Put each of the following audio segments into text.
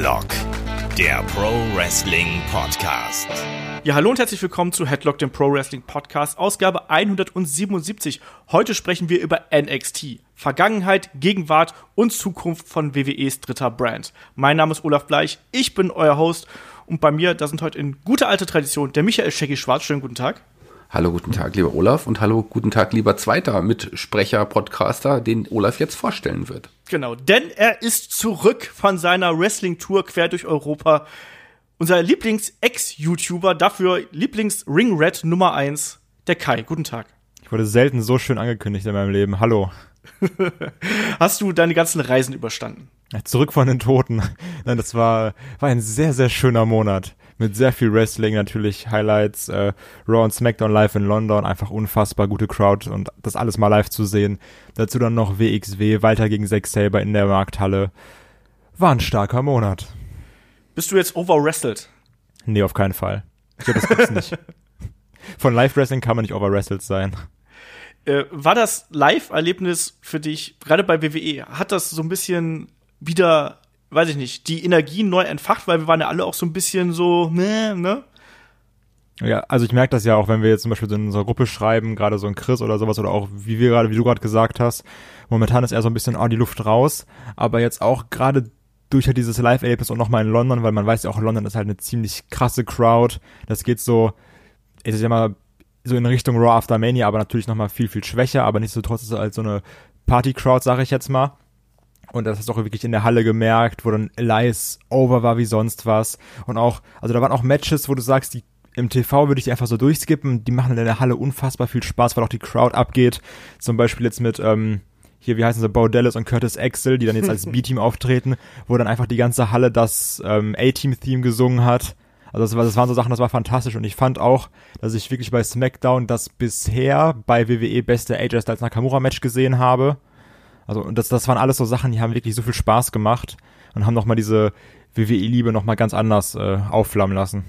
Headlock, der Pro Wrestling Podcast. Ja, hallo und herzlich willkommen zu Headlock, dem Pro Wrestling Podcast, Ausgabe 177. Heute sprechen wir über NXT, Vergangenheit, Gegenwart und Zukunft von WWEs dritter Brand. Mein Name ist Olaf Bleich, ich bin euer Host und bei mir, da sind heute in guter alter Tradition der Michael Shaggy Schwarz. Schönen guten Tag. Hallo, guten Tag, lieber Olaf, und hallo, guten Tag, lieber zweiter Mitsprecher, Podcaster, den Olaf jetzt vorstellen wird. Genau, denn er ist zurück von seiner Wrestling-Tour quer durch Europa. Unser Lieblings-Ex-YouTuber, dafür Lieblings-Ring-Rat Nummer 1, der Kai. Guten Tag. Ich wurde selten so schön angekündigt in meinem Leben. Hallo. Hast du deine ganzen Reisen überstanden? Zurück von den Toten. Nein, das war ein sehr, sehr schöner Monat. Mit sehr viel Wrestling, natürlich Highlights, Raw und SmackDown live in London, einfach unfassbar gute Crowd und das alles mal live zu sehen. Dazu dann noch WXW, Walter gegen Zack Sabre in der Markthalle. War ein starker Monat. Bist du jetzt overwrestled? Nee, auf keinen Fall. Ich glaube, das gibt's nicht. Von Live-Wrestling kann man nicht overwrestled sein. War das Live-Erlebnis für dich, gerade bei WWE, hat das so ein bisschen wieder, weiß ich nicht, die Energie neu entfacht, weil wir waren ja alle auch so ein bisschen so, ne? Ja, also ich merke das ja auch, wenn wir jetzt zum Beispiel so in unserer Gruppe schreiben, gerade so ein Chris oder sowas, oder auch wie du gerade gesagt hast, momentan ist eher so ein bisschen, die Luft raus, aber jetzt auch gerade durch halt dieses Live-Erlebnis und nochmal in London, weil man weiß ja auch, London ist halt eine ziemlich krasse Crowd, das geht so, ich sag mal, so in Richtung Raw After Mania, aber natürlich nochmal viel, viel schwächer, aber nichtsdestotrotz ist es halt so eine Party-Crowd, sage ich jetzt mal. Und das hast du auch wirklich in der Halle gemerkt, wo dann Elias over war wie sonst was. Und auch, also da waren auch Matches, wo du sagst, die im TV würde ich die einfach so durchskippen, die machen in der Halle unfassbar viel Spaß, weil auch die Crowd abgeht. Zum Beispiel jetzt mit, hier, wie heißen sie, Bo Dallas und Curtis Axel, die dann jetzt als B-Team auftreten, wo dann einfach die ganze Halle das A-Team-Theme gesungen hat. Also das waren so Sachen, das war fantastisch. Und ich fand auch, dass ich wirklich bei SmackDown das bisher bei WWE beste AJ Styles Nakamura-Match gesehen habe. Also und das waren alles so Sachen, die haben wirklich so viel Spaß gemacht und haben nochmal diese WWE-Liebe nochmal ganz anders aufflammen lassen.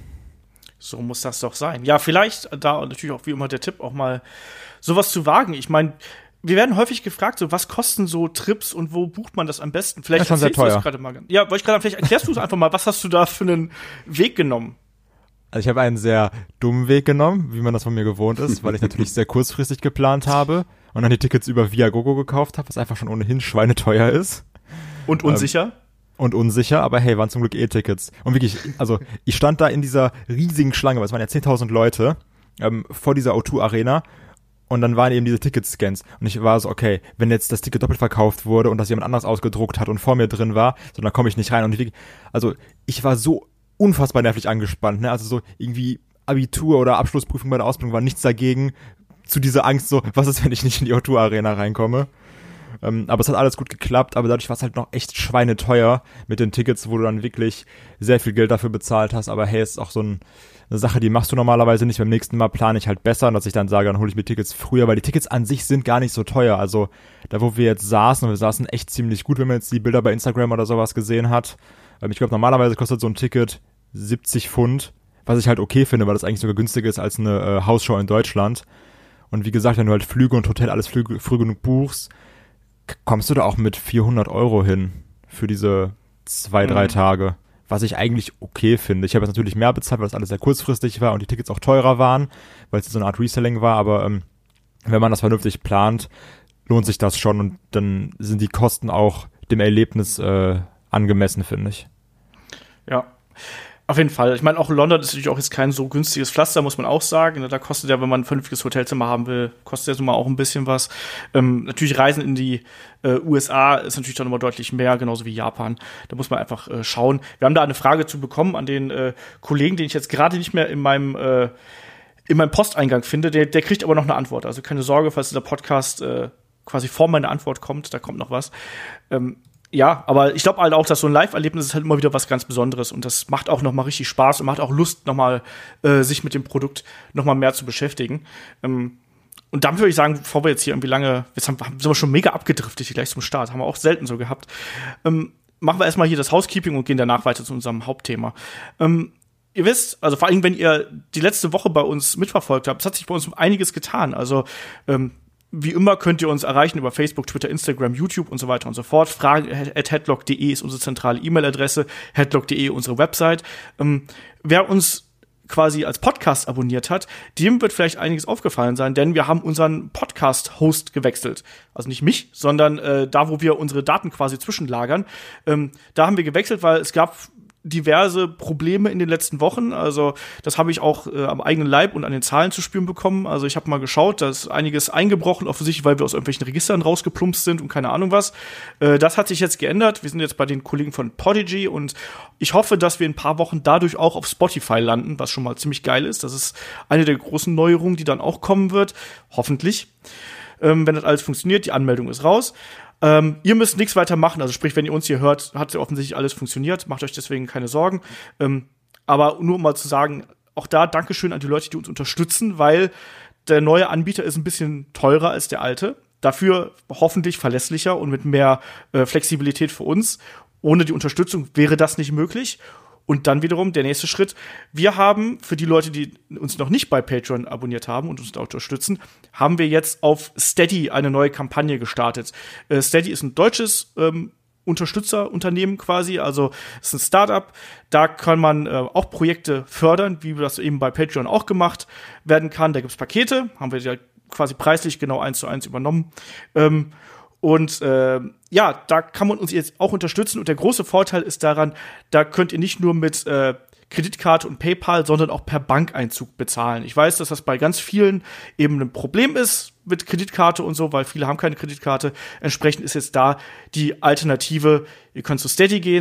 So muss das doch sein. Ja, vielleicht da und natürlich auch wie immer der Tipp, auch mal sowas zu wagen. Ich meine, wir werden häufig gefragt, so was kosten so Trips und wo bucht man das am besten? Vielleicht das ist schon sehr teuer. Gerade mal. Ja, vielleicht erklärst du es einfach mal. Was hast du da für einen Weg genommen? Also ich habe einen sehr dummen Weg genommen, wie man das von mir gewohnt ist, weil ich natürlich sehr kurzfristig geplant habe und dann die Tickets über Viagogo gekauft habe, was einfach schon ohnehin schweineteuer ist. Und unsicher? Und unsicher, aber hey, waren zum Glück E-Tickets. Und wirklich, also ich stand da in dieser riesigen Schlange, weil es waren ja 10.000 Leute, vor dieser O2 Arena. Und dann waren eben diese Ticketscans. Und ich war so, okay, wenn jetzt das Ticket doppelt verkauft wurde und das jemand anderes ausgedruckt hat und vor mir drin war, so dann komme ich nicht rein. Und ich war so unfassbar nervlich angespannt, ne? Also so irgendwie Abitur oder Abschlussprüfung bei der Ausbildung war nichts dagegen zu dieser Angst so, was ist, wenn ich nicht in die O2 Arena reinkomme? Aber es hat alles gut geklappt, aber dadurch war es halt noch echt schweineteuer mit den Tickets, wo du dann wirklich sehr viel Geld dafür bezahlt hast. Aber hey, es ist auch so eine Sache, die machst du normalerweise nicht. Beim nächsten Mal plane ich halt besser, dass ich dann sage, dann hole ich mir Tickets früher, weil die Tickets an sich sind gar nicht so teuer. Also da, wo wir jetzt saßen, und wir saßen echt ziemlich gut, wenn man jetzt die Bilder bei Instagram oder sowas gesehen hat. Ich glaube, normalerweise kostet so ein Ticket 70 Pfund, was ich halt okay finde, weil das eigentlich sogar günstiger ist als eine Hausshow in Deutschland. Und wie gesagt, wenn du halt Flüge und Hotel alles früh genug buchst, kommst du da auch mit 400 € hin für diese 2-3 Tage, was ich eigentlich okay finde. Ich habe jetzt natürlich mehr bezahlt, weil das alles sehr kurzfristig war und die Tickets auch teurer waren, weil es so eine Art Reselling war, aber wenn man das vernünftig plant, lohnt sich das schon und dann sind die Kosten auch dem Erlebnis angemessen, finde ich. Ja, auf jeden Fall. Ich meine, auch London ist natürlich auch jetzt kein so günstiges Pflaster, muss man auch sagen. Da kostet ja, wenn man ein vernünftiges Hotelzimmer haben will, kostet ja so mal auch ein bisschen was. Natürlich Reisen in die USA ist natürlich dann immer deutlich mehr, genauso wie Japan. Da muss man einfach schauen. Wir haben da eine Frage zu bekommen an den Kollegen, den ich jetzt gerade nicht mehr in meinem Posteingang finde. Der kriegt aber noch eine Antwort. Also keine Sorge, falls der Podcast quasi vor meiner Antwort kommt, da kommt noch was. Ja, aber ich glaube halt auch, dass so ein Live-Erlebnis ist halt immer wieder was ganz Besonderes und das macht auch noch mal richtig Spaß und macht auch Lust, noch mal sich mit dem Produkt noch mal mehr zu beschäftigen. Und dann würde ich sagen, bevor wir jetzt hier irgendwie sind wir schon mega abgedriftet hier gleich zum Start, haben wir auch selten so gehabt. Machen wir erstmal hier das Housekeeping und gehen danach weiter zu unserem Hauptthema. Ihr wisst, also vor allem, wenn ihr die letzte Woche bei uns mitverfolgt habt, es hat sich bei uns einiges getan. Also Wie immer könnt ihr uns erreichen über Facebook, Twitter, Instagram, YouTube und so weiter und so fort. Fragen@headlock.de ist unsere zentrale E-Mail-Adresse, headlock.de unsere Website. Wer uns quasi als Podcast abonniert hat, dem wird vielleicht einiges aufgefallen sein, denn wir haben unseren Podcast-Host gewechselt. Also nicht mich, sondern da, wo wir unsere Daten quasi zwischenlagern. Da haben wir gewechselt, weil es gab diverse Probleme in den letzten Wochen. Also das habe ich auch am eigenen Leib und an den Zahlen zu spüren bekommen. Also ich habe mal geschaut, da ist einiges eingebrochen, offensichtlich, weil wir aus irgendwelchen Registern rausgeplumpst sind und keine Ahnung was. Das hat sich jetzt geändert. Wir sind jetzt bei den Kollegen von Podigy und ich hoffe, dass wir in ein paar Wochen dadurch auch auf Spotify landen, was schon mal ziemlich geil ist. Das ist eine der großen Neuerungen, die dann auch kommen wird. Hoffentlich. Wenn das alles funktioniert, die Anmeldung ist raus. Ihr müsst nichts weiter machen, also sprich, wenn ihr uns hier hört, hat ja offensichtlich alles funktioniert, macht euch deswegen keine Sorgen. Aber nur um mal zu sagen, auch da Dankeschön an die Leute, die uns unterstützen, weil der neue Anbieter ist ein bisschen teurer als der alte, dafür hoffentlich verlässlicher und mit mehr Flexibilität für uns. Ohne die Unterstützung wäre das nicht möglich. Und dann wiederum der nächste Schritt. Wir haben, für die Leute, die uns noch nicht bei Patreon abonniert haben und uns da unterstützen, haben wir jetzt auf Steady eine neue Kampagne gestartet. Steady ist ein deutsches Unterstützerunternehmen quasi, also es ist ein Startup. Da kann man auch Projekte fördern, wie das eben bei Patreon auch gemacht werden kann. Da gibt's Pakete, haben wir ja quasi preislich genau 1:1 übernommen. Und da kann man uns jetzt auch unterstützen. Und der große Vorteil ist daran, da könnt ihr nicht nur mit Kreditkarte und PayPal, sondern auch per Bankeinzug bezahlen. Ich weiß, dass das bei ganz vielen eben ein Problem ist mit Kreditkarte und so, weil viele haben keine Kreditkarte. Entsprechend ist jetzt da die Alternative. Ihr könnt zu Steady gehen,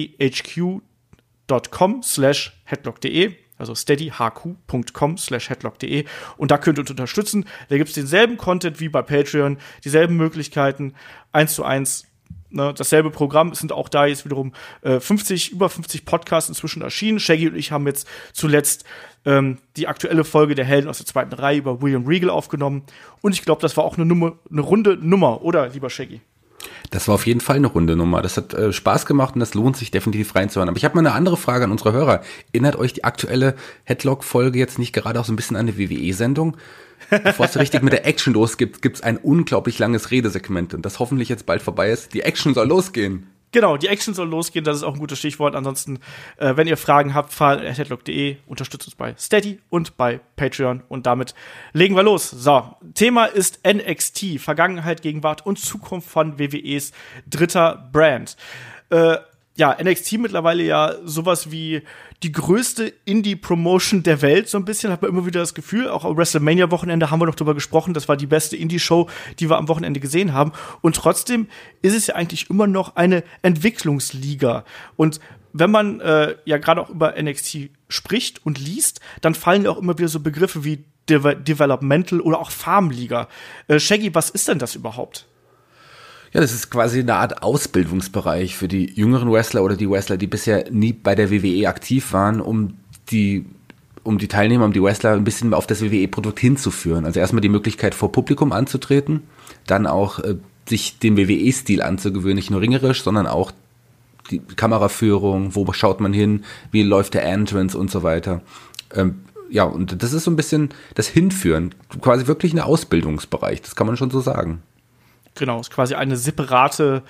steadyhq.com/headlock.de. Also steadyhq.com/headlock.de und da könnt ihr uns unterstützen. Da gibt's denselben Content wie bei Patreon, dieselben Möglichkeiten, 1:1, ne, dasselbe Programm. Es sind auch da jetzt wiederum über 50 Podcasts inzwischen erschienen. Shaggy und ich haben jetzt zuletzt die aktuelle Folge der Helden aus der zweiten Reihe über William Regal aufgenommen und ich glaube, das war auch eine runde Nummer, oder, lieber Shaggy? Das war auf jeden Fall eine runde Nummer. Das hat Spaß gemacht und das lohnt sich definitiv reinzuhören. Aber ich habe mal eine andere Frage an unsere Hörer. Erinnert euch die aktuelle Headlock-Folge jetzt nicht gerade auch so ein bisschen an eine WWE-Sendung? Bevor es richtig mit der Action losgeht, gibt's ein unglaublich langes Redesegment und das hoffentlich jetzt bald vorbei ist. Die Action soll losgehen. Genau, die Action soll losgehen, das ist auch ein gutes Stichwort. Ansonsten, wenn ihr Fragen habt, headlock.de, unterstützt uns bei Steady und bei Patreon und damit legen wir los. So, Thema ist NXT, Vergangenheit, Gegenwart und Zukunft von WWEs dritter Brand. NXT mittlerweile ja sowas wie die größte Indie-Promotion der Welt, so ein bisschen, hat man immer wieder das Gefühl. Auch am WrestleMania-Wochenende haben wir noch drüber gesprochen, das war die beste Indie-Show, die wir am Wochenende gesehen haben. Und trotzdem ist es ja eigentlich immer noch eine Entwicklungsliga. Und wenn man gerade auch über NXT spricht und liest, dann fallen ja auch immer wieder so Begriffe wie Developmental oder auch Farmliga. Shaggy, was ist denn das überhaupt? Ja, das ist quasi eine Art Ausbildungsbereich für die jüngeren Wrestler oder die Wrestler, die bisher nie bei der WWE aktiv waren, um die Teilnehmer, um die Wrestler ein bisschen auf das WWE-Produkt hinzuführen. Also erstmal die Möglichkeit, vor Publikum anzutreten, dann auch sich den WWE-Stil anzugewöhnen, nicht nur ringerisch, sondern auch die Kameraführung, wo schaut man hin, wie läuft der Entrance und so weiter. Und das ist so ein bisschen das Hinführen, quasi wirklich ein Ausbildungsbereich, das kann man schon so sagen. Genau, ist quasi eine separate,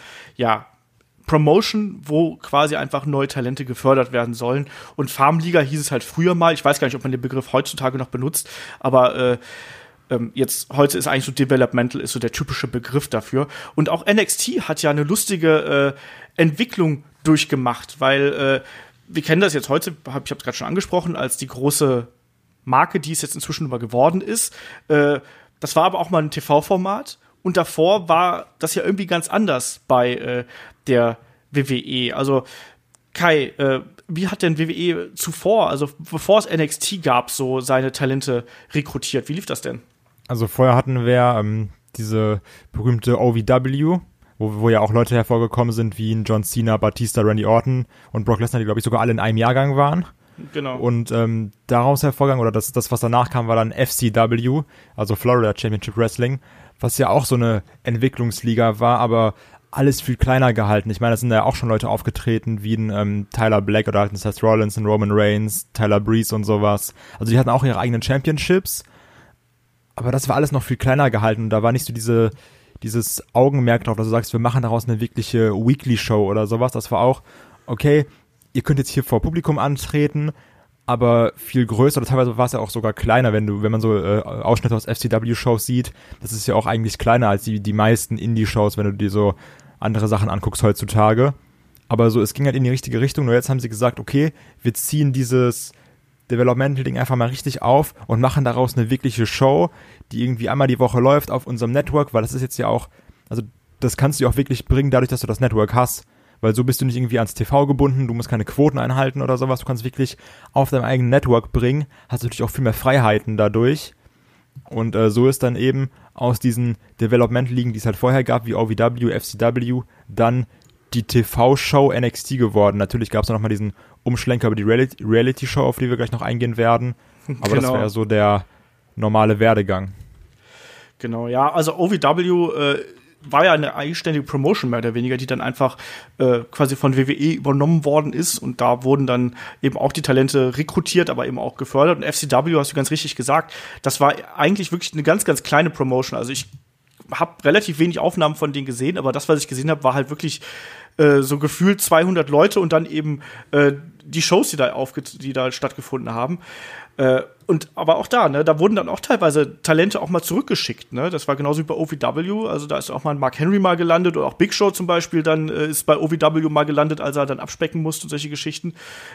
Promotion, wo quasi einfach neue Talente gefördert werden sollen. Und Farmliga hieß es halt früher mal. Ich weiß gar nicht, ob man den Begriff heutzutage noch benutzt, aber heute ist eigentlich so Developmental, ist so der typische Begriff dafür. Und auch NXT hat ja eine lustige Entwicklung durchgemacht, weil wir kennen das jetzt heute, ich habe es gerade schon angesprochen, als die große Marke, die es jetzt inzwischen immer geworden ist. Das war aber auch mal ein TV-Format. Und davor war das ja irgendwie ganz anders bei der WWE. Also Kai, wie hat denn WWE zuvor, also bevor es NXT gab, so seine Talente rekrutiert? Wie lief das denn? Also vorher hatten wir diese berühmte OVW, wo ja auch Leute hervorgekommen sind wie John Cena, Batista, Randy Orton und Brock Lesnar, die glaube ich sogar alle in einem Jahrgang waren. Genau. Und daraus hervorgegangen, oder das, was danach kam, war dann FCW, also Florida Championship Wrestling, was ja auch so eine Entwicklungsliga war, aber alles viel kleiner gehalten. Ich meine, da sind ja auch schon Leute aufgetreten, wie ein Tyler Black oder halt ein Seth Rollins, ein Roman Reigns, Tyler Breeze und sowas. Also die hatten auch ihre eigenen Championships, aber das war alles noch viel kleiner gehalten und da war nicht so dieses Augenmerk drauf, dass du sagst, wir machen daraus eine wirkliche Weekly-Show oder sowas. Das war auch, okay, ihr könnt jetzt hier vor Publikum antreten, aber viel größer, oder teilweise war es ja auch sogar kleiner, wenn man so Ausschnitte aus FCW-Shows sieht. Das ist ja auch eigentlich kleiner als die meisten Indie-Shows, wenn du dir so andere Sachen anguckst heutzutage. Aber so, es ging halt in die richtige Richtung. Nur jetzt haben sie gesagt, okay, wir ziehen dieses Developmental-Ding einfach mal richtig auf und machen daraus eine wirkliche Show, die irgendwie einmal die Woche läuft auf unserem Network, weil das ist jetzt ja auch, also das kannst du ja auch wirklich bringen, dadurch, dass du das Network hast. Weil so bist du nicht irgendwie ans TV gebunden, du musst keine Quoten einhalten oder sowas, du kannst wirklich auf deinem eigenen Network bringen, hast natürlich auch viel mehr Freiheiten dadurch. Und so ist dann eben aus diesen Developmental-Ligen, die es halt vorher gab, wie OVW, FCW, dann die TV-Show NXT geworden. Natürlich gab es noch mal diesen Umschlenker über die Reality-Show, auf die wir gleich noch eingehen werden. Aber das wäre so der normale Werdegang. Genau, ja. Also OVW war ja eine eigenständige Promotion mehr oder weniger, die dann einfach quasi von WWE übernommen worden ist. Und da wurden dann eben auch die Talente rekrutiert, aber eben auch gefördert. Und FCW, hast du ganz richtig gesagt, das war eigentlich wirklich eine ganz, ganz kleine Promotion. Also ich habe relativ wenig Aufnahmen von denen gesehen, aber das, was ich gesehen habe, war halt wirklich so gefühlt 200 Leute und dann eben die Shows, die da stattgefunden haben. Und aber auch da, ne, da wurden dann auch teilweise Talente auch mal zurückgeschickt, ne? Das war genauso wie bei OVW, also da ist auch mal ein Mark Henry mal gelandet oder auch Big Show zum Beispiel dann ist bei OVW mal gelandet, als er dann abspecken musste und solche Geschichten.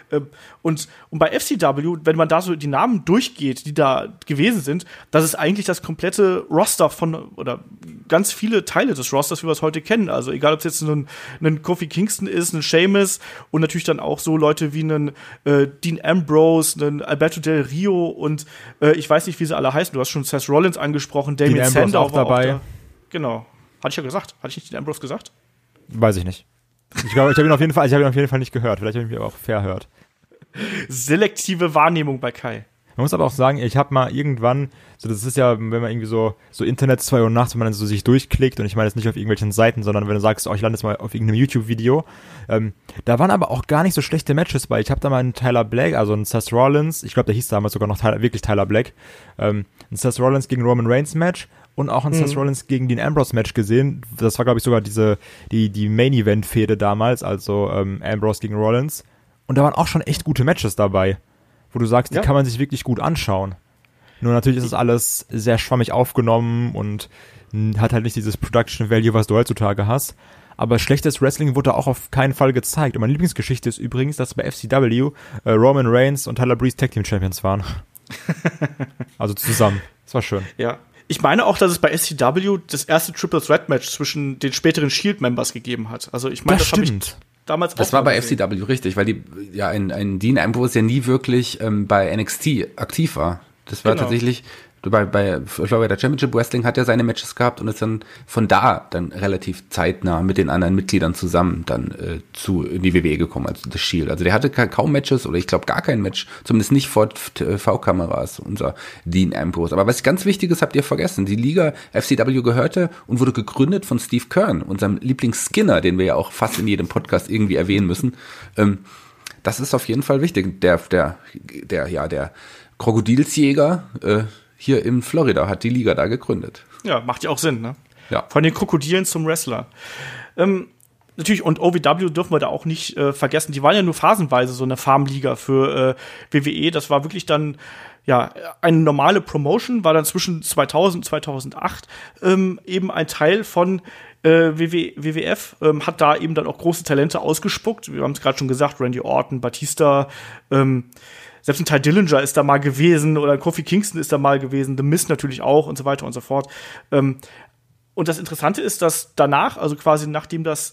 Und bei FCW, wenn man da so die Namen durchgeht, die da gewesen sind, das ist eigentlich das komplette Roster oder ganz viele Teile des Rosters, wie wir es heute kennen. Also egal, ob es jetzt ein Kofi Kingston ist, ein Sheamus und natürlich dann auch so Leute wie einen Dean Ambrose, einen Alberto Del Rio und ich weiß nicht, wie sie alle heißen. Du hast schon Seth Rollins angesprochen, Damien Sandow auch dabei. Genau. Hatte ich ja gesagt. Hatte ich nicht Dean Ambrose gesagt? Weiß ich nicht. Ich glaube, ich habe ihn auf jeden Fall nicht gehört. Vielleicht habe ich mich aber auch verhört. Selektive Wahrnehmung bei Kai. Man muss aber auch sagen, ich habe mal irgendwann, so das ist ja, wenn man irgendwie so Internet 2 Uhr nachts, wenn man dann so sich durchklickt und ich meine jetzt nicht auf irgendwelchen Seiten, sondern wenn du sagst, oh, ich lande jetzt mal auf irgendeinem YouTube-Video, da waren aber auch gar nicht so schlechte Matches bei. Ich habe da mal einen Tyler Black, also einen Seth Rollins, ich glaube, der hieß damals sogar noch wirklich Tyler Black, einen Seth Rollins gegen Roman Reigns Match und auch einen Seth Rollins gegen Dean Ambrose Match gesehen. Das war, glaube ich, sogar die Main-Event-Fehde damals, also Ambrose gegen Rollins. Und da waren auch schon echt gute Matches dabei, wo du sagst, die kann man sich wirklich gut anschauen. Nur natürlich ist es alles sehr schwammig aufgenommen und hat halt nicht dieses Production Value, was du heutzutage hast. Aber schlechtes Wrestling wurde auch auf keinen Fall gezeigt. Und meine Lieblingsgeschichte ist übrigens, dass bei FCW Roman Reigns und Tyler Breeze Tag Team Champions waren. Also zusammen. Das war schön. Ja. Ich meine auch, dass es bei SCW das erste Triple Threat Match zwischen den späteren Shield-Members gegeben hat. Also ich meine, das habe ich damals Das war bei FCW richtig, weil ein Dean Ambrose ja nie wirklich bei NXT aktiv war. Das war tatsächlich, bei Florida Championship Wrestling hat er seine Matches gehabt und ist dann von da dann relativ zeitnah mit den anderen Mitgliedern zusammen dann in die WWE gekommen, also das Shield. Also der hatte kaum Matches oder ich glaube gar kein Match, zumindest nicht vor TV-Kameras, unser Dean Ambrose. Aber was ganz wichtig ist, habt ihr vergessen, die Liga FCW gehörte und wurde gegründet von Steve Keirn, unserem Lieblings-Skinner, den wir ja auch fast in jedem Podcast irgendwie erwähnen müssen. Das ist auf jeden Fall wichtig. Der Krokodilsjäger hier in Florida hat die Liga da gegründet. Ja, macht ja auch Sinn, ne? Ja. Von den Krokodilen zum Wrestler. Natürlich, und OVW dürfen wir da auch nicht vergessen. Die waren ja nur phasenweise so eine Farmliga für WWE. Das war wirklich dann eine normale Promotion, war dann zwischen 2000 und 2008 eben ein Teil von WWF, hat da eben dann auch große Talente ausgespuckt. Wir haben es gerade schon gesagt, Randy Orton, Batista, selbst ein Ty Dillinger ist da mal gewesen oder Kofi Kingston ist da mal gewesen, The Miz natürlich auch und so weiter und so fort. Und das Interessante ist, dass danach, also quasi nachdem dass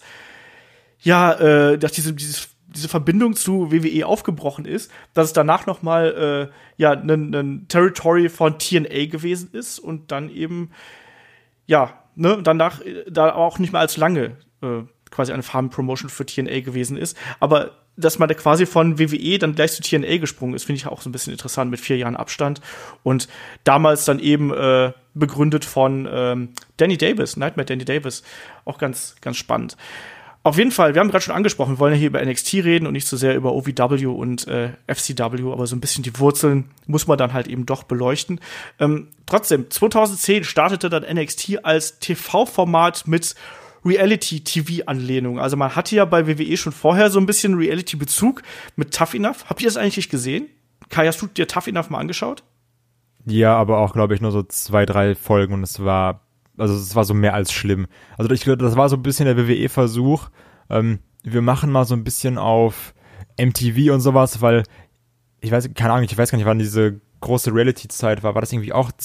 diese Verbindung zu WWE aufgebrochen ist, dass es danach noch mal ein Territory von TNA gewesen ist und dann eben danach da auch nicht mehr allzu lange quasi eine Farm-Promotion für TNA gewesen ist, aber dass man da quasi von WWE dann gleich zu TNA gesprungen ist, finde ich auch so ein bisschen interessant mit 4 Jahren Abstand und damals dann eben begründet von Nightmare Danny Davis, auch ganz, ganz spannend. Auf jeden Fall, wir haben gerade schon angesprochen, wir wollen ja hier über NXT reden und nicht so sehr über OVW und FCW, aber so ein bisschen die Wurzeln muss man dann halt eben doch beleuchten. Trotzdem, 2010 startete dann NXT als TV-Format mit Reality-TV-Anlehnung. Also man hatte ja bei WWE schon vorher so ein bisschen Reality-Bezug mit Tough Enough. Habt ihr das eigentlich gesehen? Kai, hast du dir Tough Enough mal angeschaut? Ja, aber auch, glaube ich, nur so 2, 3 Folgen und es war so mehr als schlimm. Also ich glaube, das war so ein bisschen der WWE-Versuch. Wir machen mal so ein bisschen auf MTV und sowas, weil ich weiß gar nicht, wann diese große Reality-Zeit war. War das irgendwie auch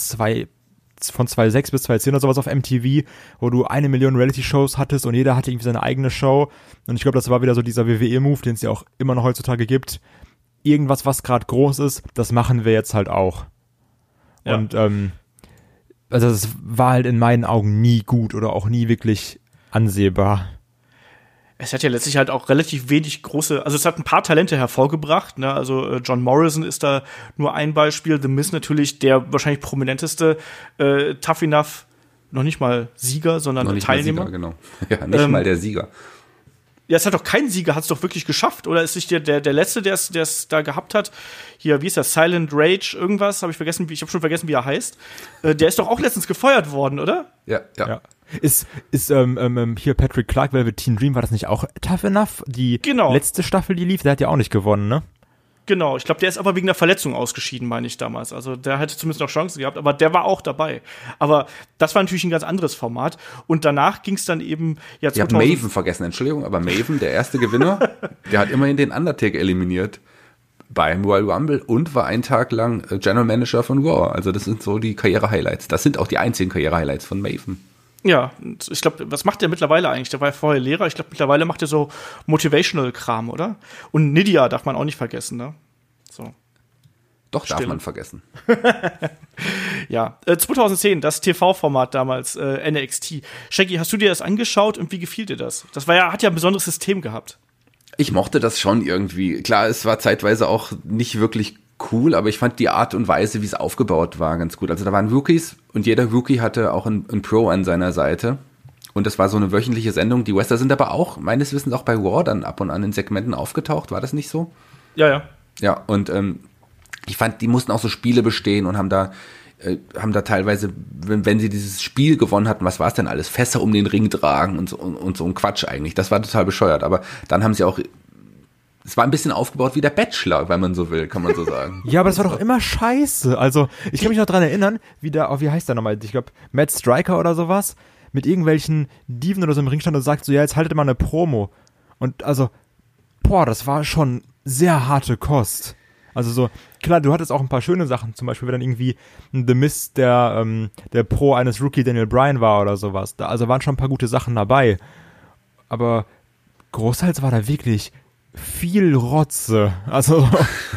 von 2006 bis 2010 oder sowas auf MTV, wo du 1 Million Reality-Shows hattest und jeder hatte irgendwie seine eigene Show. Und ich glaube, das war wieder so dieser WWE-Move, den es ja auch immer noch heutzutage gibt. Irgendwas, was gerade groß ist, das machen wir jetzt halt auch. Ja. Und also das war halt in meinen Augen nie gut oder auch nie wirklich ansehbar. Es hat ja letztlich halt auch relativ wenig große, also es hat ein paar Talente hervorgebracht, ne? Also John Morrison ist da nur ein Beispiel, The Miz natürlich der wahrscheinlich prominenteste Tough Enough, noch nicht mal Sieger, sondern Teilnehmer. Sieger, genau. Ja, nicht mal der Sieger. Ja, es hat doch kein Sieger, hat es doch wirklich geschafft, oder ist nicht der Letzte, der es da gehabt hat? Hier, wie ist das? Silent Rage, irgendwas? Ich habe schon vergessen, wie er heißt. Der ist doch auch letztens gefeuert worden, oder? Ja. Ist hier Patrick Clark, Velveteen Dream, war das nicht auch Tough Enough? Die letzte Staffel, die lief, der hat ja auch nicht gewonnen, ne? Genau, ich glaube, der ist aber wegen der Verletzung ausgeschieden, meine ich damals. Also der hätte zumindest noch Chancen gehabt, aber der war auch dabei. Aber das war natürlich ein ganz anderes Format. Und danach ging es dann eben... Ja, ich habe Maven vergessen, Entschuldigung, aber Maven, der erste Gewinner, der hat immerhin den Undertaker eliminiert beim Royal Rumble und war einen Tag lang General Manager von Raw. Also das sind so die Karriere-Highlights. Das sind auch die einzigen Karriere-Highlights von Maven. Ja, ich glaube, was macht der mittlerweile eigentlich? Der war ja vorher Lehrer. Ich glaube, mittlerweile macht er so Motivational-Kram, oder? Und Nydia darf man auch nicht vergessen, ne? So. Doch, darf man vergessen. Ja, 2010, das TV-Format damals, NXT. Shaggy, hast du dir das angeschaut und wie gefiel dir das? Das hat ja ein besonderes System gehabt. Ich mochte das schon irgendwie. Klar, es war zeitweise auch nicht wirklich cool, aber ich fand die Art und Weise, wie es aufgebaut war, ganz gut. Also da waren Rookies und jeder Rookie hatte auch ein Pro an seiner Seite. Und das war so eine wöchentliche Sendung. Die Wrestler sind aber auch, meines Wissens, auch bei Raw dann ab und an in Segmenten aufgetaucht. War das nicht so? Ja. Ja, und ich fand, die mussten auch so Spiele bestehen und haben da teilweise, wenn sie dieses Spiel gewonnen hatten, was war es denn alles? Fässer um den Ring tragen und so ein Quatsch eigentlich. Das war total bescheuert. Aber dann haben sie auch... Es war ein bisschen aufgebaut wie der Bachelor, wenn man so will, kann man so sagen. Ja, aber das war doch immer scheiße. Also, ich kann mich noch dran erinnern, wie heißt der nochmal? Ich glaube, Matt Striker oder sowas, mit irgendwelchen Diven oder so im Ring stand und sagt so, ja, jetzt haltet mal eine Promo. Und also, das war schon sehr harte Kost. Also so, klar, du hattest auch ein paar schöne Sachen, zum Beispiel, wenn dann irgendwie The Miz der Pro eines Rookie Daniel Bryan war oder sowas. Also waren schon ein paar gute Sachen dabei. Aber großteils war da wirklich viel Rotze. Also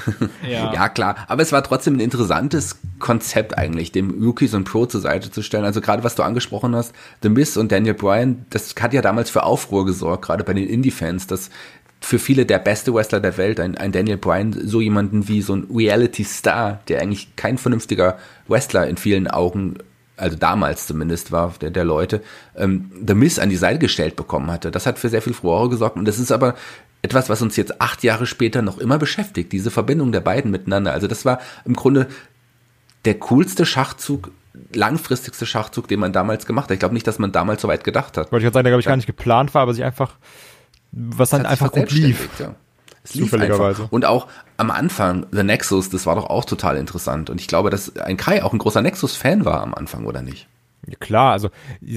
ja, klar. Aber es war trotzdem ein interessantes Konzept eigentlich, dem Rookies und Pro zur Seite zu stellen. Also gerade was du angesprochen hast, The Miz und Daniel Bryan, das hat ja damals für Aufruhr gesorgt, gerade bei den Indie-Fans, dass für viele der beste Wrestler der Welt, ein Daniel Bryan, so jemanden wie so ein Reality-Star, der eigentlich kein vernünftiger Wrestler in vielen Augen, also damals zumindest war, der Leute, The Miz an die Seite gestellt bekommen hatte. Das hat für sehr viel Furore gesorgt und das ist aber etwas, was uns jetzt 8 Jahre später noch immer beschäftigt, diese Verbindung der beiden miteinander. Also das war im Grunde der coolste Schachzug, langfristigste Schachzug, den man damals gemacht hat. Ich glaube nicht, dass man damals so weit gedacht hat. Wollte ich gerade sagen, der glaube ich gar nicht geplant war, aber sich einfach, was dann einfach gut lief. Ja. Es lief einfach. Und auch am Anfang, The Nexus, das war doch auch total interessant. Und ich glaube, dass ein Kai auch ein großer Nexus-Fan war am Anfang, oder nicht? Ja, klar, also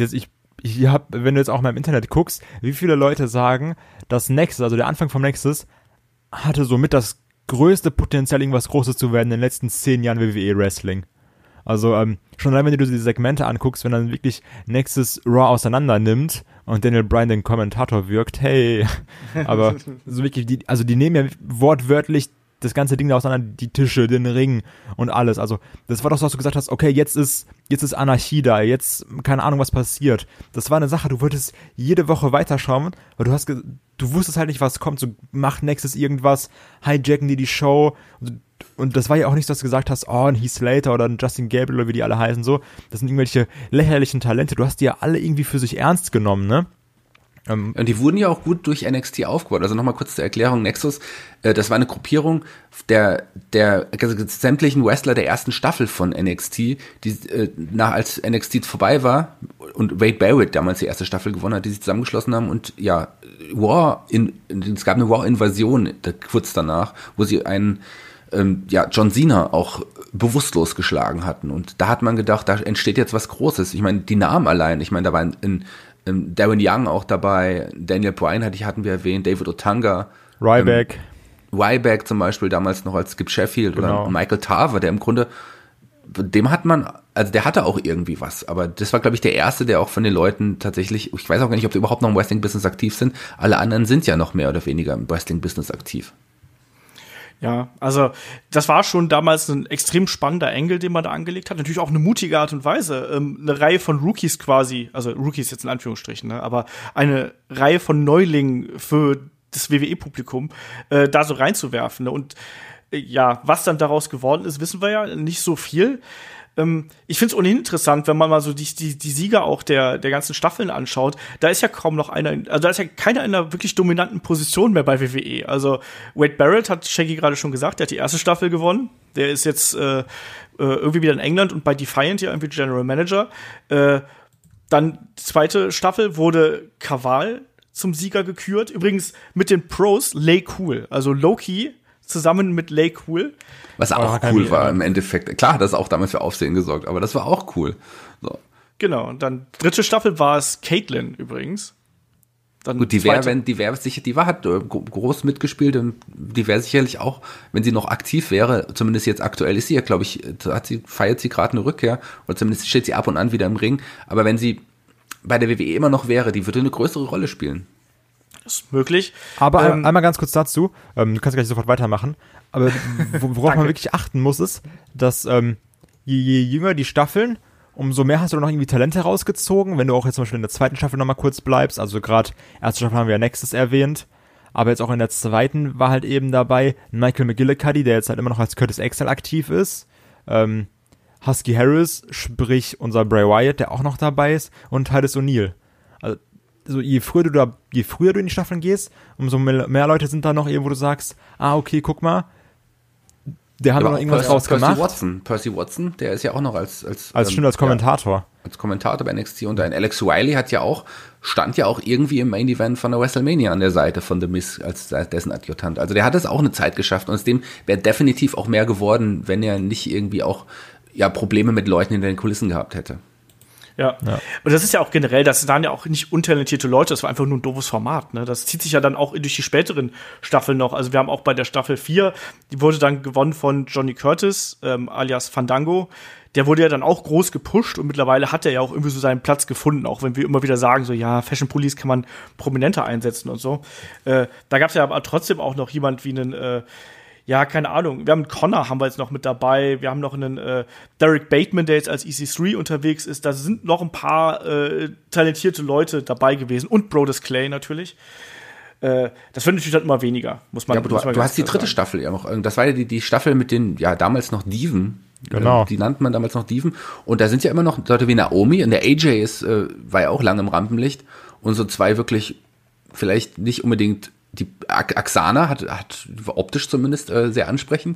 ich habe, wenn du jetzt auch mal im Internet guckst, wie viele Leute sagen, dass Nexus, also der Anfang vom Nexus, hatte somit das größte Potenzial, irgendwas Großes zu werden in den letzten 10 Jahren WWE Wrestling. Also schon allein, wenn du diese Segmente anguckst, wenn dann wirklich Nexus Raw auseinander nimmt und Daniel Bryan den Kommentator wirkt, hey, aber so wirklich, die nehmen ja wortwörtlich das ganze Ding da auseinander, die Tische, den Ring und alles. Also das war doch so, dass du gesagt hast, okay, jetzt ist Anarchie da, jetzt keine Ahnung, was passiert. Das war eine Sache, du wolltest jede Woche weiterschauen, weil du wusstest halt nicht, was kommt. So macht Nexus irgendwas, hijacken die Show und das war ja auch nicht so, dass du gesagt hast, ein Heath Slater oder ein Justin Gabriel oder wie die alle heißen so. Das sind irgendwelche lächerlichen Talente. Du hast die ja alle irgendwie für sich ernst genommen, ne? Und die wurden ja auch gut durch NXT aufgebaut. Also nochmal kurz zur Erklärung, Nexus, das war eine Gruppierung der sämtlichen Wrestler der ersten Staffel von NXT, die als NXT vorbei war und Wade Barrett damals die erste Staffel gewonnen hat, die sich zusammengeschlossen haben und ja, es gab eine War-Invasion kurz danach, wo sie John Cena auch bewusstlos geschlagen hatten. Und da hat man gedacht, da entsteht jetzt was Großes. Ich meine, die Namen allein, ich meine, da war Darren Young auch dabei, Daniel Bryan hatten wir erwähnt, David Otunga, Ryback zum Beispiel, damals noch als Skip Sheffield, genau. Oder Michael Tarver, der im Grunde, der hatte auch irgendwie was, aber das war, glaube ich, der erste, der auch von den Leuten tatsächlich, ich weiß auch gar nicht, ob die überhaupt noch im Wrestling-Business aktiv sind, alle anderen sind ja noch mehr oder weniger im Wrestling-Business aktiv. Ja, also das war schon damals ein extrem spannender Angle, den man da angelegt hat. Natürlich auch eine mutige Art und Weise, eine Reihe von Rookies quasi, also Rookies jetzt in Anführungsstrichen, ne, aber eine Reihe von Neulingen für das WWE-Publikum da so reinzuwerfen. Ne? Und ja, was dann daraus geworden ist, wissen wir ja nicht so viel. Ich finde es ohnehin interessant, wenn man mal so die Sieger auch der ganzen Staffeln anschaut. Da ist ja kaum noch da ist ja keiner in einer wirklich dominanten Position mehr bei WWE. Also Wade Barrett hat Shaggy gerade schon gesagt, der hat die erste Staffel gewonnen. Der ist jetzt irgendwie wieder in England und bei Defiant ja irgendwie General Manager. Dann die zweite Staffel wurde Kaval zum Sieger gekürt. Übrigens mit den Pros Lay Cool, also Low-Key zusammen mit Lay Cool. Was auch cool war im Endeffekt. Klar hat das auch damals für Aufsehen gesorgt, aber das war auch cool. So. Genau, und dann dritte Staffel war es Caitlyn übrigens. Dann gut, die hat groß mitgespielt und die wäre sicherlich auch, wenn sie noch aktiv wäre, zumindest jetzt aktuell ist sie ja, glaube ich, feiert sie gerade eine Rückkehr oder zumindest steht sie ab und an wieder im Ring, aber wenn sie bei der WWE immer noch wäre, die würde eine größere Rolle spielen. Das ist möglich. Aber einmal ganz kurz dazu, du kannst gleich sofort weitermachen, aber worauf man wirklich achten muss, ist, dass je jünger die Staffeln, umso mehr hast du noch irgendwie Talente herausgezogen, wenn du auch jetzt zum Beispiel in der zweiten Staffel nochmal kurz bleibst, also gerade erste Staffel haben wir ja Nexus erwähnt, aber jetzt auch in der zweiten war halt eben dabei Michael McGillicuddy, der jetzt halt immer noch als Curtis Axel aktiv ist, Husky Harris, sprich unser Bray Wyatt, der auch noch dabei ist, und Titus O'Neil. Also je früher du in die Staffeln gehst, umso mehr Leute sind da noch wo du sagst, okay, guck mal, der hat noch irgendwas draus gemacht. Percy Watson, der ist ja auch noch als Kommentator. Ja, als Kommentator bei NXT und ein Alex Riley stand ja auch irgendwie im Main Event von der WrestleMania an der Seite von The Miz als dessen Adjutant. Also der hat es auch eine Zeit geschafft und aus dem wäre definitiv auch mehr geworden, wenn er nicht irgendwie auch Probleme mit Leuten in den Kulissen gehabt hätte. Ja. Und das ist ja auch generell, das waren ja auch nicht untalentierte Leute, das war einfach nur ein doofes Format. Ne? Das zieht sich ja dann auch durch die späteren Staffeln noch. Also wir haben auch bei der Staffel 4, die wurde dann gewonnen von Johnny Curtis, alias Fandango. Der wurde ja dann auch groß gepusht und mittlerweile hat er ja auch irgendwie so seinen Platz gefunden, auch wenn wir immer wieder sagen, so ja, Fashion Police kann man prominenter einsetzen und so. Da gab es ja aber trotzdem auch noch jemand wie einen keine Ahnung. Wir haben einen Connor, haben wir jetzt noch mit dabei. Wir haben noch einen Derek Bateman, der jetzt als EC3 unterwegs ist. Da sind noch ein paar talentierte Leute dabei gewesen. Und Brodus Clay natürlich. Das wird natürlich dann immer weniger, muss man. Ja, aber du hast die dritte Staffel ja noch. Das war ja die Staffel mit den, damals noch Diven. Genau. Die nannten man damals noch Diven. Und da sind ja immer noch Leute wie Naomi. Und der AJ war ja auch lange im Rampenlicht. Und so zwei wirklich, vielleicht nicht unbedingt. Die Aksana hat optisch zumindest sehr ansprechend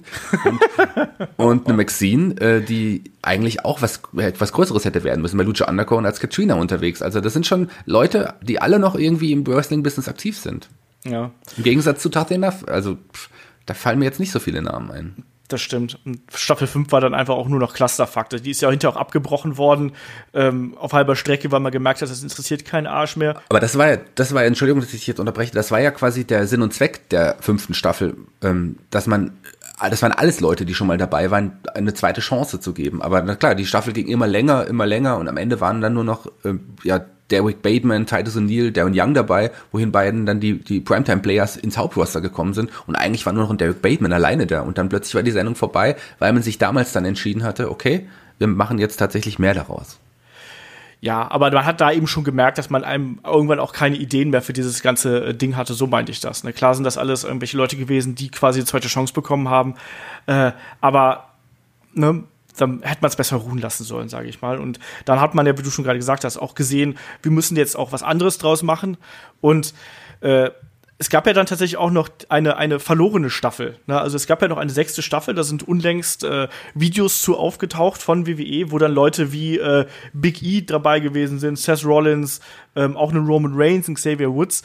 und eine Maxine, die eigentlich auch was Größeres hätte werden müssen, bei Lucha Underground als Katrina unterwegs. Also das sind schon Leute, die alle noch irgendwie im Wrestling-Business aktiv sind. Ja. Im Gegensatz zu Tough Enough, also da fallen mir jetzt nicht so viele Namen ein. Das stimmt. Und Staffel 5 war dann einfach auch nur noch Clusterfaktor. Die ist ja hinterher auch abgebrochen worden, auf halber Strecke, weil man gemerkt hat, das interessiert keinen Arsch mehr. Aber das war ja, Entschuldigung, dass ich dich jetzt unterbreche, das war ja quasi der Sinn und Zweck der 5. Staffel, das waren alles Leute, die schon mal dabei waren, eine zweite Chance zu geben. Aber na klar, die Staffel ging immer länger und am Ende waren dann nur noch, Derek Bateman, Titus O'Neil, Darren Young dabei, wohin beiden dann die Primetime-Players ins Hauptroster gekommen sind und eigentlich war nur noch ein Derek Bateman alleine da und dann plötzlich war die Sendung vorbei, weil man sich damals dann entschieden hatte, okay, wir machen jetzt tatsächlich mehr daraus. Ja, aber man hat da eben schon gemerkt, dass man einem irgendwann auch keine Ideen mehr für dieses ganze Ding hatte, so meinte ich das. Ne? Klar sind das alles irgendwelche Leute gewesen, die quasi eine zweite Chance bekommen haben, aber ne, dann hätte man es besser ruhen lassen sollen, sage ich mal. Und dann hat man ja, wie du schon gerade gesagt hast, auch gesehen, wir müssen jetzt auch was anderes draus machen. Und es gab ja dann tatsächlich auch noch eine verlorene Staffel. Ne? Also es gab ja noch eine 6. Staffel, da sind unlängst Videos zu aufgetaucht von WWE, wo dann Leute wie Big E dabei gewesen sind, Seth Rollins, auch einen Roman Reigns und Xavier Woods.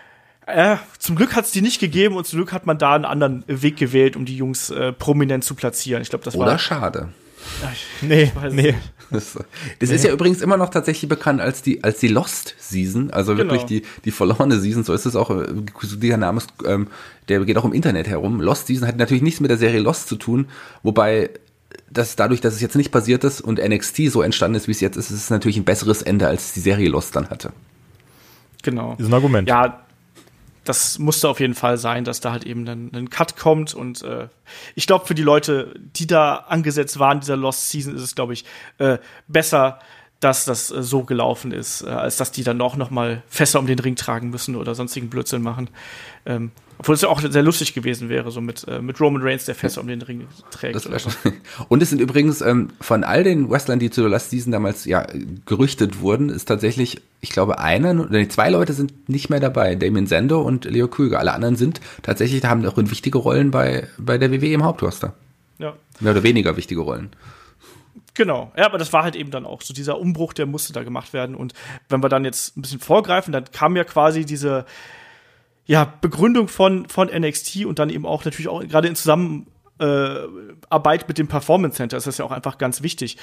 Zum Glück hat es die nicht gegeben und zum Glück hat man da einen anderen Weg gewählt, um die Jungs prominent zu platzieren. Ich glaube, das war. Oder schade. Nee. Das ist ja übrigens immer noch tatsächlich bekannt als die Lost Season, also wirklich die verlorene Season, so ist es auch, der Name ist, der geht auch im Internet herum. Lost Season hat natürlich nichts mit der Serie Lost zu tun, wobei dadurch, dass es jetzt nicht passiert ist und NXT so entstanden ist, wie es jetzt ist, ist es natürlich ein besseres Ende, als die Serie Lost dann hatte. Genau. Das ist ein Argument. Ja, das musste auf jeden Fall sein, dass da halt eben dann ein Cut kommt und ich glaube, für die Leute, die da angesetzt waren, dieser Lost Season, ist es, glaube ich, besser, dass das so gelaufen ist, als dass die dann noch mal Fässer um den Ring tragen müssen oder sonstigen Blödsinn machen. Obwohl es ja auch sehr lustig gewesen wäre, so mit Roman Reigns, der Fässer um den Ring trägt. Das so. Und es sind übrigens von all den Wrestlern, die zur Last Season damals gerüchtet wurden, ist tatsächlich, ich glaube, 2 Leute sind nicht mehr dabei, Damien Sandow und Leo Krüger. Alle anderen sind tatsächlich, haben auch wichtige Rollen bei der WWE im Hauptroster. Ja. Mehr oder weniger wichtige Rollen. Genau, ja, aber das war halt eben dann auch so dieser Umbruch, der musste da gemacht werden. Und wenn wir dann jetzt ein bisschen vorgreifen, dann kam ja quasi diese Begründung von NXT und dann eben auch natürlich auch gerade in Zusammenarbeit mit dem Performance Center, das ist ja auch einfach ganz wichtig.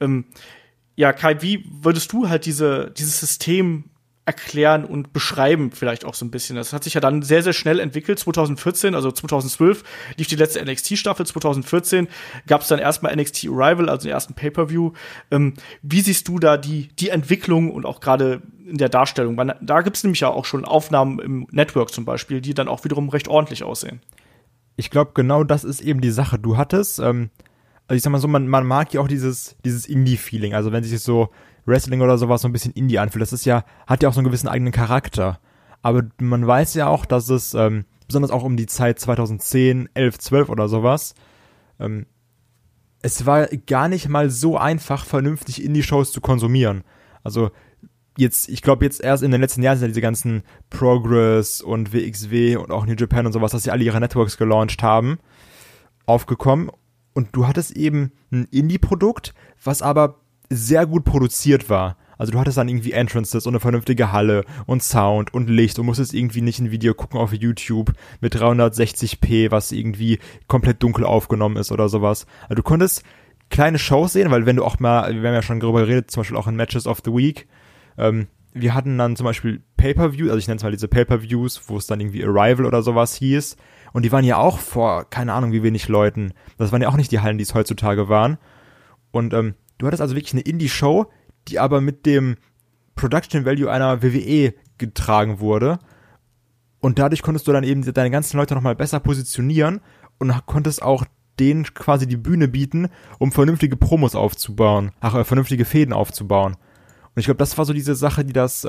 Kai, wie würdest du halt dieses System erklären und beschreiben vielleicht auch so ein bisschen? Das hat sich ja dann sehr, sehr schnell entwickelt. 2014, also 2012 lief die letzte NXT-Staffel. 2014 gab es dann erstmal NXT Arrival, also den ersten Pay-Per-View. Wie siehst du da die Entwicklung und auch gerade in der Darstellung? Da gibt es nämlich ja auch schon Aufnahmen im Network zum Beispiel, die dann auch wiederum recht ordentlich aussehen. Ich glaube, genau das ist eben die Sache. Du hattest, also ich sag mal so, man mag ja auch dieses Indie-Feeling. Also wenn sich so Wrestling oder sowas so ein bisschen Indie anfühlt, das hat ja auch so einen gewissen eigenen Charakter. Aber man weiß ja auch, dass es, besonders auch um die Zeit 2010, 11, 12 oder sowas, es war gar nicht mal so einfach, vernünftig Indie-Shows zu konsumieren. Also ich glaube jetzt erst in den letzten Jahren sind ja diese ganzen Progress und WXW und auch New Japan und sowas, dass sie alle ihre Networks gelauncht haben, aufgekommen. Und du hattest eben ein Indie-Produkt, was aber sehr gut produziert war. Also du hattest dann irgendwie Entrances und eine vernünftige Halle und Sound und Licht und musstest irgendwie nicht ein Video gucken auf YouTube mit 360p, was irgendwie komplett dunkel aufgenommen ist oder sowas. Also du konntest kleine Shows sehen, weil wenn du auch mal, wir haben ja schon darüber geredet, zum Beispiel auch in Matches of the Week, wir hatten dann zum Beispiel Pay-Per-Views, also ich nenne es mal diese Pay-Per-Views, wo es dann irgendwie Arrival oder sowas hieß und die waren ja auch vor, keine Ahnung wie wenig Leuten. Das waren ja auch nicht die Hallen, die es heutzutage waren. Und du hattest also wirklich eine Indie-Show, die aber mit dem Production Value einer WWE getragen wurde. Und dadurch konntest du dann eben deine ganzen Leute nochmal besser positionieren und konntest auch denen quasi die Bühne bieten, um vernünftige Promos aufzubauen, vernünftige Fäden aufzubauen. Und ich glaube, das war so diese Sache, die das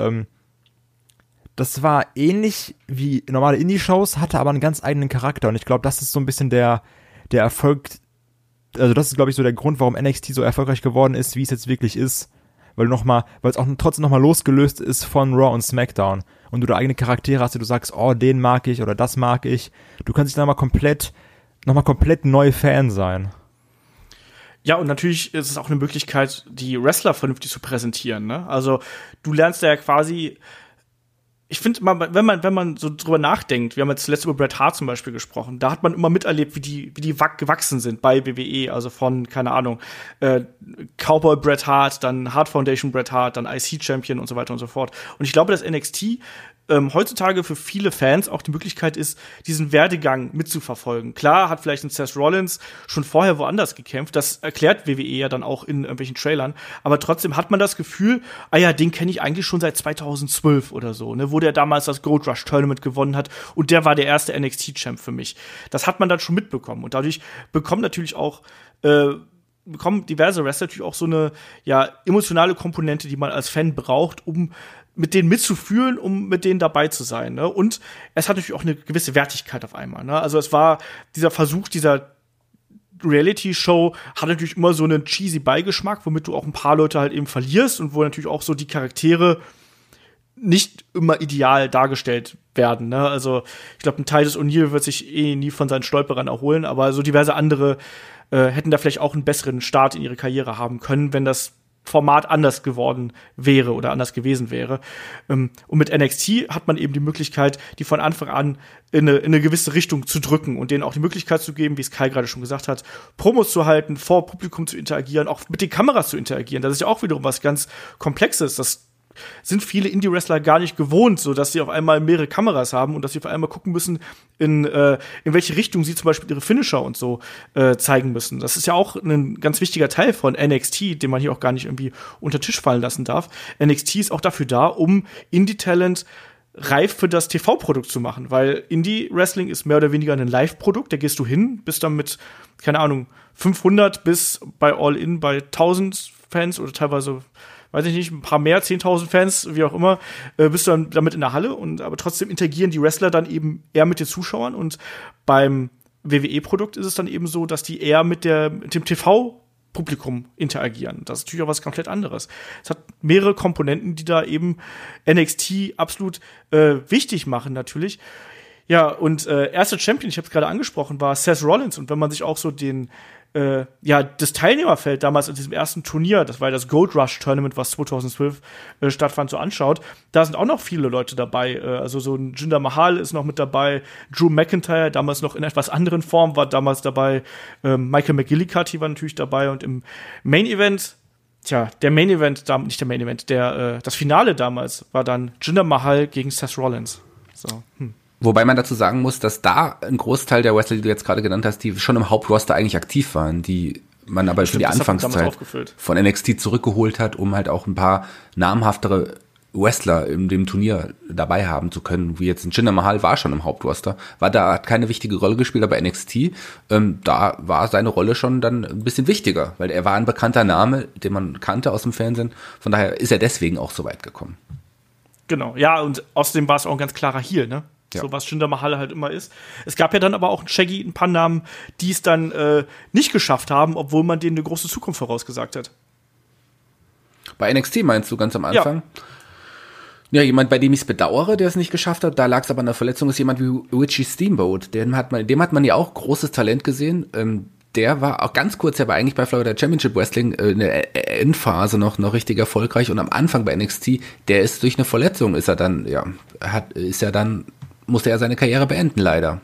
war ähnlich wie normale Indie-Shows, hatte aber einen ganz eigenen Charakter. Und ich glaube, das ist so ein bisschen der Erfolg. Also das ist, glaube ich, so der Grund, warum NXT so erfolgreich geworden ist, wie es jetzt wirklich ist. Weil es auch trotzdem nochmal losgelöst ist von Raw und SmackDown. Und du da eigene Charaktere hast, die du sagst, oh, den mag ich oder das mag ich. Du kannst dich dann nochmal komplett neu Fan sein. Ja, und natürlich ist es auch eine Möglichkeit, die Wrestler vernünftig zu präsentieren, ne? Also du lernst ja quasi, ich finde, wenn man so drüber nachdenkt, wir haben jetzt zuletzt über Bret Hart zum Beispiel gesprochen, da hat man immer miterlebt, wie die gewachsen sind bei WWE, also von, keine Ahnung, Cowboy Bret Hart, dann Hart Foundation Bret Hart, dann IC Champion und so weiter und so fort. Und ich glaube, dass NXT heutzutage für viele Fans auch die Möglichkeit ist, diesen Werdegang mitzuverfolgen. Klar hat vielleicht ein Seth Rollins schon vorher woanders gekämpft, das erklärt WWE ja dann auch in irgendwelchen Trailern, aber trotzdem hat man das Gefühl, den kenne ich eigentlich schon seit 2012 oder so, ne, wo der damals das Gold Rush Tournament gewonnen hat und der war der erste NXT-Champ für mich. Das hat man dann schon mitbekommen und dadurch bekommen diverse Wrestler natürlich auch so eine emotionale Komponente, die man als Fan braucht, um mit denen mitzufühlen, um mit denen dabei zu sein, ne? Und es hat natürlich auch eine gewisse Wertigkeit auf einmal, ne? Also es war dieser Versuch, Reality-Show hat natürlich immer so einen cheesy Beigeschmack, womit du auch ein paar Leute halt eben verlierst und wo natürlich auch so die Charaktere nicht immer ideal dargestellt werden. Ne? Also ich glaube, ein Titus O'Neil wird sich nie von seinen Stolperern erholen, aber so diverse andere hätten da vielleicht auch einen besseren Start in ihre Karriere haben können, wenn das Format anders geworden wäre oder anders gewesen wäre. Und mit NXT hat man eben die Möglichkeit, die von Anfang an in eine gewisse Richtung zu drücken und denen auch die Möglichkeit zu geben, wie es Kai gerade schon gesagt hat, Promos zu halten, vor Publikum zu interagieren, auch mit den Kameras zu interagieren. Das ist ja auch wiederum was ganz Komplexes. Das sind viele Indie-Wrestler gar nicht gewohnt, so dass sie auf einmal mehrere Kameras haben und dass sie auf einmal gucken müssen, in welche Richtung sie zum Beispiel ihre Finisher und so zeigen müssen. Das ist ja auch ein ganz wichtiger Teil von NXT, den man hier auch gar nicht irgendwie unter den Tisch fallen lassen darf. NXT ist auch dafür da, um Indie-Talent reif für das TV-Produkt zu machen, weil Indie-Wrestling ist mehr oder weniger ein Live-Produkt, da gehst du hin, bist dann mit, keine Ahnung, 500 bis bei All-In bei 1000 Fans oder teilweise weiß ich nicht, ein paar mehr, 10.000 Fans, wie auch immer, bist du dann damit in der Halle aber trotzdem interagieren die Wrestler dann eben eher mit den Zuschauern und beim WWE-Produkt ist es dann eben so, dass die eher mit dem TV-Publikum interagieren. Das ist natürlich auch was komplett anderes. Es hat mehrere Komponenten, die da eben NXT absolut wichtig machen natürlich. Ja, und erster Champion, ich habe es gerade angesprochen, war Seth Rollins und wenn man sich auch so das Teilnehmerfeld damals in diesem ersten Turnier, das war ja das Gold Rush Tournament, was 2012 stattfand, so anschaut, da sind auch noch viele Leute dabei. Also so ein Jinder Mahal ist noch mit dabei, Drew McIntyre, damals noch in etwas anderen Form, war damals dabei, Michael McGillicuddy war natürlich dabei und im Main Event, das Finale damals war dann Jinder Mahal gegen Seth Rollins. So, Wobei man dazu sagen muss, dass da ein Großteil der Wrestler, die du jetzt gerade genannt hast, die schon im Hauptroster eigentlich aktiv waren, die man aber für die Anfangszeit von NXT zurückgeholt hat, um halt auch ein paar namhaftere Wrestler in dem Turnier dabei haben zu können, wie jetzt ein Jinder Mahal war schon im Hauptroster, hat keine wichtige Rolle gespielt, aber NXT, da war seine Rolle schon dann ein bisschen wichtiger, weil er war ein bekannter Name, den man kannte aus dem Fernsehen, von daher ist er deswegen auch so weit gekommen. Genau, ja, und außerdem war es auch ein ganz klarer Heel, ne? Ja. So was Jinder Mahal halt immer ist. Es gab ja dann aber auch Shaggy ein paar Namen, die es dann nicht geschafft haben, obwohl man denen eine große Zukunft vorausgesagt hat. Bei NXT meinst du ganz am Anfang? Ja, jemand, bei dem ich es bedauere, der es nicht geschafft hat, da lag es aber an der Verletzung, ist jemand wie Richie Steamboat. Dem hat man ja auch großes Talent gesehen. Der war auch ganz kurz, der war eigentlich bei Florida Championship Wrestling in der Endphase noch richtig erfolgreich und am Anfang bei NXT, der ist durch eine Verletzung, musste er seine Karriere beenden, leider.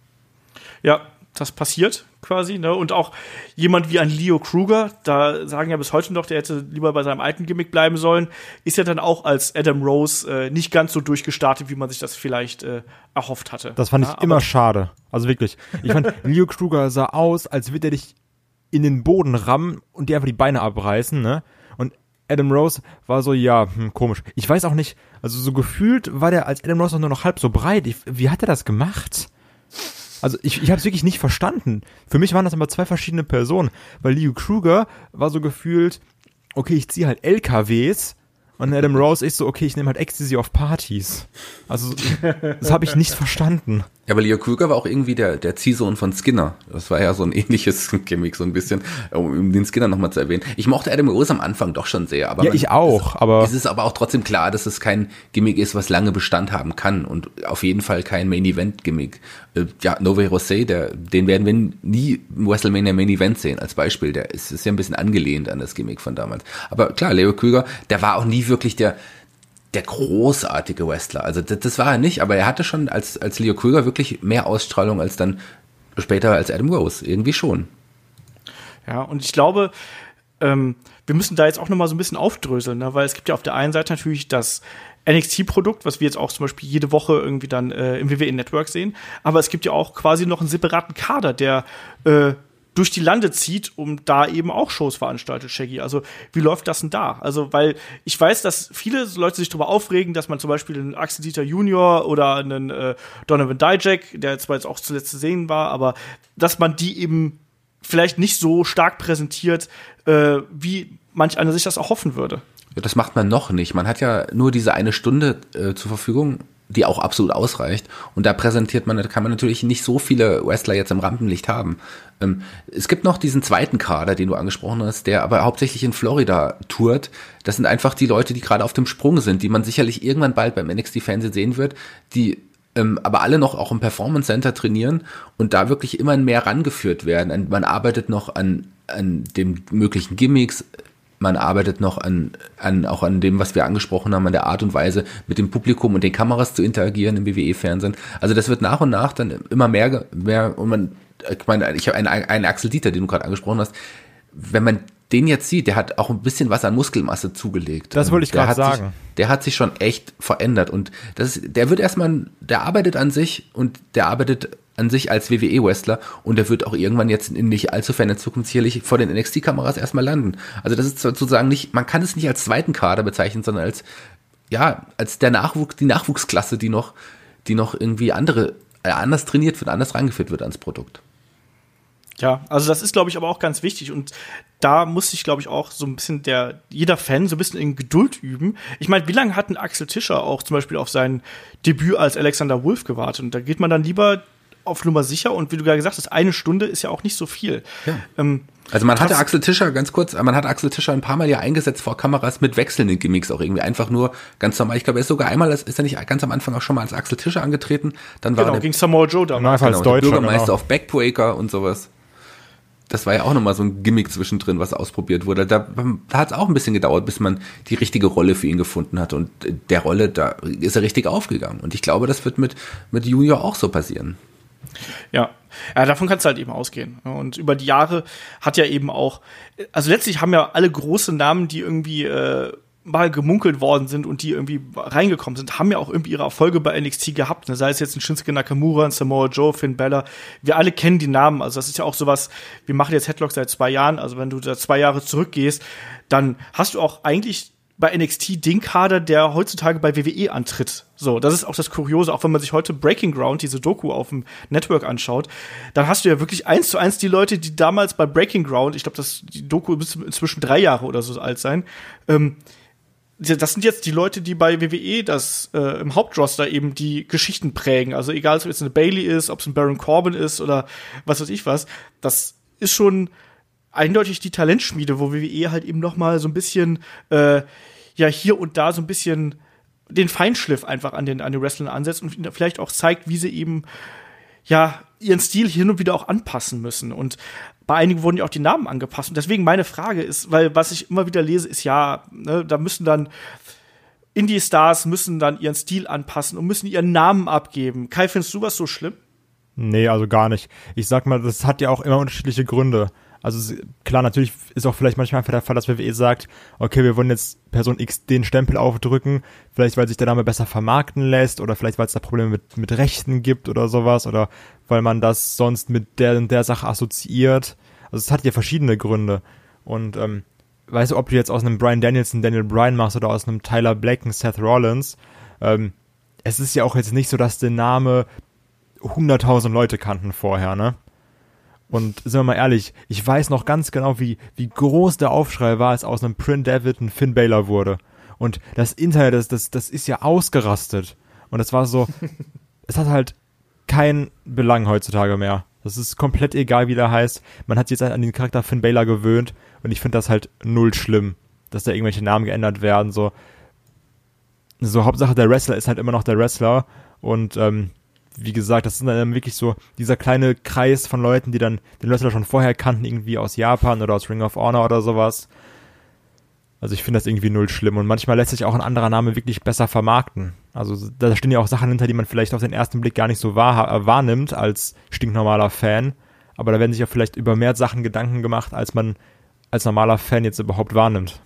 Ja, das passiert quasi, ne? Und auch jemand wie ein Leo Kruger, da sagen ja bis heute noch, der hätte lieber bei seinem alten Gimmick bleiben sollen, ist ja dann auch als Adam Rose nicht ganz so durchgestartet, wie man sich das vielleicht erhofft hatte. Das fand ich immer schade. Also wirklich. Ich fand, Leo Kruger sah aus, als würde er dich in den Boden rammen und dir einfach die Beine abreißen, ne? Und Adam Rose war so, komisch. Ich weiß auch nicht, also so gefühlt war der als Adam Rose nur noch halb so breit. Wie hat er das gemacht? Also ich habe es wirklich nicht verstanden. Für mich waren das immer zwei verschiedene Personen, weil Leo Kruger war so gefühlt, okay, ich ziehe halt LKWs und Adam Rose ist so, okay, ich nehme halt Ecstasy auf Partys. Also das habe ich nicht verstanden. Ja, aber Leo Kruger war auch irgendwie der Ziehsohn von Skinner. Das war ja so ein ähnliches Gimmick, so ein bisschen, um den Skinner nochmal zu erwähnen. Ich mochte Adam Rose am Anfang doch schon sehr. Aber ich auch. Aber es ist aber auch trotzdem klar, dass es kein Gimmick ist, was lange Bestand haben kann und auf jeden Fall kein Main-Event-Gimmick. No Way Jose, den werden wir nie im WrestleMania Main-Event sehen, als Beispiel. Der ist ja ein bisschen angelehnt an das Gimmick von damals. Aber klar, Leo Kruger, der war auch nie wirklich der großartige Wrestler. Also das war er nicht, aber er hatte schon als Leo Kruger wirklich mehr Ausstrahlung als dann später als Adam Rose. Irgendwie schon. Ja, und ich glaube, wir müssen da jetzt auch noch mal so ein bisschen aufdröseln, ne? Weil es gibt ja auf der einen Seite natürlich das NXT-Produkt, was wir jetzt auch zum Beispiel jede Woche irgendwie dann im WWE-Network sehen, aber es gibt ja auch quasi noch einen separaten Kader, der durch die Lande zieht, um da eben auch Shows veranstaltet, Shaggy. Also, wie läuft das denn da? Also, weil ich weiß, dass viele Leute sich darüber aufregen, dass man zum Beispiel einen Axel Dieter Junior oder einen Donovan Dijak, der zwar jetzt auch zuletzt zu sehen war, aber dass man die eben vielleicht nicht so stark präsentiert, wie manch einer sich das erhoffen würde. Ja, das macht man noch nicht. Man hat ja nur diese eine Stunde zur Verfügung die auch absolut ausreicht. Und da kann man natürlich nicht so viele Wrestler jetzt im Rampenlicht haben. Es gibt noch diesen zweiten Kader, den du angesprochen hast, der aber hauptsächlich in Florida tourt. Das sind einfach die Leute, die gerade auf dem Sprung sind, die man sicherlich irgendwann bald beim NXT-Fernsehen sehen wird, die aber alle noch auch im Performance Center trainieren und da wirklich immer mehr rangeführt werden. Man arbeitet noch an den möglichen Gimmicks, man arbeitet noch auch an dem, was wir angesprochen haben, an der Art und Weise, mit dem Publikum und den Kameras zu interagieren im WWE-Fernsehen. Also das wird nach und nach dann immer mehr und ich habe einen Axel Dieter, den du gerade angesprochen hast, wenn man den jetzt sieht, der hat auch ein bisschen was an Muskelmasse zugelegt. Das wollte ich gerade sagen. Der hat sich schon echt verändert und der arbeitet an sich und der arbeitet an sich als WWE-Wrestler und der wird auch irgendwann jetzt in nicht allzu ferner Zukunft sicherlich vor den NXT-Kameras erstmal landen. Also das ist sozusagen nicht, man kann es nicht als zweiten Kader bezeichnen, sondern als die Nachwuchsklasse, die noch irgendwie anders trainiert wird, anders rangeführt wird ans Produkt. Ja, also das ist, glaube ich, aber auch ganz wichtig und da muss sich, glaube ich, auch so ein bisschen jeder Fan so ein bisschen in Geduld üben. Ich meine, wie lange hat ein Axel Tischer auch zum Beispiel auf sein Debüt als Alexander Wolf gewartet? Und da geht man dann lieber auf Nummer sicher und wie du gerade gesagt hast, 1 Stunde ist ja auch nicht so viel. Ja. Also man hatte Axel Tischer, ganz kurz, ein paar Mal ja eingesetzt vor Kameras mit wechselnden Gimmicks auch irgendwie, einfach nur ganz normal. Ich glaube, ist er nicht ganz am Anfang auch schon mal als Axel Tischer angetreten. Dann war gegen Samoa Joe damals. Als Deutscher, der Bürgermeister auf Backbreaker und sowas. Das war ja auch nochmal so ein Gimmick zwischendrin, was ausprobiert wurde. Da hat es auch ein bisschen gedauert, bis man die richtige Rolle für ihn gefunden hat. Und der Rolle, da ist er richtig aufgegangen. Und ich glaube, das wird mit Junior auch so passieren. Ja, davon kannst du halt eben ausgehen. Und über die Jahre hat ja eben auch, also letztlich haben ja alle große Namen, die irgendwie mal gemunkelt worden sind und die irgendwie reingekommen sind, haben ja auch irgendwie ihre Erfolge bei NXT gehabt. Sei es jetzt ein Shinsuke Nakamura, ein Samoa Joe, Finn Balor. Wir alle kennen die Namen. Also das ist ja auch sowas, wir machen jetzt Headlock seit 2 Jahren. Also wenn du da 2 Jahre zurückgehst, dann hast du auch eigentlich bei NXT den Kader, der heutzutage bei WWE antritt. So, das ist auch das Kuriose. Auch wenn man sich heute Breaking Ground, diese Doku auf dem Network anschaut, dann hast du ja wirklich 1:1 die Leute, die damals bei Breaking Ground, ich glaube, die Doku müsste inzwischen 3 Jahre oder so alt sein, das sind jetzt die Leute, die bei WWE im Hauptroster eben die Geschichten prägen. Also egal, ob es jetzt eine Bayley ist, ob es ein Baron Corbin ist oder was weiß ich was. Das ist schon eindeutig die Talentschmiede, wo WWE halt eben noch mal so ein bisschen hier und da so ein bisschen den Feinschliff einfach an den Wrestlern ansetzt und vielleicht auch zeigt, wie sie eben ihren Stil hin und wieder auch anpassen müssen. Und bei einigen wurden ja auch die Namen angepasst. Und deswegen meine Frage ist, weil was ich immer wieder lese, ist da müssen dann Indie-Stars müssen dann ihren Stil anpassen und müssen ihren Namen abgeben. Kai, findest du was so schlimm? Nee, also gar nicht. Ich sag mal, das hat ja auch immer unterschiedliche Gründe. Also klar, natürlich ist auch vielleicht manchmal der Fall, dass WWE sagt, okay, wir wollen jetzt Person X den Stempel aufdrücken, vielleicht weil sich der Name besser vermarkten lässt oder vielleicht weil es da Probleme mit Rechten gibt oder sowas oder weil man das sonst mit der und der Sache assoziiert. Also es hat ja verschiedene Gründe. Und weißt du, ob du jetzt aus einem Bryan Danielson Daniel Bryan machst oder aus einem Tyler Black einen Seth Rollins, es ist ja auch jetzt nicht so, dass der Name 100.000 Leute kannten vorher, ne? Und sind wir mal ehrlich, ich weiß noch ganz genau, wie groß der Aufschrei war, als aus einem Prince Devitt ein Finn Balor wurde. Und das Internet, das ist ja ausgerastet. Und es war so, es hat halt keinen Belang heutzutage mehr. Das ist komplett egal, wie der heißt. Man hat sich jetzt an den Charakter Finn Balor gewöhnt und ich finde das halt null schlimm, dass da irgendwelche Namen geändert werden. So Hauptsache der Wrestler ist halt immer noch der Wrestler und wie gesagt, das sind dann wirklich so dieser kleine Kreis von Leuten, die dann den Wrestler schon vorher kannten, irgendwie aus Japan oder aus Ring of Honor oder sowas. Also ich finde das irgendwie null schlimm und manchmal lässt sich auch ein anderer Name wirklich besser vermarkten. Also da stehen ja auch Sachen hinter, die man vielleicht auf den ersten Blick gar nicht so wahrnimmt als stinknormaler Fan, aber da werden sich ja vielleicht über mehr Sachen Gedanken gemacht, als man als normaler Fan jetzt überhaupt wahrnimmt.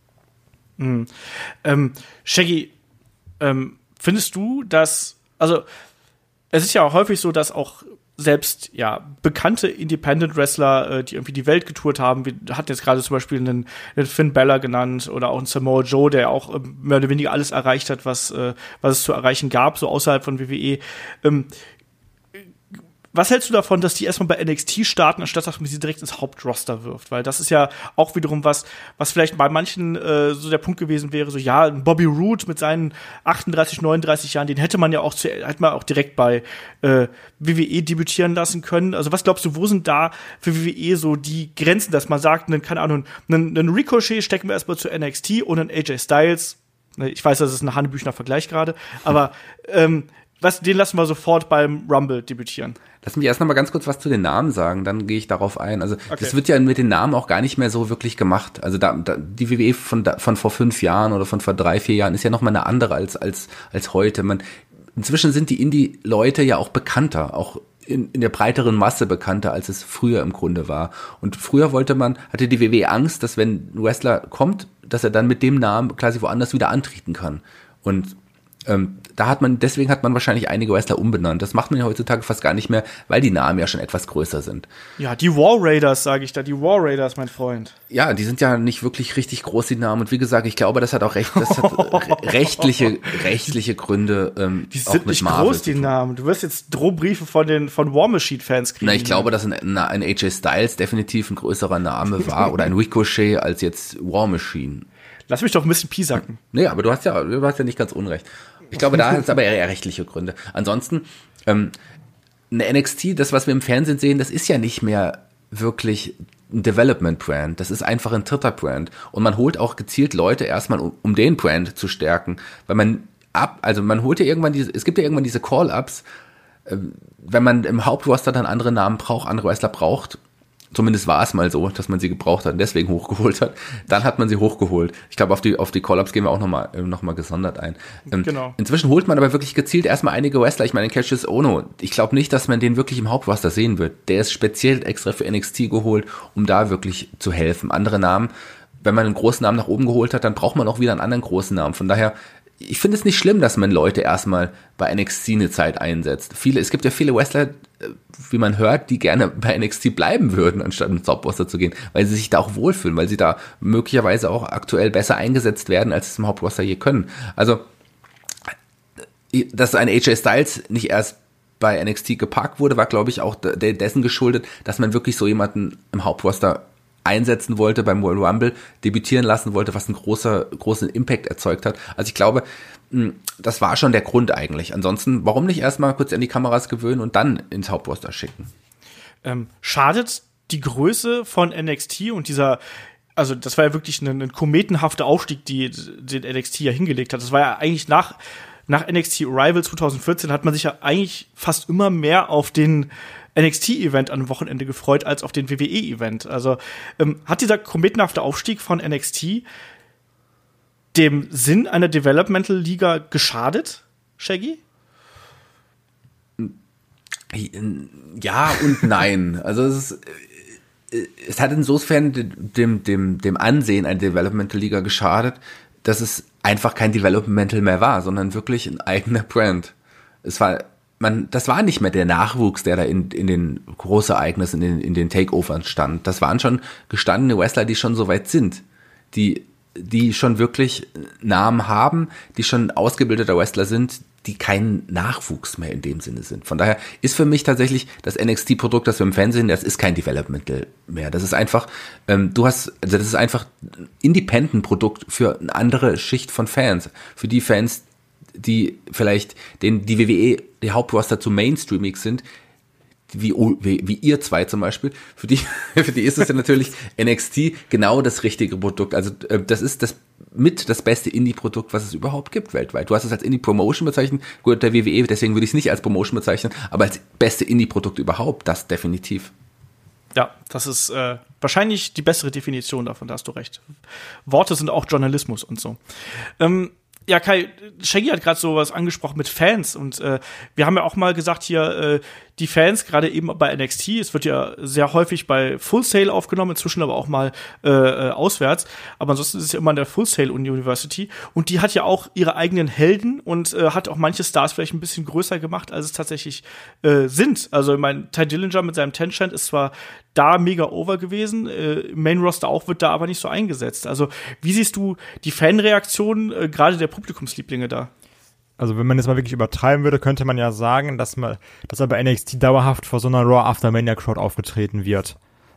Shaggy, findest du, dass, also es ist ja auch häufig so, dass auch selbst bekannte Independent-Wrestler, die irgendwie die Welt getourt haben, wir hatten jetzt gerade zum Beispiel einen Finn Balor genannt oder auch einen Samoa Joe, der auch mehr oder weniger alles erreicht hat, was es zu erreichen gab, so außerhalb von WWE. Was hältst du davon, dass die erstmal bei NXT starten, anstatt dass man sie direkt ins Hauptroster wirft? Weil das ist ja auch wiederum was vielleicht bei manchen so der Punkt gewesen wäre, so ja, Bobby Roode mit seinen 38, 39 Jahren, den hätte man ja auch direkt bei WWE debütieren lassen können. Also was glaubst du, wo sind da für WWE so die Grenzen, dass man sagt, keine Ahnung, einen Ricochet stecken wir erstmal zu NXT und einen AJ Styles, ich weiß, das ist ein hanebüchner Vergleich gerade, aber den lassen wir sofort beim Rumble debütieren. Lass mich erst noch mal ganz kurz was zu den Namen sagen, dann gehe ich darauf ein. Also das wird ja mit den Namen auch gar nicht mehr so wirklich gemacht. Also die WWE von vor 5 Jahren oder von vor 3, 4 Jahren ist ja noch mal eine andere als heute. Inzwischen sind die Indie-Leute ja auch bekannter, auch in der breiteren Masse bekannter, als es früher im Grunde war. Und früher hatte die WWE Angst, dass wenn ein Wrestler kommt, dass er dann mit dem Namen quasi woanders wieder antreten kann. Und deswegen hat man wahrscheinlich einige Wrestler umbenannt. Das macht man ja heutzutage fast gar nicht mehr, weil die Namen ja schon etwas größer sind. Ja, die War Raiders, sage ich da. Die War Raiders, mein Freund. Ja, die sind ja nicht wirklich richtig groß, die Namen. Und wie gesagt, ich glaube, das hat auch rechtliche Gründe. Die sind nicht groß, die Namen. Du wirst jetzt Drohbriefe von War Machine-Fans kriegen. Na, ich glaube, dass ein AJ Styles definitiv ein größerer Name war oder ein Ricochet als jetzt War Machine. Lass mich doch ein bisschen piesacken. Nee, aber du hast ja nicht ganz unrecht. Ich glaube, da hat es aber eher rechtliche Gründe. Ansonsten, eine NXT, das, was wir im Fernsehen sehen, das ist ja nicht mehr wirklich ein Development-Brand. Das ist einfach ein dritter Brand. Und man holt auch gezielt Leute erstmal, um den Brand zu stärken. Weil man holt ja irgendwann es gibt ja irgendwann diese Call-Ups, wenn man im Hauptroster dann andere Namen braucht, andere Wrestler braucht. Zumindest war es mal so, dass man sie gebraucht hat und deswegen hochgeholt hat. Dann hat man sie hochgeholt. Ich glaube, auf die Call-Ups gehen wir auch noch mal gesondert ein. Genau. Inzwischen holt man aber wirklich gezielt erstmal einige Wrestler. Ich meine, Cassius Ohno, ich glaube nicht, dass man den wirklich im Hauptroster sehen wird. Der ist speziell extra für NXT geholt, um da wirklich zu helfen. Andere Namen, wenn man einen großen Namen nach oben geholt hat, dann braucht man auch wieder einen anderen großen Namen. Von daher, ich finde es nicht schlimm, dass man Leute erstmal bei NXT eine Zeit einsetzt. Es gibt ja viele Wrestler, wie man hört, die gerne bei NXT bleiben würden, anstatt ins Hauptroster zu gehen, weil sie sich da auch wohlfühlen, weil sie da möglicherweise auch aktuell besser eingesetzt werden, als es im Hauptroster je können. Also, dass ein AJ Styles nicht erst bei NXT geparkt wurde, war, glaube ich, auch dessen geschuldet, dass man wirklich so jemanden im Hauptroster einsetzen wollte, beim Royal Rumble debütieren lassen wollte, was einen großen Impact erzeugt hat. Also ich glaube, das war schon der Grund eigentlich. Ansonsten, warum nicht erstmal kurz an die Kameras gewöhnen und dann ins Hauptroster schicken? Schadet die Größe von NXT und also das war ja wirklich ein kometenhafter Aufstieg, den NXT ja hingelegt hat. Das war ja eigentlich nach NXT Arrival 2014 hat man sich ja eigentlich fast immer mehr auf den NXT-Event am Wochenende gefreut als auf den WWE-Event. Also hat dieser kometenhafte Aufstieg von NXT dem Sinn einer Developmental-Liga geschadet, Shaggy? Ja und nein. Also es hat insofern dem Ansehen einer Developmental-Liga geschadet, dass es einfach kein Developmental mehr war, sondern wirklich ein eigener Brand. Das war nicht mehr der Nachwuchs, der da in den Großereignissen, in den Takeovern stand. Das waren schon gestandene Wrestler, die schon so weit sind, die schon wirklich Namen haben, die schon ausgebildeter Wrestler sind, die kein Nachwuchs mehr in dem Sinne sind. Von daher ist für mich tatsächlich das NXT-Produkt, das wir im Fernsehen, das ist kein Developmental mehr. Das ist einfach, das ist einfach ein Independent-Produkt für eine andere Schicht von Fans. Für die Fans, die vielleicht die WWE, die Hauptroster zu mainstreamig sind, wie ihr zwei zum Beispiel, für die ist es ja natürlich NXT genau das richtige Produkt. Also das ist das beste Indie-Produkt, was es überhaupt gibt weltweit. Du hast es als Indie-Promotion bezeichnet, gut, der WWE, deswegen würde ich es nicht als Promotion bezeichnen, aber als beste Indie-Produkt überhaupt, das definitiv. Ja, das ist wahrscheinlich die bessere Definition davon, da hast du recht. Worte sind auch Journalismus und so. Ja, Kai, Shaggy hat gerade sowas angesprochen mit Fans und wir haben ja auch mal gesagt hier, die Fans, gerade eben bei NXT, es wird ja sehr häufig bei Full Sail aufgenommen, inzwischen aber auch mal auswärts, aber ansonsten ist es ja immer in der Full Sail University und die hat ja auch ihre eigenen Helden und hat auch manche Stars vielleicht ein bisschen größer gemacht, als es tatsächlich sind. Also ich meine, Ty Dillinger mit seinem Ten-Chant ist zwar da mega over gewesen, im Main-Roster auch, wird da aber nicht so eingesetzt. Also wie siehst du die Fanreaktionen, gerade der Publikumslieblinge da? also wenn man jetzt mal wirklich übertreiben würde, könnte man ja sagen, dass er bei NXT dauerhaft vor so einer Raw After Mania Crowd aufgetreten wird.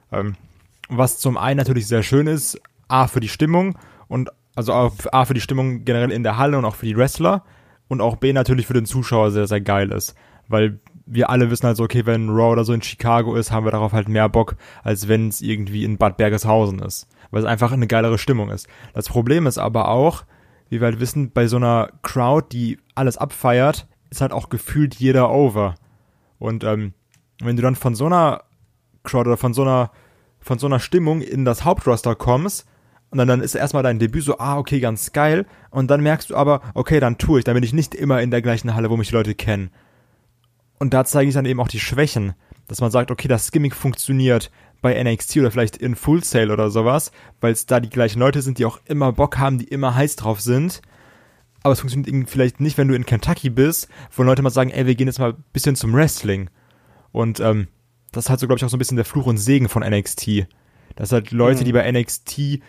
Was zum einen natürlich sehr schön ist, A, für die Stimmung und also auch A, für die Stimmung generell in der Halle und auch für die Wrestler und auch B, natürlich für den Zuschauer sehr, sehr geil ist. Weil wir alle wissen halt so, okay, wenn Raw oder so in Chicago ist, haben wir darauf halt mehr Bock, als wenn es irgendwie in Bad Bergeshausen ist. Weil es einfach eine geilere Stimmung ist. Das Problem ist aber auch, wie wir halt wissen, bei so einer Crowd, die alles abfeiert, ist halt auch gefühlt jeder over. Und wenn du dann von so einer Crowd oder von so einer Stimmung in das Hauptroster kommst und dann ist erstmal dein Debüt so, okay, ganz geil. Und dann merkst du aber, okay, dann bin ich nicht immer in der gleichen Halle, wo mich die Leute kennen. Und da zeige ich dann eben auch die Schwächen, dass man sagt, okay, das Gimmick funktioniert bei NXT oder vielleicht in Full Sail oder sowas, weil es da die gleichen Leute sind, die auch immer Bock haben, die immer heiß drauf sind. Aber es funktioniert vielleicht nicht, wenn du in Kentucky bist, wo Leute mal sagen, ey, wir gehen jetzt mal ein bisschen zum Wrestling. Und das ist halt so, glaube ich, auch so ein bisschen der Fluch und Segen von NXT. Dass halt Leute, die bei NXT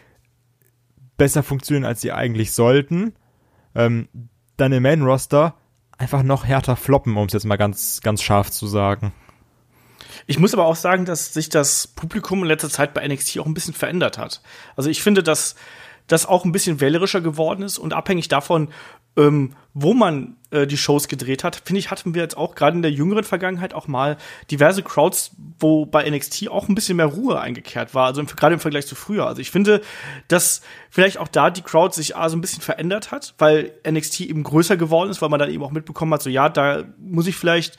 besser funktionieren, als sie eigentlich sollten, dann im Main-Roster einfach noch härter floppen, um es jetzt mal ganz, ganz scharf zu sagen. Ich muss aber auch sagen, dass sich das Publikum in letzter Zeit bei NXT auch ein bisschen verändert hat. Also ich finde, dass das auch ein bisschen wählerischer geworden ist und abhängig davon, wo man die Shows gedreht hat, finde ich, hatten wir jetzt auch gerade in der jüngeren Vergangenheit auch mal diverse Crowds, wo bei NXT auch ein bisschen mehr Ruhe eingekehrt war, also gerade im Vergleich zu früher. Also ich finde, dass vielleicht auch da die Crowd sich so ein bisschen verändert hat, weil NXT eben größer geworden ist, weil man dann eben auch mitbekommen hat, so ja, da muss ich vielleicht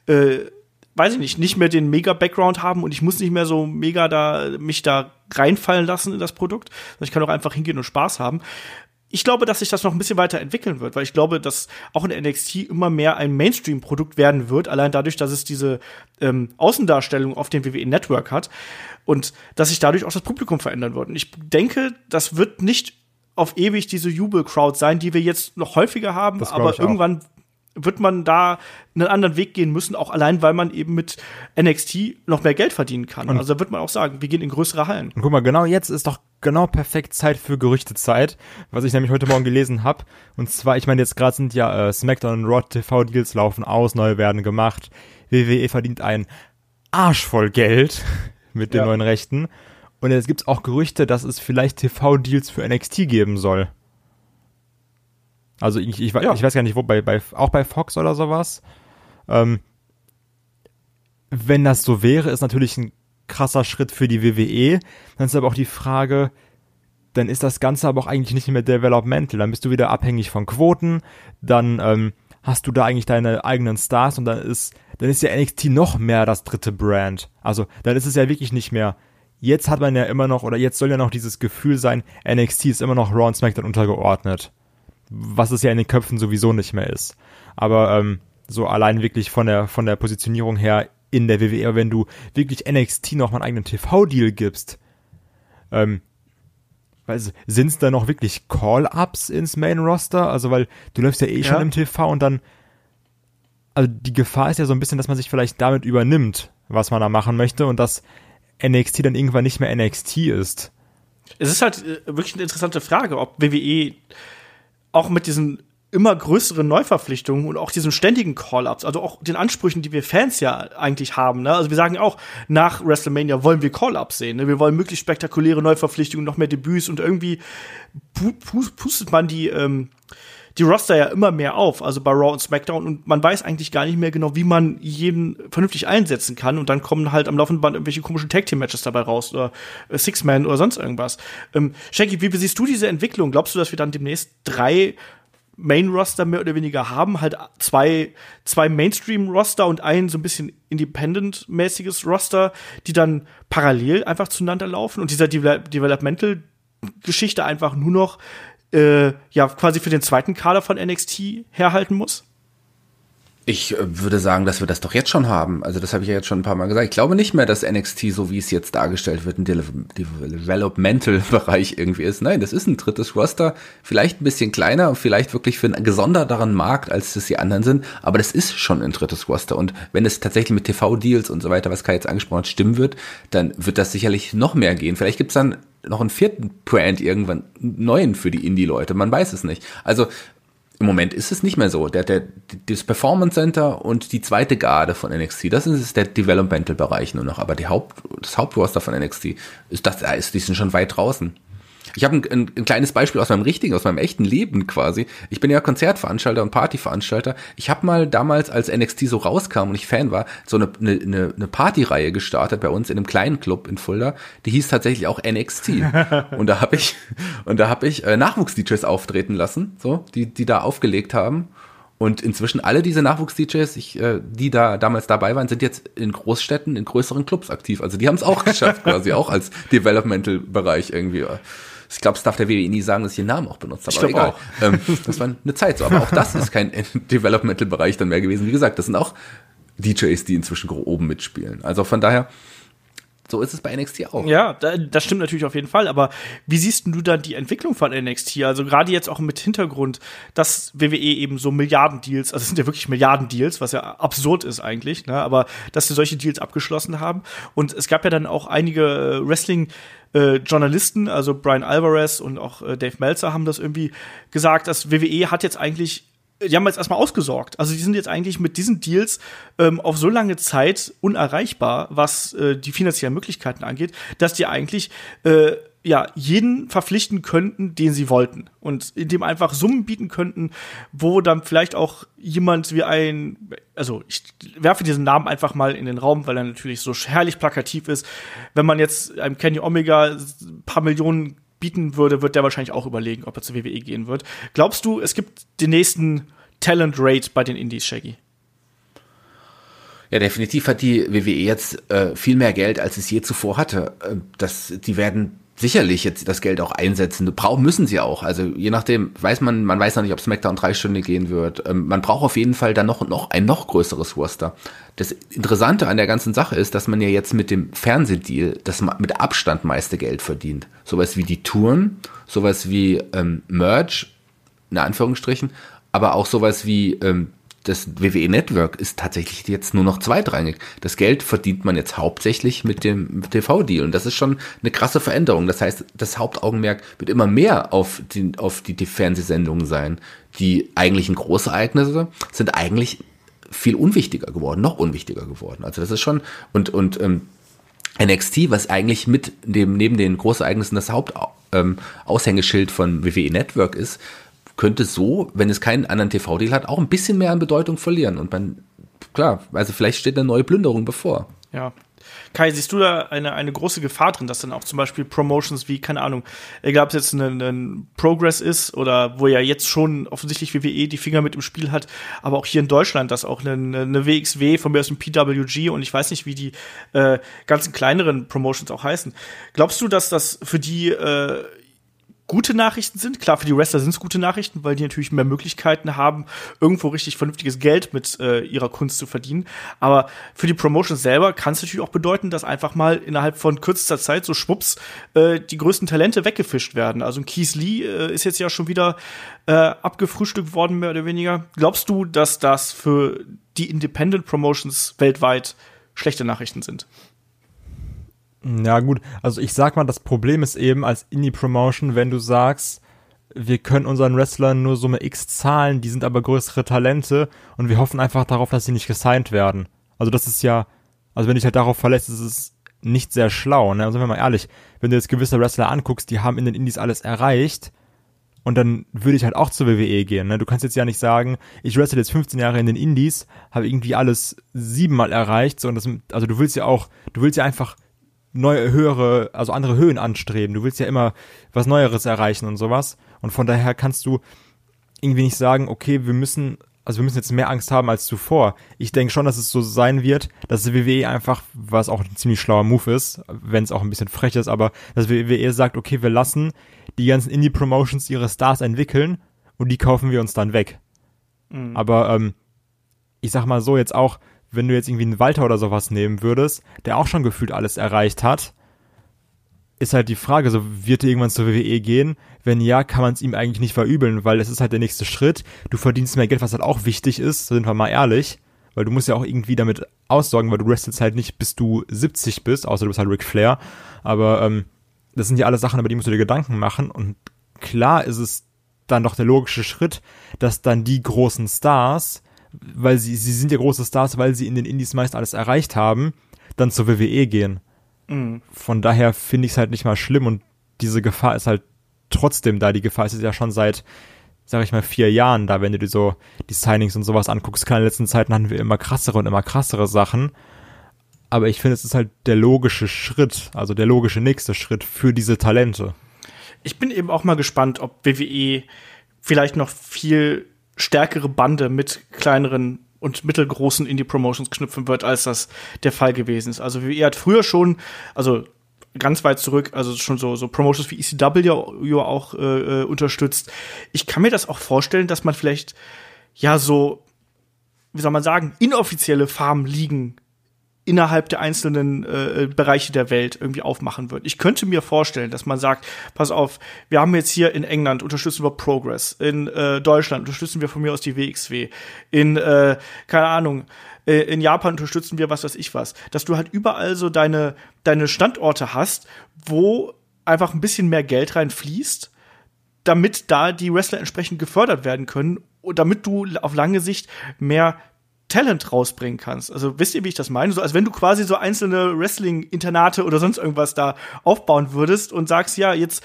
weiß ich nicht mehr den Mega-Background haben und ich muss nicht mehr so mega mich da reinfallen lassen in das Produkt. Ich kann auch einfach hingehen und Spaß haben. Ich glaube, dass sich das noch ein bisschen weiter entwickeln wird, weil ich glaube, dass auch in NXT immer mehr ein Mainstream-Produkt werden wird, allein dadurch, dass es diese Außendarstellung auf dem WWE Network hat und dass sich dadurch auch das Publikum verändern wird. Und ich denke, das wird nicht auf ewig diese Jubel-Crowd sein, die wir jetzt noch häufiger haben, aber irgendwann wird man da einen anderen Weg gehen müssen, auch allein, weil man eben mit NXT noch mehr Geld verdienen kann. Also da wird man auch sagen, wir gehen in größere Hallen. Und guck mal, genau jetzt ist doch genau perfekt Zeit für Gerüchtezeit, was ich nämlich heute Morgen gelesen habe. Und zwar, ich meine, jetzt gerade sind ja SmackDown und Raw TV-Deals laufen aus, neue werden gemacht. WWE verdient ein Arsch voll Geld mit den neuen Rechten. Und jetzt gibt's auch Gerüchte, dass es vielleicht TV-Deals für NXT geben soll. Also ich weiß gar nicht, wo, auch bei Fox oder sowas. Wenn das so wäre, ist natürlich ein krasser Schritt für die WWE. Dann ist aber auch die Frage, dann ist das Ganze aber auch eigentlich nicht mehr developmental. Dann bist du wieder abhängig von Quoten. Dann hast du da eigentlich deine eigenen Stars und dann ist ja NXT noch mehr das dritte Brand. Also dann ist es ja wirklich nicht mehr. Jetzt hat man ja immer noch, oder jetzt soll ja noch dieses Gefühl sein, NXT ist immer noch Raw und SmackDown untergeordnet. Was es ja in den Köpfen sowieso nicht mehr ist. Aber so allein wirklich von der Positionierung her in der WWE, wenn du wirklich NXT noch mal einen eigenen TV-Deal gibst, sind es da noch wirklich Call-Ups ins Main-Roster? Also weil du läufst ja schon im TV und dann, also die Gefahr ist ja so ein bisschen, dass man sich vielleicht damit übernimmt, was man da machen möchte und dass NXT dann irgendwann nicht mehr NXT ist. Es ist halt wirklich eine interessante Frage, ob WWE auch mit diesen immer größeren Neuverpflichtungen und auch diesen ständigen Call-Ups, also auch den Ansprüchen, die wir Fans ja eigentlich haben, ne? Also wir sagen auch, nach WrestleMania wollen wir Call-Ups sehen, ne? Wir wollen möglichst spektakuläre Neuverpflichtungen, noch mehr Debüts und irgendwie pustet man die Roster ja immer mehr auf, also bei Raw und SmackDown und man weiß eigentlich gar nicht mehr genau, wie man jeden vernünftig einsetzen kann und dann kommen halt am laufenden Band irgendwelche komischen Tag-Team-Matches dabei raus oder Six-Man oder sonst irgendwas. Shaggy, wie siehst du diese Entwicklung? Glaubst du, dass wir dann demnächst 3 Main-Roster mehr oder weniger haben, halt zwei Mainstream-Roster und ein so ein bisschen Independent-mäßiges Roster, die dann parallel einfach zueinander laufen und dieser Developmental-Geschichte einfach nur noch quasi für den zweiten Kader von NXT herhalten muss? Ich würde sagen, dass wir das doch jetzt schon haben. Also das habe ich ja jetzt schon ein paar Mal gesagt. Ich glaube nicht mehr, dass NXT, so wie es jetzt dargestellt wird, ein Developmental-Bereich irgendwie ist. Nein, das ist ein drittes Roster, vielleicht ein bisschen kleiner und vielleicht wirklich für einen gesonderteren Markt, als das die anderen sind. Aber das ist schon ein drittes Roster. Und wenn es tatsächlich mit TV-Deals und so weiter, was Kai jetzt angesprochen hat, stimmen wird, dann wird das sicherlich noch mehr gehen. Vielleicht gibt's dann noch einen vierten Brand irgendwann, neuen für die Indie-Leute. Man weiß es nicht. Also im Moment ist es nicht mehr so. Das Performance Center und die zweite Garde von NXT, das ist der Developmental-Bereich nur noch. Aber das Hauptroster von NXT, die sind schon weit draußen. Ich habe ein kleines Beispiel aus meinem echten Leben quasi. Ich bin ja Konzertveranstalter und Partyveranstalter. Ich habe mal damals, als NXT so rauskam und ich Fan war, so eine Partyreihe gestartet bei uns in einem kleinen Club in Fulda. Die hieß tatsächlich auch NXT. Und da habe ich Nachwuchs-DJs auftreten lassen, so, die da aufgelegt haben. Und inzwischen alle diese Nachwuchs-DJs, die da damals dabei waren, sind jetzt in Großstädten, in größeren Clubs aktiv. Also die haben es auch geschafft, quasi auch als Developmental-Bereich irgendwie. Ich glaube, es darf der WWE nie sagen, dass ich den Namen auch benutzt habe, aber egal. Das war eine Zeit so. Aber auch das ist kein Developmental-Bereich dann mehr gewesen. Wie gesagt, das sind auch DJs, die inzwischen oben mitspielen. Also von daher, so ist es bei NXT auch. Ja, das stimmt natürlich auf jeden Fall. Aber wie siehst du dann die Entwicklung von NXT? Also gerade jetzt auch mit Hintergrund, dass WWE eben so Milliardendeals, also es sind ja wirklich Milliardendeals, was ja absurd ist eigentlich, ne? Aber dass sie solche Deals abgeschlossen haben. Und es gab ja dann auch einige Wrestling-Journalisten, also Brian Alvarez und auch Dave Meltzer haben das irgendwie gesagt, dass WWE hat jetzt eigentlich die haben jetzt erstmal ausgesorgt. Also die sind jetzt eigentlich mit diesen Deals auf so lange Zeit unerreichbar, was die finanziellen Möglichkeiten angeht, dass die eigentlich jeden verpflichten könnten, den sie wollten. Und indem einfach Summen bieten könnten, wo dann vielleicht auch jemand wie also ich werfe diesen Namen einfach mal in den Raum, weil er natürlich so herrlich plakativ ist. Wenn man jetzt einem Kenny Omega ein paar Millionen bieten würde, wird der wahrscheinlich auch überlegen, ob er zur WWE gehen wird. Glaubst du, es gibt den nächsten Talent-Rate bei den Indies, Shaggy? Ja, definitiv hat die WWE jetzt viel mehr Geld, als es je zuvor hatte. Die werden sicherlich jetzt das Geld auch einsetzen. Müssen sie auch. Also je nachdem, man weiß noch nicht, ob SmackDown 3 Stunden gehen wird. Man braucht auf jeden Fall dann noch ein noch größeres Roster. Das Interessante an der ganzen Sache ist, dass man ja jetzt mit dem Fernsehdeal das mit Abstand meiste Geld verdient. Sowas wie die Touren, sowas wie Merch, in Anführungsstrichen, aber auch sowas wie das WWE Network ist tatsächlich jetzt nur noch zweitrangig. Das Geld verdient man jetzt hauptsächlich mit dem TV-Deal. Und das ist schon eine krasse Veränderung. Das heißt, das Hauptaugenmerk wird immer mehr auf die Fernsehsendungen sein. Die eigentlichen Großereignisse sind eigentlich viel unwichtiger geworden, noch unwichtiger geworden. Also das ist schon, und NXT, was eigentlich neben den Großereignissen das Hauptaushängeschild von WWE Network ist, könnte so, wenn es keinen anderen TV-Deal hat, auch ein bisschen mehr an Bedeutung verlieren. Und also vielleicht steht eine neue Plünderung bevor. Ja. Kai, siehst du da eine große Gefahr drin, dass dann auch zum Beispiel Promotions wie, keine Ahnung, egal ob es jetzt ein Progress ist oder wo ja jetzt schon offensichtlich WWE die Finger mit im Spiel hat, aber auch hier in Deutschland, dass auch eine WXW, von mir aus ein PWG und ich weiß nicht, wie die ganzen kleineren Promotions auch heißen. Glaubst du, dass das für die gute Nachrichten sind? Klar, für die Wrestler sind es gute Nachrichten, weil die natürlich mehr Möglichkeiten haben, irgendwo richtig vernünftiges Geld mit ihrer Kunst zu verdienen. Aber für die Promotions selber kann es natürlich auch bedeuten, dass einfach mal innerhalb von kürzester Zeit so schwupps die größten Talente weggefischt werden. Also ein Keith Lee ist jetzt ja schon wieder abgefrühstückt worden, mehr oder weniger. Glaubst du, dass das für die Independent Promotions weltweit schlechte Nachrichten sind? Ja gut, also ich sag mal, das Problem ist eben als Indie-Promotion, wenn du sagst, wir können unseren Wrestlern nur Summe X zahlen, die sind aber größere Talente und wir hoffen einfach darauf, dass sie nicht gesigned werden. Also das ist ja, also wenn dich halt darauf verlässt, ist es nicht sehr schlau, ne? Also sind wir mal ehrlich, wenn du jetzt gewisse Wrestler anguckst, die haben in den Indies alles erreicht und dann würde ich halt auch zur WWE gehen, ne? Du kannst jetzt ja nicht sagen, ich wrestle jetzt 15 Jahre in den Indies, habe irgendwie alles 7-mal erreicht, so, und also du willst ja einfach andere Höhen anstreben. Du willst ja immer was Neueres erreichen und sowas. Und von daher kannst du irgendwie nicht sagen, okay, wir müssen jetzt mehr Angst haben als zuvor. Ich denke schon, dass es so sein wird, dass die WWE einfach, was auch ein ziemlich schlauer Move ist, wenn es auch ein bisschen frech ist, aber dass WWE sagt, okay, wir lassen die ganzen Indie-Promotions ihre Stars entwickeln und die kaufen wir uns dann weg. Mhm. Aber ich sag mal so, jetzt auch, wenn du jetzt irgendwie einen Walter oder sowas nehmen würdest, der auch schon gefühlt alles erreicht hat, ist halt die Frage, so wird er irgendwann zur WWE gehen? Wenn ja, kann man es ihm eigentlich nicht verübeln, weil es ist halt der nächste Schritt. Du verdienst mehr Geld, was halt auch wichtig ist, sind wir mal ehrlich, weil du musst ja auch irgendwie damit aussorgen, weil du wrestelst halt nicht, bis du 70 bist, außer du bist halt Ric Flair, aber das sind ja alles Sachen, über die musst du dir Gedanken machen und klar ist es dann doch der logische Schritt, dass dann die großen Stars, weil sie sind ja große Stars, weil sie in den Indies meist alles erreicht haben, dann zur WWE gehen. Mhm. Von daher finde ich es halt nicht mal schlimm und diese Gefahr ist halt trotzdem da. Die Gefahr ist ja schon seit, sag ich mal, 4 Jahren da, wenn du dir so die Signings und sowas anguckst. Klar, in den letzten Zeiten hatten wir immer krassere Sachen. Aber ich finde, es ist halt der logische Schritt, also der logische nächste Schritt für diese Talente. Ich bin eben auch mal gespannt, ob WWE vielleicht noch viel stärkere Bande mit kleineren und mittelgroßen Indie-Promotions knüpfen wird, als das der Fall gewesen ist. Also WWE hat früher schon, also ganz weit zurück, also schon so Promotions wie ECW auch unterstützt. Ich kann mir das auch vorstellen, dass man vielleicht ja so, wie soll man sagen, inoffizielle Farmligen innerhalb der einzelnen Bereiche der Welt irgendwie aufmachen wird. Ich könnte mir vorstellen, dass man sagt, pass auf, wir haben jetzt hier in England unterstützen wir Progress, in Deutschland unterstützen wir von mir aus die WXW, in, keine Ahnung, in Japan unterstützen wir was weiß ich was. Dass du halt überall so deine Standorte hast, wo einfach ein bisschen mehr Geld reinfließt, damit da die Wrestler entsprechend gefördert werden können und damit du auf lange Sicht mehr Talent rausbringen kannst. Also wisst ihr, wie ich das meine? So, als wenn du quasi so einzelne Wrestling-Internate oder sonst irgendwas da aufbauen würdest und sagst, ja, jetzt,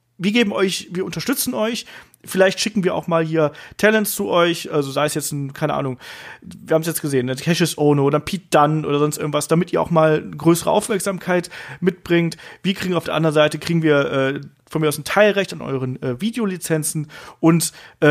wir unterstützen euch, vielleicht schicken wir auch mal hier Talents zu euch, also sei es jetzt keine Ahnung, wir haben es jetzt gesehen, Cassius Ohno oder Pete Dunne oder sonst irgendwas, damit ihr auch mal größere Aufmerksamkeit mitbringt. Auf der anderen Seite kriegen wir von mir aus ein Teilrecht an euren Videolizenzen und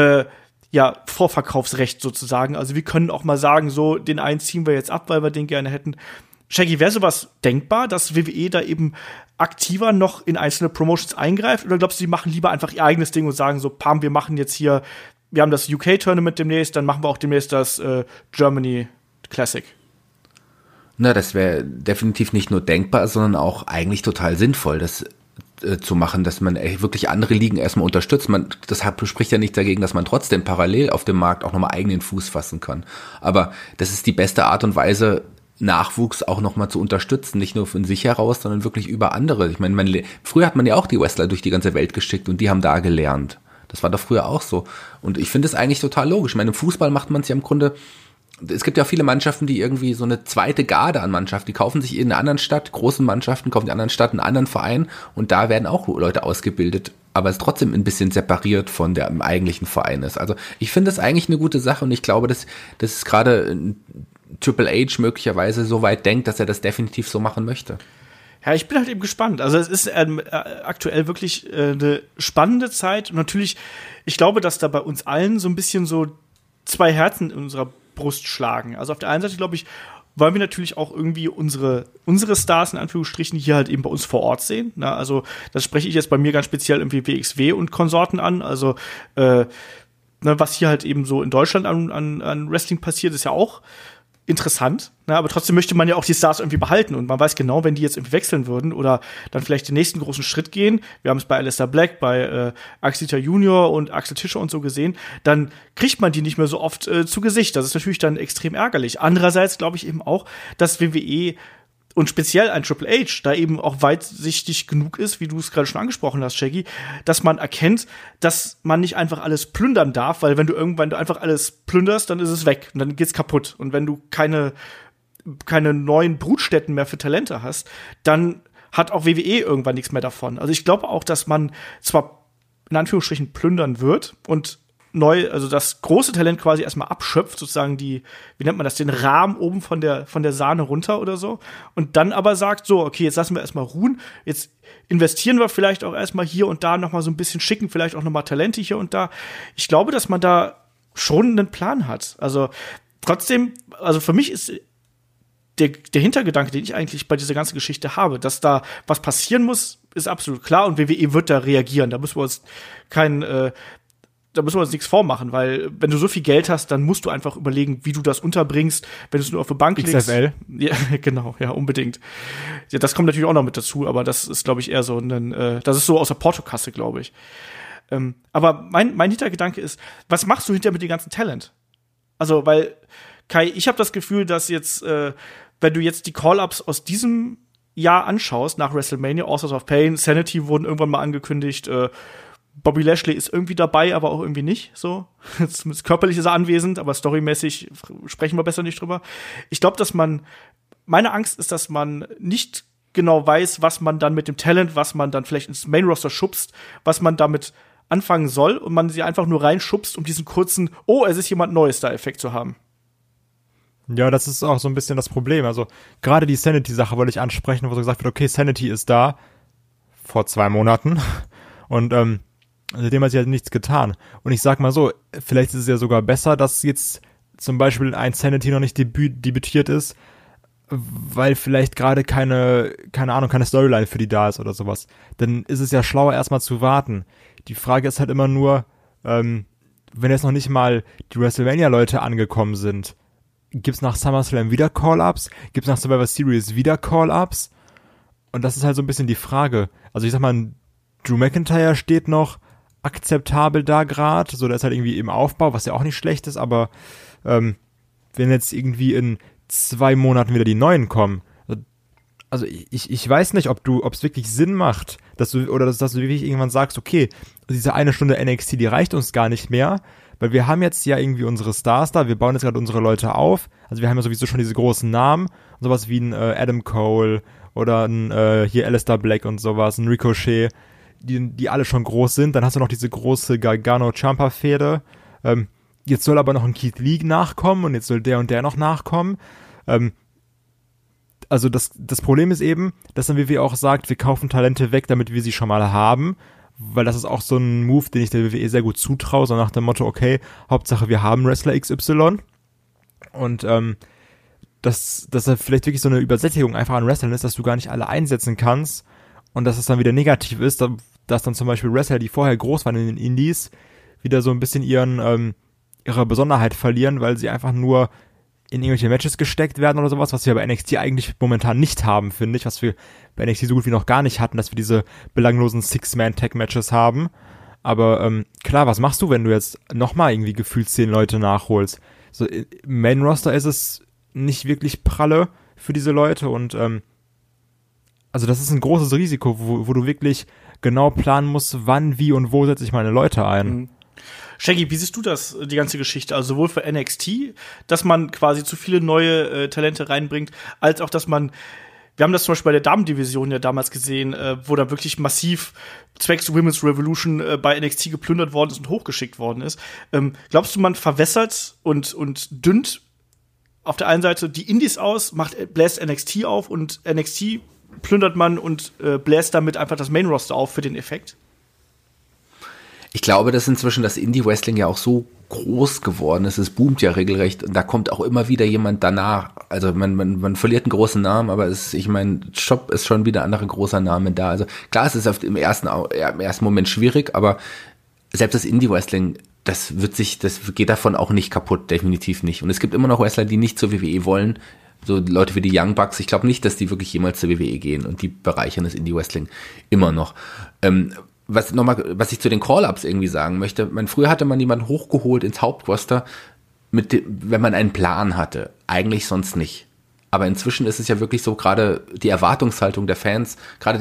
ja, Vorverkaufsrecht sozusagen. Also wir können auch mal sagen, so, den einen ziehen wir jetzt ab, weil wir den gerne hätten. Shaggy, wäre sowas denkbar, dass WWE da eben aktiver noch in einzelne Promotions eingreift? Oder glaubst du, die machen lieber einfach ihr eigenes Ding und sagen so, Pam, wir machen jetzt hier, wir haben das UK-Tournament demnächst, dann machen wir auch demnächst das Germany Classic? Na, das wäre definitiv nicht nur denkbar, sondern auch eigentlich total sinnvoll, das zu machen, dass man wirklich andere Ligen erstmal unterstützt. Das spricht ja nicht dagegen, dass man trotzdem parallel auf dem Markt auch nochmal eigenen Fuß fassen kann. Aber das ist die beste Art und Weise, Nachwuchs auch nochmal zu unterstützen, nicht nur von sich heraus, sondern wirklich über andere. Ich meine, früher hat man ja auch die Wrestler durch die ganze Welt geschickt und die haben da gelernt. Das war doch früher auch so. Und ich finde es eigentlich total logisch. Ich meine, im Fußball macht man es ja im Grunde. Es gibt ja viele Mannschaften, die irgendwie so eine zweite Garde an Mannschaften, die kaufen sich in einer anderen Stadt, großen Mannschaften kaufen in einer anderen Stadt einen anderen Verein und da werden auch Leute ausgebildet, aber es trotzdem ein bisschen separiert von dem eigentlichen Verein ist. Also ich finde das eigentlich eine gute Sache und ich glaube, dass es gerade Triple H möglicherweise so weit denkt, dass er das definitiv so machen möchte. Ja, ich bin halt eben gespannt. Also es ist aktuell wirklich eine spannende Zeit und natürlich, ich glaube, dass da bei uns allen so ein bisschen so 2 Herzen in unserer Brust schlagen. Also auf der einen Seite, glaube ich, wollen wir natürlich auch irgendwie unsere Stars in Anführungsstrichen hier halt eben bei uns vor Ort sehen. Na, also das spreche ich jetzt bei mir ganz speziell irgendwie WXW und Konsorten an. Also was hier halt eben so in Deutschland an Wrestling passiert, ist ja auch interessant, ne? Aber trotzdem möchte man ja auch die Stars irgendwie behalten und man weiß genau, wenn die jetzt irgendwie wechseln würden oder dann vielleicht den nächsten großen Schritt gehen, wir haben es bei Aleister Black, bei Axel Junior und Axel Tischer und so gesehen, dann kriegt man die nicht mehr so oft zu Gesicht. Das ist natürlich dann extrem ärgerlich. Andererseits glaube ich eben auch, dass WWE und speziell ein Triple H da eben auch weitsichtig genug ist, wie du es gerade schon angesprochen hast, Shaggy, dass man erkennt, dass man nicht einfach alles plündern darf, weil wenn du irgendwann einfach alles plünderst, dann ist es weg und dann geht's kaputt. Und wenn du keine neuen Brutstätten mehr für Talente hast, dann hat auch WWE irgendwann nichts mehr davon. Also ich glaube auch, dass man zwar in Anführungsstrichen plündern wird und also das große Talent quasi erstmal abschöpft, sozusagen wie nennt man das, den Rahmen oben von der Sahne runter oder so. Und dann aber sagt, so, okay, jetzt lassen wir erstmal ruhen, jetzt investieren wir vielleicht auch erstmal hier und da nochmal so ein bisschen, schicken vielleicht auch nochmal Talente hier und da. Ich glaube, dass man da schon einen Plan hat. Also trotzdem, also für mich ist der Hintergedanke, den ich eigentlich bei dieser ganzen Geschichte habe, dass da was passieren muss, ist absolut klar und WWE wird da reagieren. Da müssen wir uns nichts vormachen, weil wenn du so viel Geld hast, dann musst du einfach überlegen, wie du das unterbringst, wenn du es nur auf die Bank legst. XFL? Ja, genau, ja, unbedingt. Ja, das kommt natürlich auch noch mit dazu, aber das ist, glaube ich, eher so das ist so aus der Portokasse, glaube ich. Aber mein Hintergedanke ist, was machst du hinterher mit dem ganzen Talent? Also, weil, Kai, ich habe das Gefühl, dass jetzt, wenn du jetzt die Call-Ups aus diesem Jahr anschaust, nach WrestleMania, Authors of Pain, Sanity wurden irgendwann mal angekündigt, Bobby Lashley ist irgendwie dabei, aber auch irgendwie nicht, so. Zumindest körperlich ist er anwesend, aber storymäßig sprechen wir besser nicht drüber. Ich glaube, meine Angst ist, dass man nicht genau weiß, was man dann mit dem Talent, was man dann vielleicht ins Main-Roster schubst, was man damit anfangen soll und man sie einfach nur reinschubst, um diesen kurzen, oh, es ist jemand Neues da Effekt zu haben. Ja, das ist auch so ein bisschen das Problem. Also gerade die Sanity-Sache wollte ich ansprechen, wo so gesagt wird, okay, Sanity ist da vor 2 Monaten und seitdem hat sich halt nichts getan. Und ich sag mal so, vielleicht ist es ja sogar besser, dass jetzt zum Beispiel ein Sanity noch nicht debütiert ist, weil vielleicht gerade keine Storyline für die da ist oder sowas. Dann ist es ja schlauer, erstmal zu warten. Die Frage ist halt immer nur, wenn jetzt noch nicht mal die WrestleMania-Leute angekommen sind, gibt's nach SummerSlam wieder Call-Ups? Gibt's nach Survivor Series wieder Call-Ups? Und das ist halt so ein bisschen die Frage. Also ich sag mal, Drew McIntyre steht noch akzeptabel da gerade, so der ist halt irgendwie im Aufbau, was ja auch nicht schlecht ist, aber wenn jetzt irgendwie in 2 Monaten wieder die Neuen kommen, also ich weiß nicht, ob es wirklich Sinn macht, dass du wirklich irgendwann sagst, okay, diese 1 Stunde NXT, die reicht uns gar nicht mehr, weil wir haben jetzt ja irgendwie unsere Stars da, wir bauen jetzt gerade unsere Leute auf, also wir haben ja sowieso schon diese großen Namen, sowas wie ein Adam Cole oder ein hier Aleister Black und sowas, ein Ricochet, die alle schon groß sind, dann hast du noch diese große Gargano-Ciampa-Fehde, jetzt soll aber noch ein Keith Lee nachkommen und jetzt soll der und der noch nachkommen, also das Problem ist eben, dass dann WWE auch sagt, wir kaufen Talente weg, damit wir sie schon mal haben, weil das ist auch so ein Move, den ich der WWE sehr gut zutraue, so nach dem Motto, okay, Hauptsache wir haben Wrestler XY und dass da vielleicht wirklich so eine Übersättigung einfach an Wrestlern ist, dass du gar nicht alle einsetzen kannst und dass es dann wieder negativ ist, dass dann zum Beispiel Wrestler, die vorher groß waren in den Indies, wieder so ein bisschen ihre Besonderheit verlieren, weil sie einfach nur in irgendwelche Matches gesteckt werden oder sowas, was wir bei NXT eigentlich momentan nicht haben, finde ich, was wir bei NXT so gut wie noch gar nicht hatten, dass wir diese belanglosen Six-Man-Tag-Matches haben. Aber klar, was machst du, wenn du jetzt nochmal irgendwie gefühlt 10 Leute nachholst? So, im Main-Roster ist es nicht wirklich pralle für diese Leute und also das ist ein großes Risiko, wo du wirklich genau planen musst, wann, wie und wo setze ich meine Leute ein. Mhm. Shaggy, wie siehst du das, die ganze Geschichte? Also sowohl für NXT, dass man quasi zu viele neue Talente reinbringt, als auch, dass man, wir haben das zum Beispiel bei der Damendivision ja damals gesehen, wo da wirklich massiv zwecks Women's Revolution bei NXT geplündert worden ist und hochgeschickt worden ist. Glaubst du, man verwässert und dünnt auf der einen Seite die Indies aus, bläst NXT auf und NXT plündert man und bläst damit einfach das Main-Roster auf für den Effekt? Ich glaube, dass inzwischen das Indie-Wrestling ja auch so groß geworden ist, es boomt ja regelrecht und da kommt auch immer wieder jemand danach. Also man verliert einen großen Namen, aber ich meine, Shop ist schon wieder ein anderer großer Name da. Also klar, es ist im ersten Moment schwierig, aber selbst das Indie-Wrestling, das geht davon auch nicht kaputt, definitiv nicht. Und es gibt immer noch Wrestler, die nicht zur WWE wollen, so Leute wie die Young Bucks. Ich glaube nicht, dass die wirklich jemals zur WWE gehen und die bereichern das Indie-Wrestling immer noch. Was ich zu den Call-Ups irgendwie sagen möchte, früher hatte man jemanden hochgeholt ins Hauptroster, wenn man einen Plan hatte. Eigentlich sonst nicht. Aber inzwischen ist es ja wirklich so, gerade die Erwartungshaltung der Fans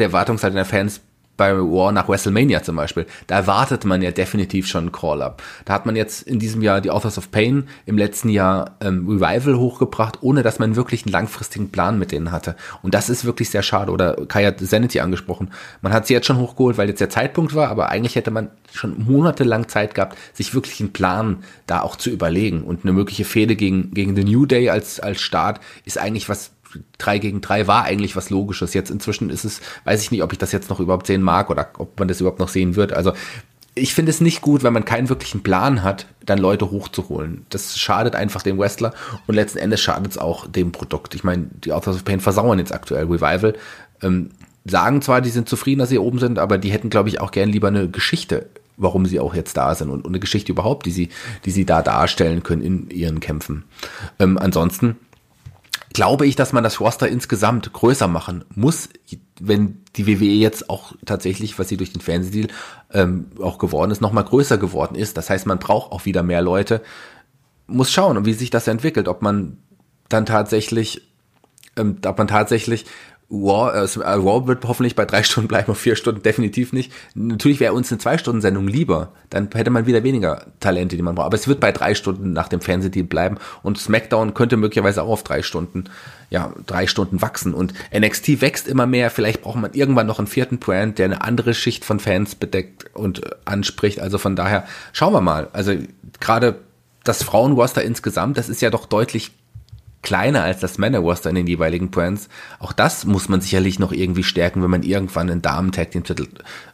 bei Raw nach WrestleMania zum Beispiel, da erwartet man ja definitiv schon einen Call-Up. Da hat man jetzt in diesem Jahr die Authors of Pain, im letzten Jahr Revival hochgebracht, ohne dass man wirklich einen langfristigen Plan mit denen hatte. Und das ist wirklich sehr schade. Oder Kai hat Sanity angesprochen. Man hat sie jetzt schon hochgeholt, weil jetzt der Zeitpunkt war, aber eigentlich hätte man schon monatelang Zeit gehabt, sich wirklich einen Plan da auch zu überlegen. Und eine mögliche Fehde gegen The New Day als Start ist eigentlich was, 3 gegen 3 war eigentlich was Logisches. Jetzt inzwischen ist es, weiß ich nicht, ob ich das jetzt noch überhaupt sehen mag oder ob man das überhaupt noch sehen wird. Also ich finde es nicht gut, wenn man keinen wirklichen Plan hat, dann Leute hochzuholen. Das schadet einfach dem Wrestler und letzten Endes schadet es auch dem Produkt. Ich meine, die Authors of Pain versauern jetzt aktuell Revival. Sagen zwar, die sind zufrieden, dass sie oben sind, aber die hätten, glaube ich, auch gern lieber eine Geschichte, warum sie auch jetzt da sind und eine Geschichte überhaupt, die sie da darstellen können in ihren Kämpfen. Ansonsten glaube ich, dass man das Roster insgesamt größer machen muss, wenn die WWE jetzt auch tatsächlich, was sie durch den Fernsehdeal auch geworden ist, nochmal größer geworden ist. Das heißt, man braucht auch wieder mehr Leute. Muss schauen, wie sich das entwickelt, ob man tatsächlich Raw wird hoffentlich bei 3 Stunden bleiben, auf 4 Stunden definitiv nicht. Natürlich wäre uns eine 2-Stunden-Sendung lieber. Dann hätte man wieder weniger Talente, die man braucht. Aber es wird bei 3 Stunden nach dem Fernsehdeal bleiben. Und SmackDown könnte möglicherweise auch auf 3 Stunden wachsen. Und NXT wächst immer mehr. Vielleicht braucht man irgendwann noch einen 4. Brand, der eine andere Schicht von Fans bedeckt und anspricht. Also von daher, schauen wir mal. Also gerade das Frauenroster insgesamt, das ist ja doch deutlich kleiner als das Männerroster in den jeweiligen Brands. Auch das muss man sicherlich noch irgendwie stärken, wenn man irgendwann einen Damen-Tag-Team-Titel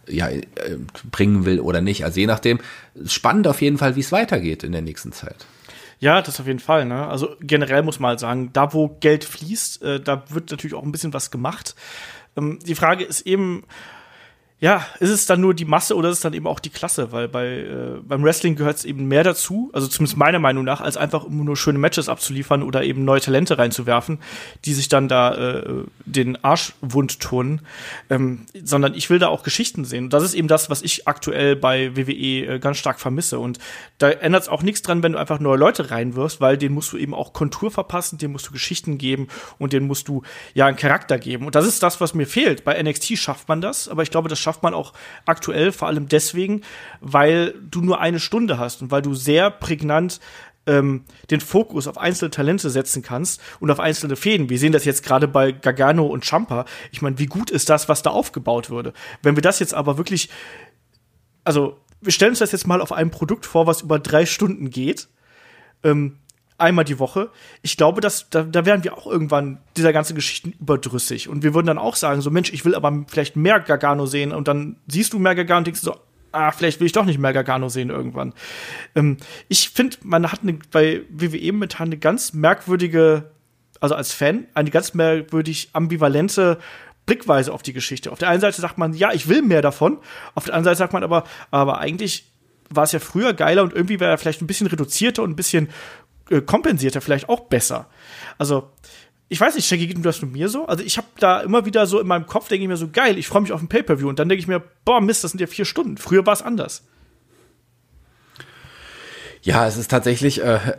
bringen will oder nicht. Also je nachdem, spannend auf jeden Fall, wie es weitergeht in der nächsten Zeit. Ja, das auf jeden Fall, ne? Also generell muss man halt sagen, da wo Geld fließt, da wird natürlich auch ein bisschen was gemacht. Die Frage ist eben, ja, ist es dann nur die Masse oder ist es dann eben auch die Klasse? Weil beim Wrestling gehört es eben mehr dazu, also zumindest meiner Meinung nach, als einfach immer nur schöne Matches abzuliefern oder eben neue Talente reinzuwerfen, die sich dann da den Arsch wund turnen. Sondern ich will da auch Geschichten sehen. Und das ist eben das, was ich aktuell bei WWE ganz stark vermisse. Und da ändert es auch nichts dran, wenn du einfach neue Leute reinwirfst, weil denen musst du eben auch Kontur verpassen, denen musst du Geschichten geben und denen musst du ja einen Charakter geben. Und das ist das, was mir fehlt. Bei NXT schafft man das, aber ich glaube, das schafft man auch aktuell, vor allem deswegen, weil du nur 1 Stunde hast und weil du sehr prägnant den Fokus auf einzelne Talente setzen kannst und auf einzelne Fäden. Wir sehen das jetzt gerade bei Gargano und Ciampa. Ich meine, wie gut ist das, was da aufgebaut wurde? Wenn wir das jetzt aber wirklich, also wir stellen uns das jetzt mal auf einem Produkt vor, was über 3 Stunden geht, einmal die Woche. Ich glaube, da wären wir auch irgendwann dieser ganzen Geschichten überdrüssig. Und wir würden dann auch sagen, so Mensch, ich will aber vielleicht mehr Gargano sehen. Und dann siehst du mehr Gargano und denkst so, vielleicht will ich doch nicht mehr Gargano sehen irgendwann. Ich finde, man hat bei WWE momentan eine ganz merkwürdige, also als Fan, eine ganz merkwürdig ambivalente Blickweise auf die Geschichte. Auf der einen Seite sagt man, ja, ich will mehr davon. Auf der anderen Seite sagt man aber eigentlich war es ja früher geiler und irgendwie wäre er vielleicht ein bisschen reduzierter und ein bisschen kompensierter vielleicht auch besser. Also, ich weiß nicht, Shaggy, geht du das mit mir so? Also, ich habe da immer wieder so in meinem Kopf, denke ich mir so, geil, ich freue mich auf ein Pay-Per-View. Und dann denke ich mir, boah, Mist, das sind ja 4 Stunden. Früher war es anders. Ja, es ist tatsächlich,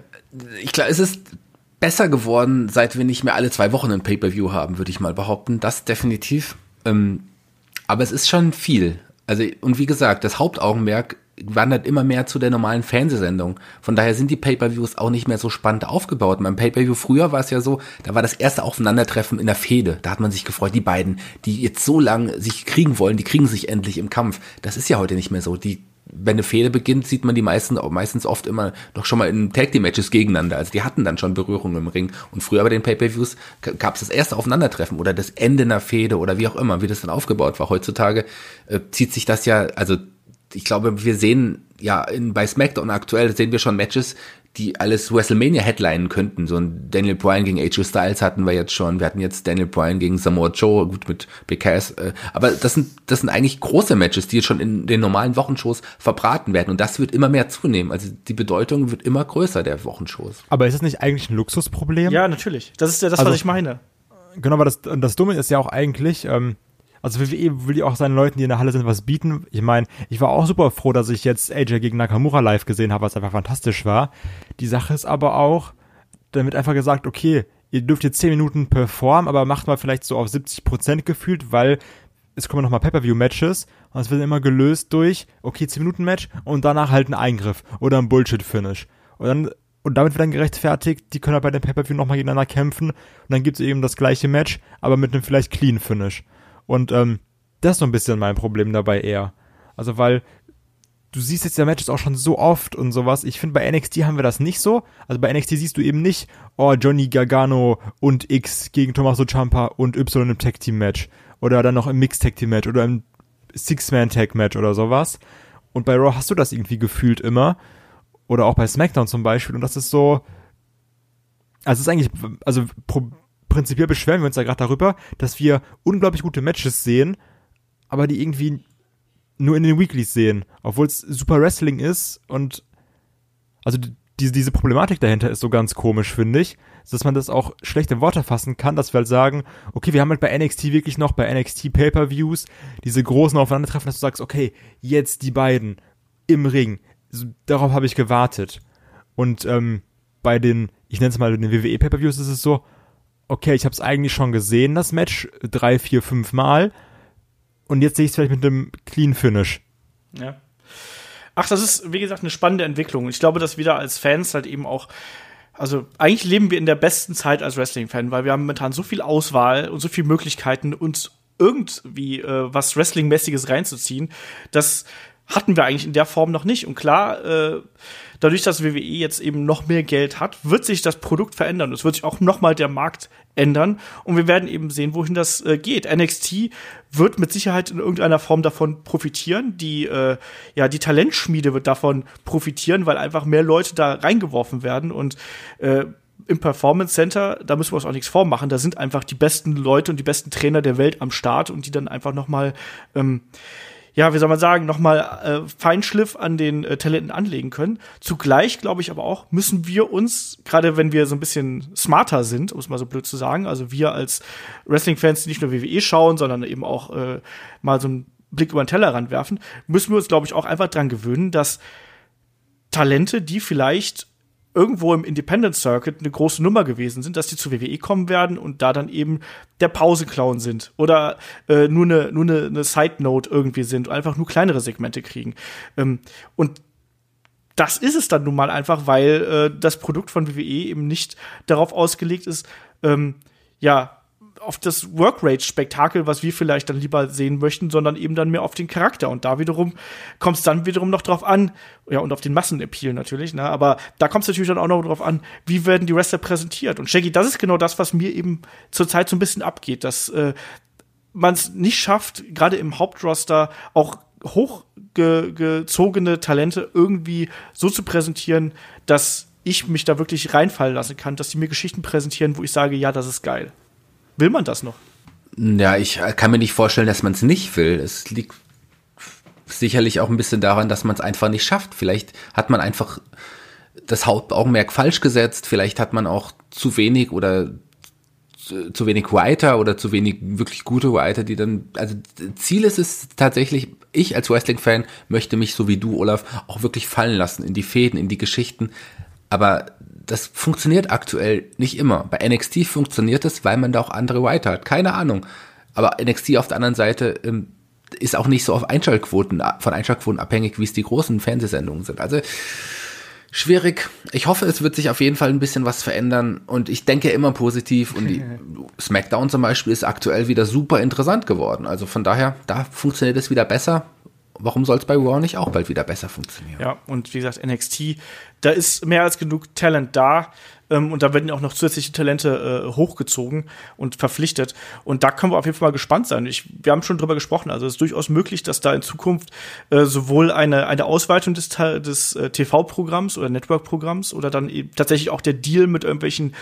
es ist besser geworden, seit wir nicht mehr alle 2 Wochen ein Pay-Per-View haben, würde ich mal behaupten. Das definitiv. Aber es ist schon viel. Also, und wie gesagt, das Hauptaugenmerk wandert immer mehr zu der normalen Fernsehsendung. Von daher sind die Pay-Per-Views auch nicht mehr so spannend aufgebaut. Beim Pay-Per-View früher war es ja so, da war das erste Aufeinandertreffen in der Fehde. Da hat man sich gefreut, die beiden, die jetzt so lang sich kriegen wollen, die kriegen sich endlich im Kampf. Das ist ja heute nicht mehr so. Wenn eine Fehde beginnt, sieht man die meistens oft immer noch schon mal in Tag-Team-Matches gegeneinander. Also die hatten dann schon Berührungen im Ring. Und früher bei den Pay-Per-Views gab es das erste Aufeinandertreffen oder das Ende einer Fehde oder wie auch immer, wie das dann aufgebaut war. Heutzutage zieht sich das ja, also ich glaube, wir sehen ja bei SmackDown aktuell sehen wir schon Matches, die alles WrestleMania headlinen könnten. So ein Daniel Bryan gegen AJ Styles hatten wir jetzt schon. Wir hatten jetzt Daniel Bryan gegen Samoa Joe, gut mit BKS. Aber das sind eigentlich große Matches, die jetzt schon in den normalen Wochenshows verbraten werden. Und das wird immer mehr zunehmen. Also die Bedeutung wird immer größer der Wochenshows. Aber ist das nicht eigentlich ein Luxusproblem? Ja, natürlich. Das ist ja das, was ich meine. Genau, aber das Dumme ist ja auch eigentlich, also WWE will ja auch seinen Leuten, die in der Halle sind, was bieten. Ich meine, ich war auch super froh, dass ich jetzt AJ gegen Nakamura live gesehen habe, was einfach fantastisch war. Die Sache ist aber auch, dann wird einfach gesagt, okay, ihr dürft jetzt 10 Minuten performen, aber macht mal vielleicht so auf 70% gefühlt, weil es kommen nochmal Pay-Per-View-Matches und es wird immer gelöst durch, okay, 10-Minuten-Match und danach halt ein Eingriff oder ein Bullshit-Finish. Und damit wird dann gerechtfertigt, die können halt bei dem Pay-Per-View nochmal gegeneinander kämpfen und dann gibt es eben das gleiche Match, aber mit einem vielleicht Clean-Finish. Und das ist so ein bisschen mein Problem dabei eher. Also weil du siehst jetzt ja Matches auch schon so oft und sowas. Ich finde, bei NXT haben wir das nicht so. Also bei NXT siehst du eben nicht, oh, Johnny Gargano und X gegen Tommaso Ciampa und Y im Tag-Team-Match. Oder dann noch im Mixed-Tag-Team-Match oder im Six-Man-Tag-Match oder sowas. Und bei Raw hast du das irgendwie gefühlt immer. Oder auch bei SmackDown zum Beispiel. Und das ist so, also es ist eigentlich, also prinzipiell beschweren wir uns ja gerade darüber, dass wir unglaublich gute Matches sehen, aber die irgendwie nur in den Weeklies sehen, obwohl es super Wrestling ist und also diese Problematik dahinter ist so ganz komisch, finde ich, dass man das auch schlecht in Worte fassen kann, dass wir halt sagen, okay, wir haben halt bei NXT wirklich noch, bei NXT Pay-Per-Views diese großen Aufeinandertreffen, dass du sagst, okay, jetzt die beiden im Ring, darauf habe ich gewartet. Und bei den, ich nenne es mal den WWE Pay-Per-Views, ist es so, okay, ich habe es eigentlich schon gesehen, das Match, 3, 4, 5 Mal und jetzt sehe ich es vielleicht mit einem Clean Finish. Ja. Ach, das ist, wie gesagt, eine spannende Entwicklung. Ich glaube, dass wir da als Fans halt eben auch, also eigentlich leben wir in der besten Zeit als Wrestling-Fan, weil wir haben momentan so viel Auswahl und so viele Möglichkeiten, uns irgendwie was Wrestling-mäßiges reinzuziehen. Das hatten wir eigentlich in der Form noch nicht. Und klar, dadurch, dass WWE jetzt eben noch mehr Geld hat, wird sich das Produkt verändern. Es wird sich auch noch mal der Markt ändern. Und wir werden eben sehen, wohin das geht. NXT wird mit Sicherheit in irgendeiner Form davon profitieren. Die Talentschmiede wird davon profitieren, weil einfach mehr Leute da reingeworfen werden. Und im Performance Center, da müssen wir uns auch nichts vormachen. Da sind einfach die besten Leute und die besten Trainer der Welt am Start und die dann einfach noch mal wie soll man sagen, nochmal Feinschliff an den Talenten anlegen können. Zugleich, glaube ich aber auch, müssen wir uns, gerade wenn wir so ein bisschen smarter sind, um es mal so blöd zu sagen, also wir als Wrestling-Fans, die nicht nur WWE schauen, sondern eben auch mal so einen Blick über den Tellerrand werfen, müssen wir uns, glaube ich, auch einfach dran gewöhnen, dass Talente, die vielleicht irgendwo im Independent Circuit eine große Nummer gewesen sind, dass die zu WWE kommen werden und da dann eben der Pause-Clown sind oder nur eine Side-Note irgendwie sind, einfach nur kleinere Segmente kriegen. Und das ist es dann nun mal einfach, weil das Produkt von WWE eben nicht darauf ausgelegt ist, auf das Work-Rate-Spektakel, was wir vielleicht dann lieber sehen möchten, sondern eben dann mehr auf den Charakter. Und da wiederum kommt es dann wiederum noch drauf an, ja, und auf den Massenappeal natürlich, ne? Aber da kommt es natürlich dann auch noch drauf an, wie werden die Wrestler präsentiert. Und Shaggy, das ist genau das, was mir eben zurzeit so ein bisschen abgeht, dass man es nicht schafft, gerade im Hauptroster auch hochgezogene Talente irgendwie so zu präsentieren, dass ich mich da wirklich reinfallen lassen kann, dass die mir Geschichten präsentieren, wo ich sage, ja, das ist geil. Will man das noch? Ja, ich kann mir nicht vorstellen, dass man es nicht will. Es liegt sicherlich auch ein bisschen daran, dass man es einfach nicht schafft. Vielleicht hat man einfach das Hauptaugenmerk falsch gesetzt. Vielleicht hat man auch zu wenig Writer oder zu wenig wirklich gute Writer, die dann, also Ziel ist es tatsächlich, ich als Wrestling-Fan möchte mich so wie du, Olaf, auch wirklich fallen lassen in die Fäden, in die Geschichten. Aber das funktioniert aktuell nicht immer. Bei NXT funktioniert es, weil man da auch andere Writer hat. Keine Ahnung. Aber NXT auf der anderen Seite ist auch nicht so von Einschaltquoten abhängig, wie es die großen Fernsehsendungen sind. Also schwierig. Ich hoffe, es wird sich auf jeden Fall ein bisschen was verändern. Und ich denke immer positiv. Und die SmackDown zum Beispiel ist aktuell wieder super interessant geworden. Also von daher, da funktioniert es wieder besser. Warum soll es bei Raw nicht auch bald wieder besser funktionieren? Ja, und wie gesagt, NXT, da ist mehr als genug Talent da und da werden auch noch zusätzliche Talente hochgezogen und verpflichtet und da können wir auf jeden Fall mal gespannt sein. Wir haben schon drüber gesprochen, also es ist durchaus möglich, dass da in Zukunft sowohl eine Ausweitung des TV-Programms oder Network-Programms oder dann eben tatsächlich auch der Deal mit irgendwelchen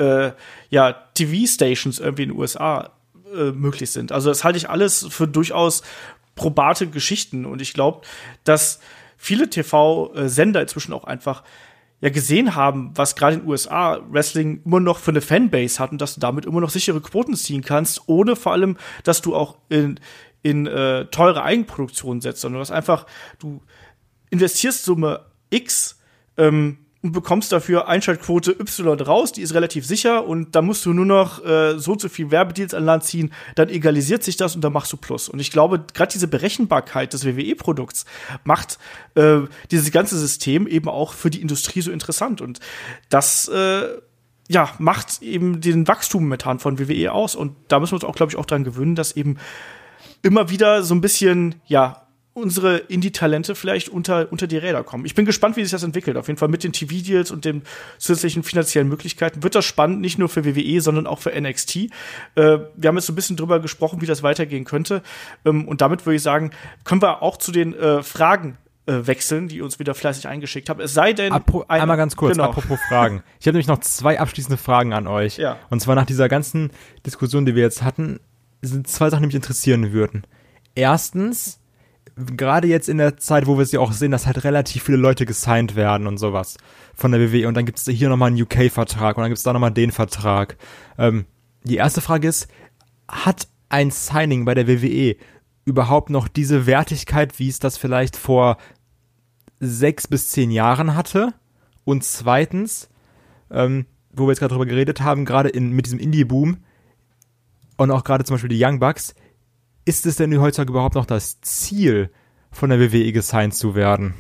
TV-Stations irgendwie in den USA möglich sind. Also das halte ich alles für durchaus probate Geschichten. Und ich glaube, dass viele TV-Sender inzwischen auch einfach gesehen haben, was gerade in den USA Wrestling immer noch für eine Fanbase hat und dass du damit immer noch sichere Quoten ziehen kannst, ohne vor allem, dass du auch in teure Eigenproduktion setzt, sondern dass einfach du investierst Summe X und bekommst dafür Einschaltquote Y raus, die ist relativ sicher und da musst du nur noch so und so viel Werbedeals an Land ziehen, dann egalisiert sich das und dann machst du Plus. Und ich glaube, gerade diese Berechenbarkeit des WWE-Produkts macht dieses ganze System eben auch für die Industrie so interessant und das macht eben den Wachstum momentan von WWE aus und da müssen wir uns auch, glaube ich, auch dran gewöhnen, dass eben immer wieder so ein bisschen, unsere Indie-Talente vielleicht unter die Räder kommen. Ich bin gespannt, wie sich das entwickelt. Auf jeden Fall mit den TV-Deals und den zusätzlichen finanziellen Möglichkeiten wird das spannend, nicht nur für WWE, sondern auch für NXT. Wir haben jetzt so ein bisschen drüber gesprochen, wie das weitergehen könnte. Und damit würde ich sagen, können wir auch zu den Fragen wechseln, die uns wieder fleißig eingeschickt haben. Es sei denn... Einmal ganz kurz, genau. Apropos Fragen. Ich habe nämlich noch 2 abschließende Fragen an euch. Ja. Und zwar nach dieser ganzen Diskussion, die wir jetzt hatten, sind 2 Sachen, die mich interessieren würden. Erstens, gerade jetzt in der Zeit, wo wir es ja auch sehen, dass halt relativ viele Leute gesigned werden und sowas von der WWE und dann gibt es hier nochmal einen UK-Vertrag und dann gibt es da nochmal den Vertrag. Die erste Frage ist, hat ein Signing bei der WWE überhaupt noch diese Wertigkeit, wie es das vielleicht vor 6 bis 10 Jahren hatte? Und zweitens, wo wir jetzt gerade drüber geredet haben, gerade mit diesem Indie-Boom und auch gerade zum Beispiel die Young Bucks, ist es denn heutzutage überhaupt noch das Ziel, von der WWE gesigned zu werden?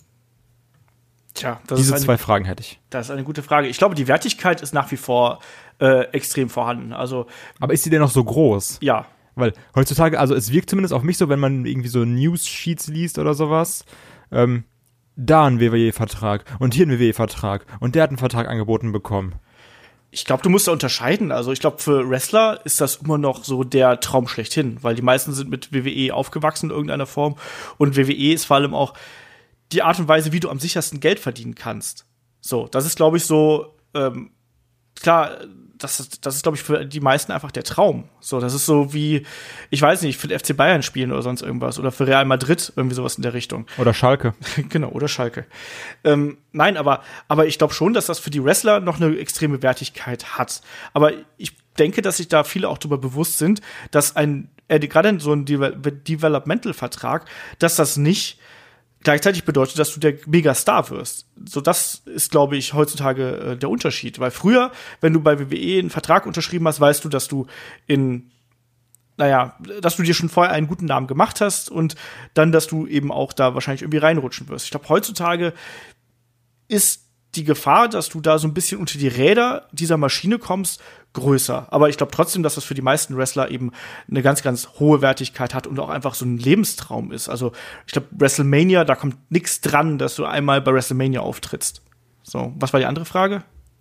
Tja, diese zwei Fragen hätte ich. Das ist eine gute Frage. Ich glaube, die Wertigkeit ist nach wie vor extrem vorhanden. Also, aber ist sie denn noch so groß? Ja. Weil heutzutage, also es wirkt zumindest auf mich so, wenn man irgendwie so News-Sheets liest oder sowas, da ein WWE-Vertrag und hier ein WWE-Vertrag und der hat einen Vertrag angeboten bekommen. Ich glaube, du musst da unterscheiden. Also ich glaube, für Wrestler ist das immer noch so der Traum schlechthin, weil die meisten sind mit WWE aufgewachsen in irgendeiner Form und WWE ist vor allem auch die Art und Weise, wie du am sichersten Geld verdienen kannst. So, das ist, glaube ich, so, klar, das ist, glaube ich, für die meisten einfach der Traum. So, das ist so wie, ich weiß nicht, für den FC Bayern spielen oder sonst irgendwas oder für Real Madrid, irgendwie sowas in der Richtung. Oder Schalke. Genau, oder Schalke. Nein, aber ich glaube schon, dass das für die Wrestler noch eine extreme Wertigkeit hat. Aber ich denke, dass sich da viele auch darüber bewusst sind, dass gerade so ein Developmental-Vertrag, dass das nicht gleichzeitig bedeutet, dass du der Megastar wirst. So, das ist, glaube ich, heutzutage der Unterschied. Weil früher, wenn du bei WWE einen Vertrag unterschrieben hast, weißt du, dass du dass du dir schon vorher einen guten Namen gemacht hast und dann, dass du eben auch da wahrscheinlich irgendwie reinrutschen wirst. Ich glaube, heutzutage ist die Gefahr, dass du da so ein bisschen unter die Räder dieser Maschine kommst, größer. Aber ich glaube trotzdem, dass das für die meisten Wrestler eben eine ganz, ganz hohe Wertigkeit hat und auch einfach so ein Lebenstraum ist. Also ich glaube, WrestleMania, da kommt nichts dran, dass du einmal bei WrestleMania auftrittst. So, was war die andere Frage?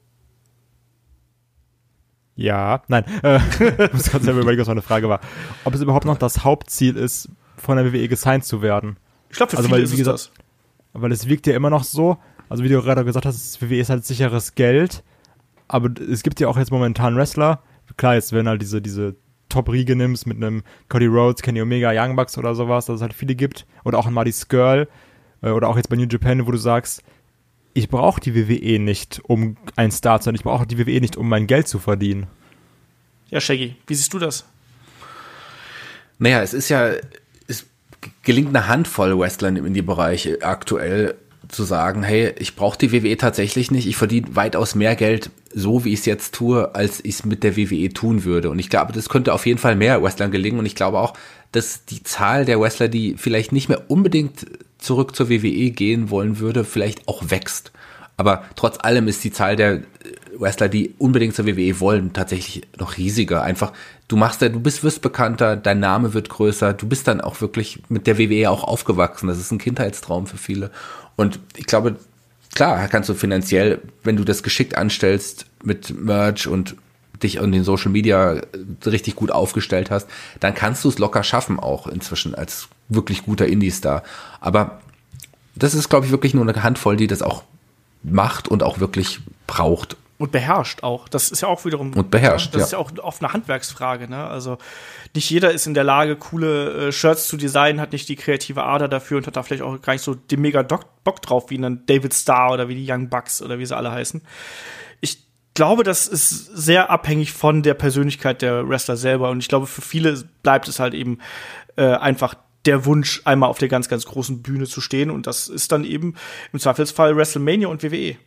Ja, nein. Ich muss gerade selber überlegen, was meine Frage war. Ob es überhaupt noch das Hauptziel ist, von der WWE gesigned zu werden. Ich glaube, für viele ist es das. Weil es wirkt ja immer noch so, also wie du gerade gesagt hast, WWE ist halt sicheres Geld, aber es gibt ja auch jetzt momentan Wrestler, klar, jetzt wenn halt diese Top-Riege nimmst mit einem Cody Rhodes, Kenny Omega, Young Bucks oder sowas, dass es halt viele gibt, oder auch ein Marty Scurll, oder auch jetzt bei New Japan, wo du sagst, ich brauche die WWE nicht, um ein Star zu sein, ich brauche die WWE nicht, um mein Geld zu verdienen. Ja, Shaggy, wie siehst du das? Naja, es gelingt eine Handvoll Wrestlern im Indie-Bereich aktuell zu sagen, hey, ich brauche die WWE tatsächlich nicht, ich verdiene weitaus mehr Geld, so wie ich es jetzt tue, als ich es mit der WWE tun würde. Und ich glaube, das könnte auf jeden Fall mehr Wrestlern gelingen. Und ich glaube auch, dass die Zahl der Wrestler, die vielleicht nicht mehr unbedingt zurück zur WWE gehen wollen würde, vielleicht auch wächst. Aber trotz allem ist die Zahl der Wrestler, die unbedingt zur WWE wollen, tatsächlich noch riesiger. Einfach, wirst bekannter, dein Name wird größer, du bist dann auch wirklich mit der WWE auch aufgewachsen. Das ist ein Kindheitstraum für viele. Und ich glaube, klar, kannst du finanziell, wenn du das geschickt anstellst mit Merch und dich an den Social Media richtig gut aufgestellt hast, dann kannst du es locker schaffen auch inzwischen als wirklich guter Indie-Star. Aber das ist, glaube ich, wirklich nur eine Handvoll, die das auch macht und auch wirklich braucht. Und beherrscht auch. Das ist ja auch wiederum. Und beherrscht, das ist ja auch oft eine Handwerksfrage, ne? Also nicht jeder ist in der Lage, coole Shirts zu designen, hat nicht die kreative Ader dafür und hat da vielleicht auch gar nicht so den mega Bock drauf, wie ein David Starr oder wie die Young Bucks oder wie sie alle heißen. Ich glaube, das ist sehr abhängig von der Persönlichkeit der Wrestler selber. Und ich glaube, für viele bleibt es halt eben einfach der Wunsch, einmal auf der ganz, ganz großen Bühne zu stehen. Und das ist dann eben im Zweifelsfall WrestleMania und WWE.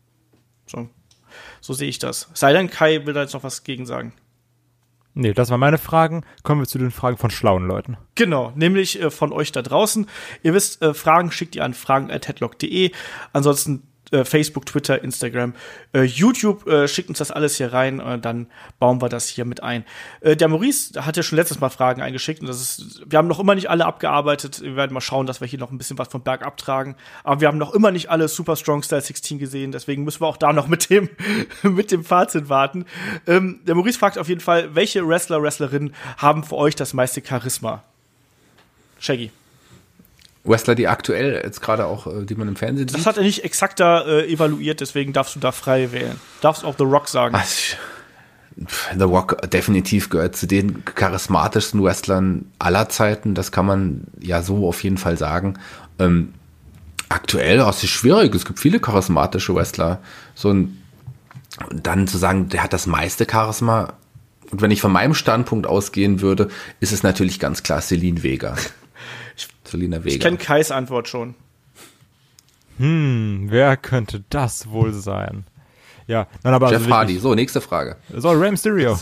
So sehe ich das. Sei denn, Kai will da jetzt noch was gegen sagen. Nee, das waren meine Fragen. Kommen wir zu den Fragen von schlauen Leuten. Genau, nämlich von euch da draußen. Ihr wisst, Fragen schickt ihr an fragen@headlock.de. Ansonsten Facebook, Twitter, Instagram, YouTube, schickt uns das alles hier rein, dann bauen wir das hier mit ein. Der Maurice hat ja schon letztes Mal Fragen eingeschickt und wir haben noch immer nicht alle abgearbeitet. Wir werden mal schauen, dass wir hier noch ein bisschen was vom Berg abtragen. Aber wir haben noch immer nicht alle Super Strong Style 16 gesehen, deswegen müssen wir auch da noch mit dem Fazit warten. Der Maurice fragt auf jeden Fall, welche Wrestler, Wrestlerinnen haben für euch das meiste Charisma? Shaggy. Wrestler, die aktuell jetzt gerade auch, die man im Fernsehen sieht. Das hat er nicht exakt da evaluiert, deswegen darfst du da frei wählen. Darfst auch The Rock sagen. The Rock definitiv gehört zu den charismatischsten Wrestlern aller Zeiten. Das kann man ja so auf jeden Fall sagen. Aktuell ist es schwierig. Es gibt viele charismatische Wrestler. Und dann zu sagen, der hat das meiste Charisma. Und wenn ich von meinem Standpunkt ausgehen würde, ist es natürlich ganz klar Zelina Vega. Ich kenne Kais Antwort schon. Wer könnte das wohl sein? Ja, nein, aber Jeff also Hardy. wirklich, So, nächste Frage. so, Rey Mysterio.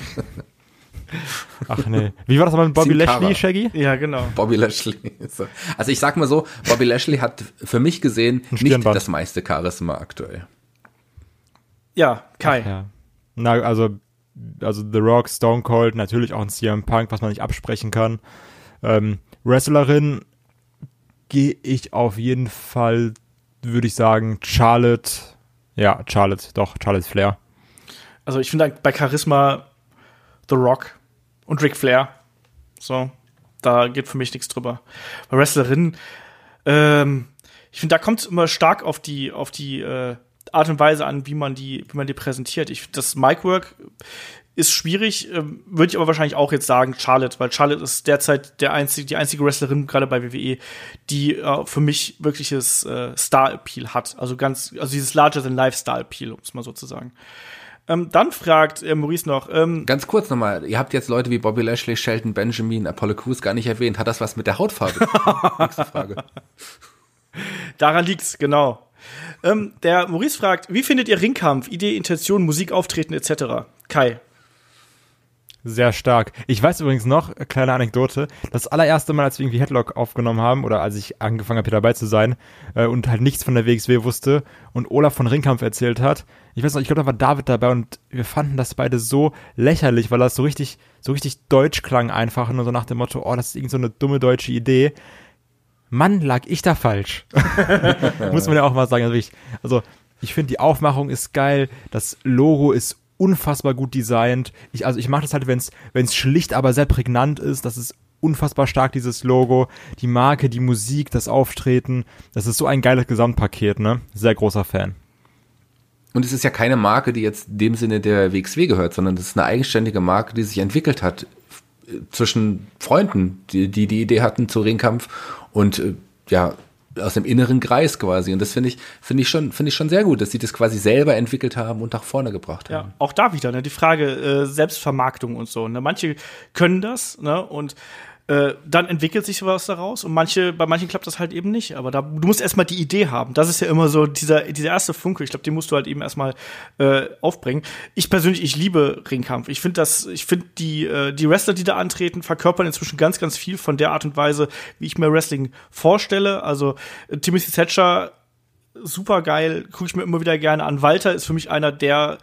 Ach nee. Wie war das mal mit Bobby Sin Lashley, Cara. Shaggy? Ja, genau. Bobby Lashley. Also ich sag mal so, Bobby Lashley hat für mich gesehen nicht Stirnband. das meiste Charisma aktuell. Ja, Kai. Ja. Na, also The Rock, Stone Cold, natürlich auch ein CM Punk, was man nicht absprechen kann. Wrestlerin gehe ich auf jeden Fall, würde ich sagen, Charlotte Flair. Also ich finde bei Charisma The Rock und Ric Flair. So, da geht für mich nichts drüber. Bei Wrestlerinnen, ich finde, da kommt es immer stark auf die Art und Weise an, wie man die präsentiert. Das Micwork ist schwierig, würde ich aber wahrscheinlich auch jetzt sagen Charlotte, weil Charlotte ist derzeit die einzige Wrestlerin, gerade bei WWE, die für mich wirkliches Star-Appeal hat. Also dieses Larger-than-Life-Star-Appeal, um es mal so zu sagen. Dann fragt Maurice noch, Ganz kurz nochmal, ihr habt jetzt Leute wie Bobby Lashley, Shelton Benjamin, Apollo Crews gar nicht erwähnt. Hat das was mit der Hautfarbe zu tun? Nächste Frage. daran liegt's, genau. Der Maurice fragt, wie findet ihr Ringkampf, Idee, Intention, Musik, Auftreten etc.? Kai. Sehr stark. Ich weiß übrigens noch, kleine Anekdote, das allererste Mal, als wir irgendwie Headlock aufgenommen haben oder als ich angefangen habe, hier dabei zu sein und halt nichts von der WXW wusste und Olaf von Ringkampf erzählt hat, ich weiß noch, ich glaube, da war David dabei und wir fanden das beide so lächerlich, weil das so richtig deutsch klang einfach, nur so nach dem Motto, oh, das ist irgend so eine dumme deutsche Idee. Mann, lag ich da falsch. Muss man ja auch mal sagen. Also ich finde, die Aufmachung ist geil, das Logo ist unfassbar gut designt. Ich mache das halt, wenn es schlicht, aber sehr prägnant ist. Das ist unfassbar stark, dieses Logo. Die Marke, die Musik, das Auftreten. Das ist so ein geiles Gesamtpaket, ne? Sehr großer Fan. Und es ist ja keine Marke, die jetzt in dem Sinne der WXW gehört, sondern das ist eine eigenständige Marke, die sich entwickelt hat zwischen Freunden, die Idee hatten zu Ringkampf und aus dem inneren Kreis quasi. Und das finde ich schon sehr gut, dass sie das quasi selber entwickelt haben und nach vorne gebracht haben. Ja, auch da wieder, ne, die Frage Selbstvermarktung und so. Ne? Manche können das, ne, und dann entwickelt sich was daraus und bei manchen klappt das halt eben nicht. Aber du musst erstmal die Idee haben. Das ist ja immer so dieser erste Funke. Ich glaube, den musst du halt eben erstmal aufbringen. Ich persönlich, ich liebe Ringkampf. Ich finde die Wrestler, die da antreten, verkörpern inzwischen ganz, ganz viel von der Art und Weise, wie ich mir Wrestling vorstelle. Also Timothy Thatcher, super geil, gucke ich mir immer wieder gerne an. Walter ist für mich einer der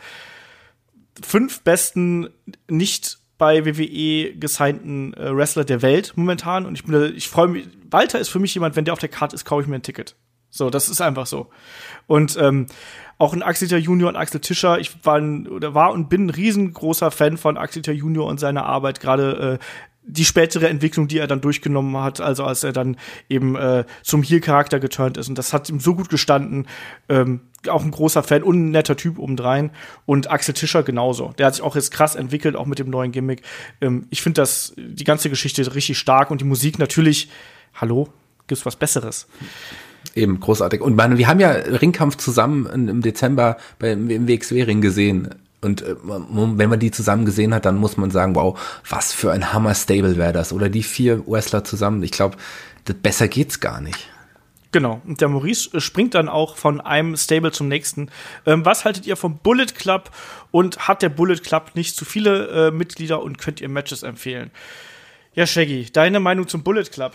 5 besten nicht bei WWE gesignten Wrestler der Welt momentan. Und ich freue mich. Walter ist für mich jemand, wenn der auf der Karte ist, kaufe ich mir ein Ticket. So, das ist einfach so. Und auch ein Axel Junior und Axel Tischer. Ich war und bin ein riesengroßer Fan von Axel Junior und seiner Arbeit. Gerade die spätere Entwicklung, die er dann durchgenommen hat, also als er dann eben zum Heel-Charakter geturnt ist. Und das hat ihm so gut gestanden. Auch ein großer Fan und ein netter Typ obendrein. Und Axel Tischer genauso. Der hat sich auch jetzt krass entwickelt, auch mit dem neuen Gimmick. Ich finde die ganze Geschichte richtig stark. Und die Musik natürlich, hallo, gibt's was Besseres? Eben, großartig. Und wir haben ja Ringkampf zusammen im Dezember im WXW-Ring gesehen. Und wenn man die zusammen gesehen hat, dann muss man sagen, wow, was für ein Hammer-Stable wäre das. Oder die 4 Wrestler zusammen. Ich glaube, besser geht's gar nicht. Genau. Und der Maurice springt dann auch von einem Stable zum nächsten. Was haltet ihr vom Bullet Club? Und hat der Bullet Club nicht zu viele Mitglieder und könnt ihr Matches empfehlen? Ja, Shaggy, deine Meinung zum Bullet Club?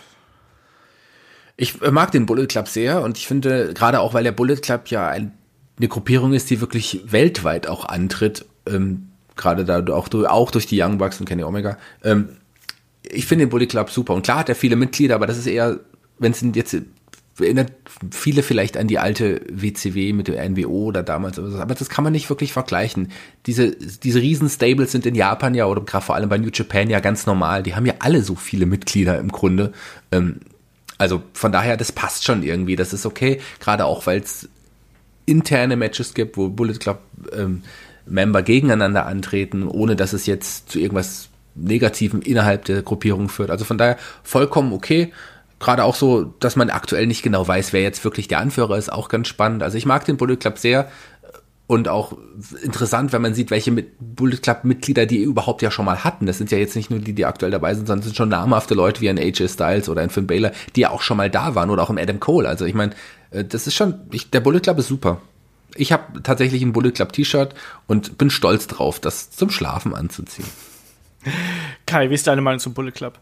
Ich mag den Bullet Club sehr und ich finde, gerade auch, weil der Bullet Club ja eine Gruppierung ist, die wirklich weltweit auch antritt, gerade da auch durch die Young Bucks und Kenny Omega. Ich finde den Bullet Club super. Und klar hat er viele Mitglieder, aber das ist eher, wenn es jetzt erinnert viele vielleicht an die alte WCW mit der NWO oder damals, aber das kann man nicht wirklich vergleichen. Diese Riesen-Stables sind in Japan ja oder gerade vor allem bei New Japan ja ganz normal. Die haben ja alle so viele Mitglieder im Grunde. Also von daher, das passt schon irgendwie. Das ist okay, gerade auch, weil es interne Matches gibt, wo Bullet Club Member gegeneinander antreten, ohne dass es jetzt zu irgendwas Negativem innerhalb der Gruppierung führt. Also von daher vollkommen okay. Gerade auch so, dass man aktuell nicht genau weiß, wer jetzt wirklich der Anführer ist, auch ganz spannend. Also ich mag den Bullet Club sehr und auch interessant, wenn man sieht, welche Bullet Club-Mitglieder die überhaupt ja schon mal hatten. Das sind ja jetzt nicht nur die aktuell dabei sind, sondern es sind schon namhafte Leute wie ein AJ Styles oder ein Finn Balor, die ja auch schon mal da waren oder auch ein Adam Cole. Also ich meine, das ist schon, der Bullet Club ist super. Ich habe tatsächlich ein Bullet Club T-Shirt und bin stolz drauf, das zum Schlafen anzuziehen. Kai, wie ist deine Meinung zum Bullet Club?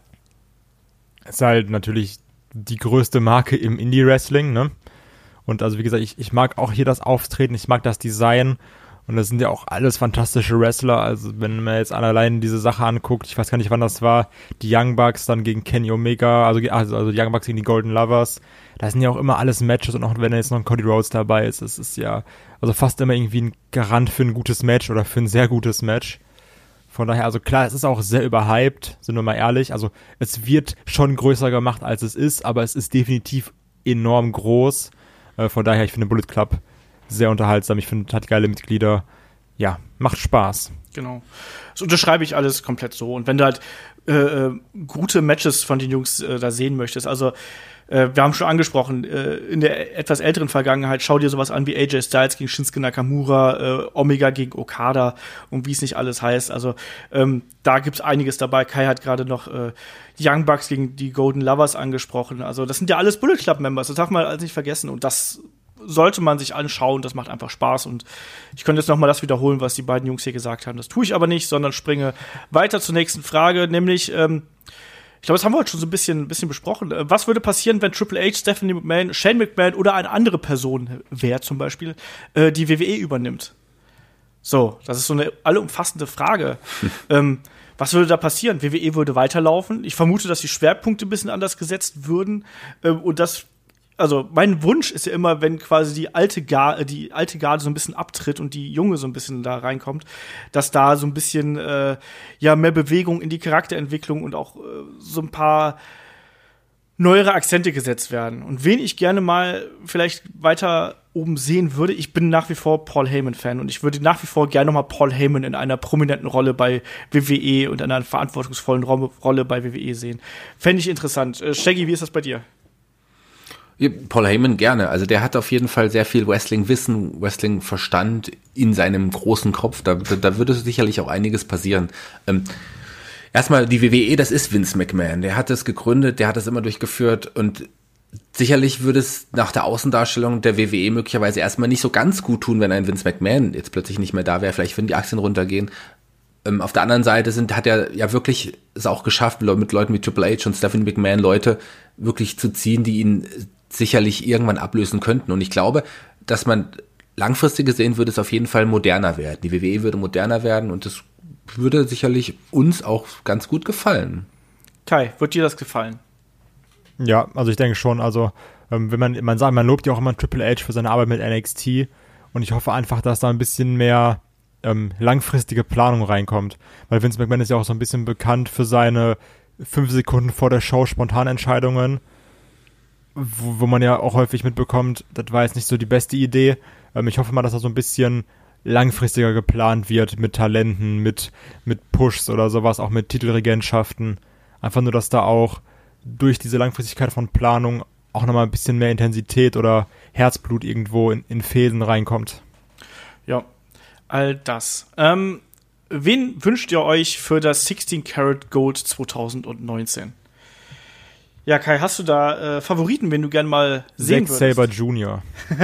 Ist halt natürlich die größte Marke im Indie-Wrestling, ne? Und also wie gesagt, ich mag auch hier das Auftreten, ich mag das Design und das sind ja auch alles fantastische Wrestler. Also wenn man jetzt allein diese Sache anguckt, ich weiß gar nicht, wann das war, die Young Bucks dann gegen Kenny Omega, also die Young Bucks gegen die Golden Lovers, das sind ja auch immer alles Matches und auch wenn da jetzt noch ein Cody Rhodes dabei ist, das ist ja also fast immer irgendwie ein Garant für ein gutes Match oder für ein sehr gutes Match. Von daher, also klar, es ist auch sehr überhyped, sind wir mal ehrlich. Also es wird schon größer gemacht, als es ist, aber es ist definitiv enorm groß. Von daher, ich finde Bullet Club sehr unterhaltsam. Ich finde, hat geile Mitglieder. Ja, macht Spaß. Genau. Das unterschreibe ich alles komplett so. Und wenn du halt gute Matches von den Jungs da sehen möchtest, also wir haben schon angesprochen, in der etwas älteren Vergangenheit, schau dir sowas an wie AJ Styles gegen Shinsuke Nakamura, Omega gegen Okada und wie es nicht alles heißt. Also da gibt's einiges dabei. Kai hat gerade noch Young Bucks gegen die Golden Lovers angesprochen. Also das sind ja alles Bullet Club Members, das darf man alles nicht vergessen. Und das sollte man sich anschauen, das macht einfach Spaß. Und ich könnte jetzt noch mal das wiederholen, was die beiden Jungs hier gesagt haben. Das tue ich aber nicht, sondern springe weiter zur nächsten Frage, nämlich ich glaube, das haben wir heute schon so ein bisschen besprochen. Was würde passieren, wenn Triple H, Stephanie McMahon, Shane McMahon oder eine andere Person, wer zum Beispiel, die WWE übernimmt? So, das ist so eine allumfassende Frage. Was würde da passieren? WWE würde weiterlaufen. Ich vermute, dass die Schwerpunkte ein bisschen anders gesetzt würden. Und das, also mein Wunsch ist ja immer, wenn quasi die alte Garde so ein bisschen abtritt und die junge so ein bisschen da reinkommt, dass da so ein bisschen mehr Bewegung in die Charakterentwicklung und auch so ein paar neuere Akzente gesetzt werden. Und wen ich gerne mal vielleicht weiter oben sehen würde, ich bin nach wie vor Paul Heyman-Fan und ich würde nach wie vor gerne noch mal Paul Heyman in einer prominenten Rolle bei WWE und in einer verantwortungsvollen Rolle bei WWE sehen. Fände ich interessant. Shaggy, wie ist das bei dir? Paul Heyman gerne. Also der hat auf jeden Fall sehr viel Wrestling-Wissen, Wrestling-Verstand in seinem großen Kopf. Da würde sicherlich auch einiges passieren. Erstmal die WWE, das ist Vince McMahon. Der hat das gegründet, der hat das immer durchgeführt und sicherlich würde es nach der Außendarstellung der WWE möglicherweise erstmal nicht so ganz gut tun, wenn ein Vince McMahon jetzt plötzlich nicht mehr da wäre. Vielleicht würden die Aktien runtergehen. Auf der anderen Seite hat er ja wirklich es auch geschafft, mit Leuten wie Triple H und Stephanie McMahon Leute wirklich zu ziehen, die ihn sicherlich irgendwann ablösen könnten. Und ich glaube, dass man langfristig gesehen würde es auf jeden Fall moderner werden. Die WWE würde moderner werden und das würde sicherlich uns auch ganz gut gefallen. Kai, wird dir das gefallen? Ja, also ich denke schon. Also wenn man lobt ja auch immer Triple H für seine Arbeit mit NXT und ich hoffe einfach, dass da ein bisschen mehr langfristige Planung reinkommt. Weil Vince McMahon ist ja auch so ein bisschen bekannt für seine 5 Sekunden vor der Show Spontanentscheidungen, wo man ja auch häufig mitbekommt, das war jetzt nicht so die beste Idee. Ich hoffe mal, dass da so ein bisschen langfristiger geplant wird mit Talenten, mit Pushs oder sowas, auch mit Titelregentschaften. Einfach nur, dass da auch durch diese Langfristigkeit von Planung auch nochmal ein bisschen mehr Intensität oder Herzblut irgendwo in Fäden reinkommt. Ja, all das. Wen wünscht ihr euch für das 16 Karat Gold 2019? Ja, Kai, hast du da Favoriten, wen du gern mal sehen würdest? Zack Sabre Jr.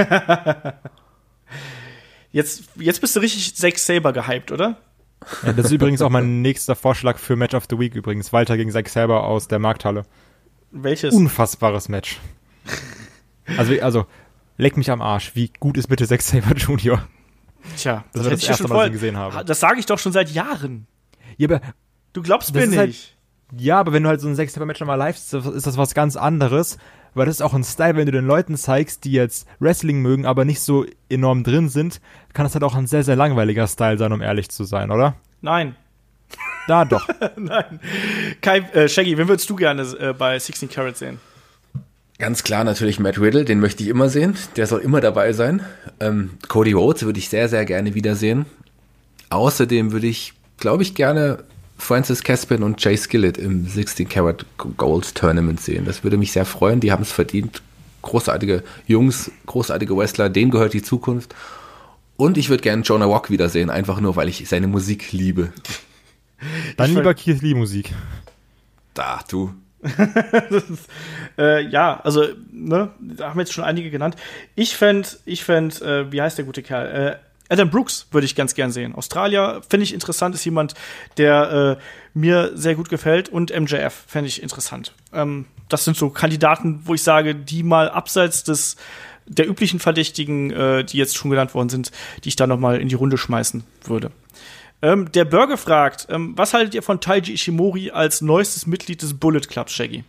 Jetzt bist du richtig Zack Sabre gehypt, oder? Ja, das ist übrigens auch mein nächster Vorschlag für Match of the Week übrigens. Walter gegen Zack Sabre aus der Markthalle. Welches? Unfassbares Match. Also leck mich am Arsch. Wie gut ist bitte Zack Sabre Jr.? Tja, das war das erste Mal, dass ich ihn gesehen habe. Das sage ich doch schon seit Jahren. Ja, aber du glaubst mir nicht. Halt, ja, aber wenn du halt so ein Zack Sabre Match nochmal live ist das was ganz anderes. Weil das ist auch ein Style, wenn du den Leuten zeigst, die jetzt Wrestling mögen, aber nicht so enorm drin sind, kann das halt auch ein sehr, sehr langweiliger Style sein, um ehrlich zu sein, oder? Nein. Da doch. Nein. Kai, Shaggy, wen würdest du gerne bei 16 Karat sehen? Ganz klar natürlich Matt Riddle, den möchte ich immer sehen. Der soll immer dabei sein. Cody Rhodes würde ich sehr, sehr gerne wiedersehen. Außerdem würde ich, glaube ich, gerne Francis Caspin und Jay Skillett im 16 Karat Gold Tournament sehen. Das würde mich sehr freuen. Die haben es verdient. Großartige Jungs, großartige Wrestler. Denen gehört die Zukunft. Und ich würde gerne Jonah Rock wiedersehen, einfach nur, weil ich seine Musik liebe. Dann lieber Keith Lee Musik. Da, du. Das ist, ja, also, ne, da haben wir jetzt schon einige genannt. Ich fänd, wie heißt der gute Kerl? Adam Brooks würde ich ganz gern sehen. Australier finde ich interessant, ist jemand, der mir sehr gut gefällt, und MJF fände ich interessant. Das sind so Kandidaten, wo ich sage, die mal abseits der üblichen Verdächtigen, die jetzt schon genannt worden sind, die ich da noch mal in die Runde schmeißen würde. Der Burger fragt, was haltet ihr von Taiji Ishimori als neuestes Mitglied des Bullet Clubs, Shaggy?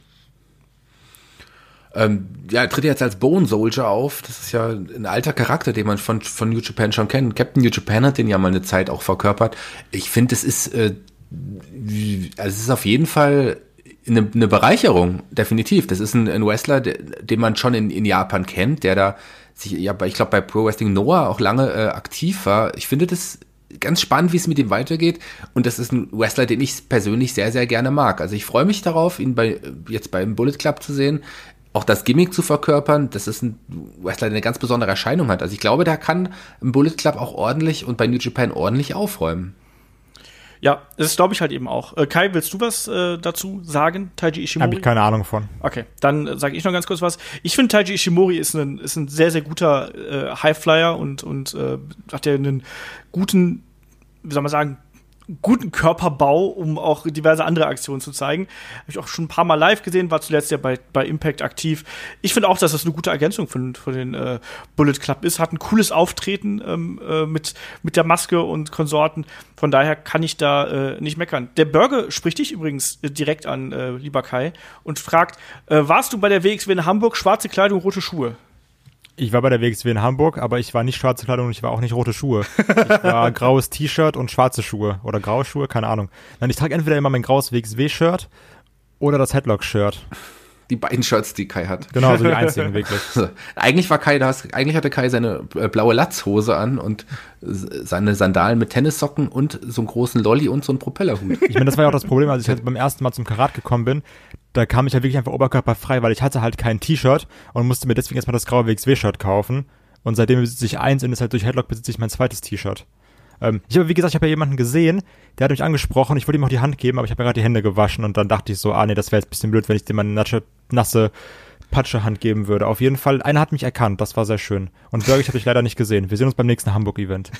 Er tritt jetzt als Bone Soldier auf. Das ist ja ein alter Charakter, den man von New Japan schon kennt. Captain New Japan hat den ja mal eine Zeit auch verkörpert. Ich finde, es ist auf jeden Fall eine Bereicherung, definitiv. Das ist ein Wrestler, den man schon in Japan kennt, der da ich glaube, bei Pro Wrestling Noah auch lange aktiv war. Ich finde das ganz spannend, wie es mit ihm weitergeht. Und das ist ein Wrestler, den ich persönlich sehr, sehr gerne mag. Also ich freue mich darauf, ihn jetzt beim Bullet Club zu sehen. Auch das Gimmick zu verkörpern, das ist ein Wrestler, der eine ganz besondere Erscheinung hat. Also ich glaube, da kann im Bullet Club auch ordentlich und bei New Japan ordentlich aufräumen. Ja, das glaube ich halt eben auch. Kai, willst du was dazu sagen, Taiji Ishimori? Habe ich keine Ahnung von. Okay, dann sage ich noch ganz kurz was. Ich finde, Taiji Ishimori ist ein sehr, sehr guter Highflyer und hat ja einen guten, wie soll man sagen, guten Körperbau, um auch diverse andere Aktionen zu zeigen. Habe ich auch schon ein paar Mal live gesehen, war zuletzt ja bei Impact aktiv. Ich finde auch, dass das eine gute Ergänzung von den Bullet Club ist. Hat ein cooles Auftreten mit der Maske und Konsorten. Von daher kann ich da nicht meckern. Der Burger spricht dich übrigens direkt an, lieber Kai, und fragt, warst du bei der WXW in Hamburg, schwarze Kleidung, rote Schuhe? Ich war bei der WXW in Hamburg, aber ich war nicht schwarze Kleidung und ich war auch nicht rote Schuhe. Ich war graues T-Shirt und schwarze Schuhe. Oder graue Schuhe, keine Ahnung. Nein, ich trage entweder immer mein graues WXW-Shirt oder das Headlock-Shirt. Die beiden Shirts, die Kai hat. Genau, so die einzigen, wirklich. Also, eigentlich hatte Kai seine blaue Latzhose an und seine Sandalen mit Tennissocken und so einen großen Lolli und so einen Propellerhut. Ich meine, das war ja auch das Problem, als ich halt beim ersten Mal zum Karat gekommen bin. Da kam ich ja wirklich einfach oberkörperfrei, weil ich hatte halt kein T-Shirt und musste mir deswegen erstmal das graue WXW-Shirt kaufen. Und seitdem besitze ich eins und ist halt durch Headlock besitze ich mein zweites T-Shirt. Wie gesagt, ich habe ja jemanden gesehen, der hat mich angesprochen, ich wollte ihm auch die Hand geben, aber ich habe mir gerade die Hände gewaschen und dann dachte ich so, nee, das wäre jetzt ein bisschen blöd, wenn ich dem mal eine nasse Patsche-Hand geben würde. Auf jeden Fall, einer hat mich erkannt, das war sehr schön. Und Burger, ich habe dich leider nicht gesehen. Wir sehen uns beim nächsten Hamburg-Event.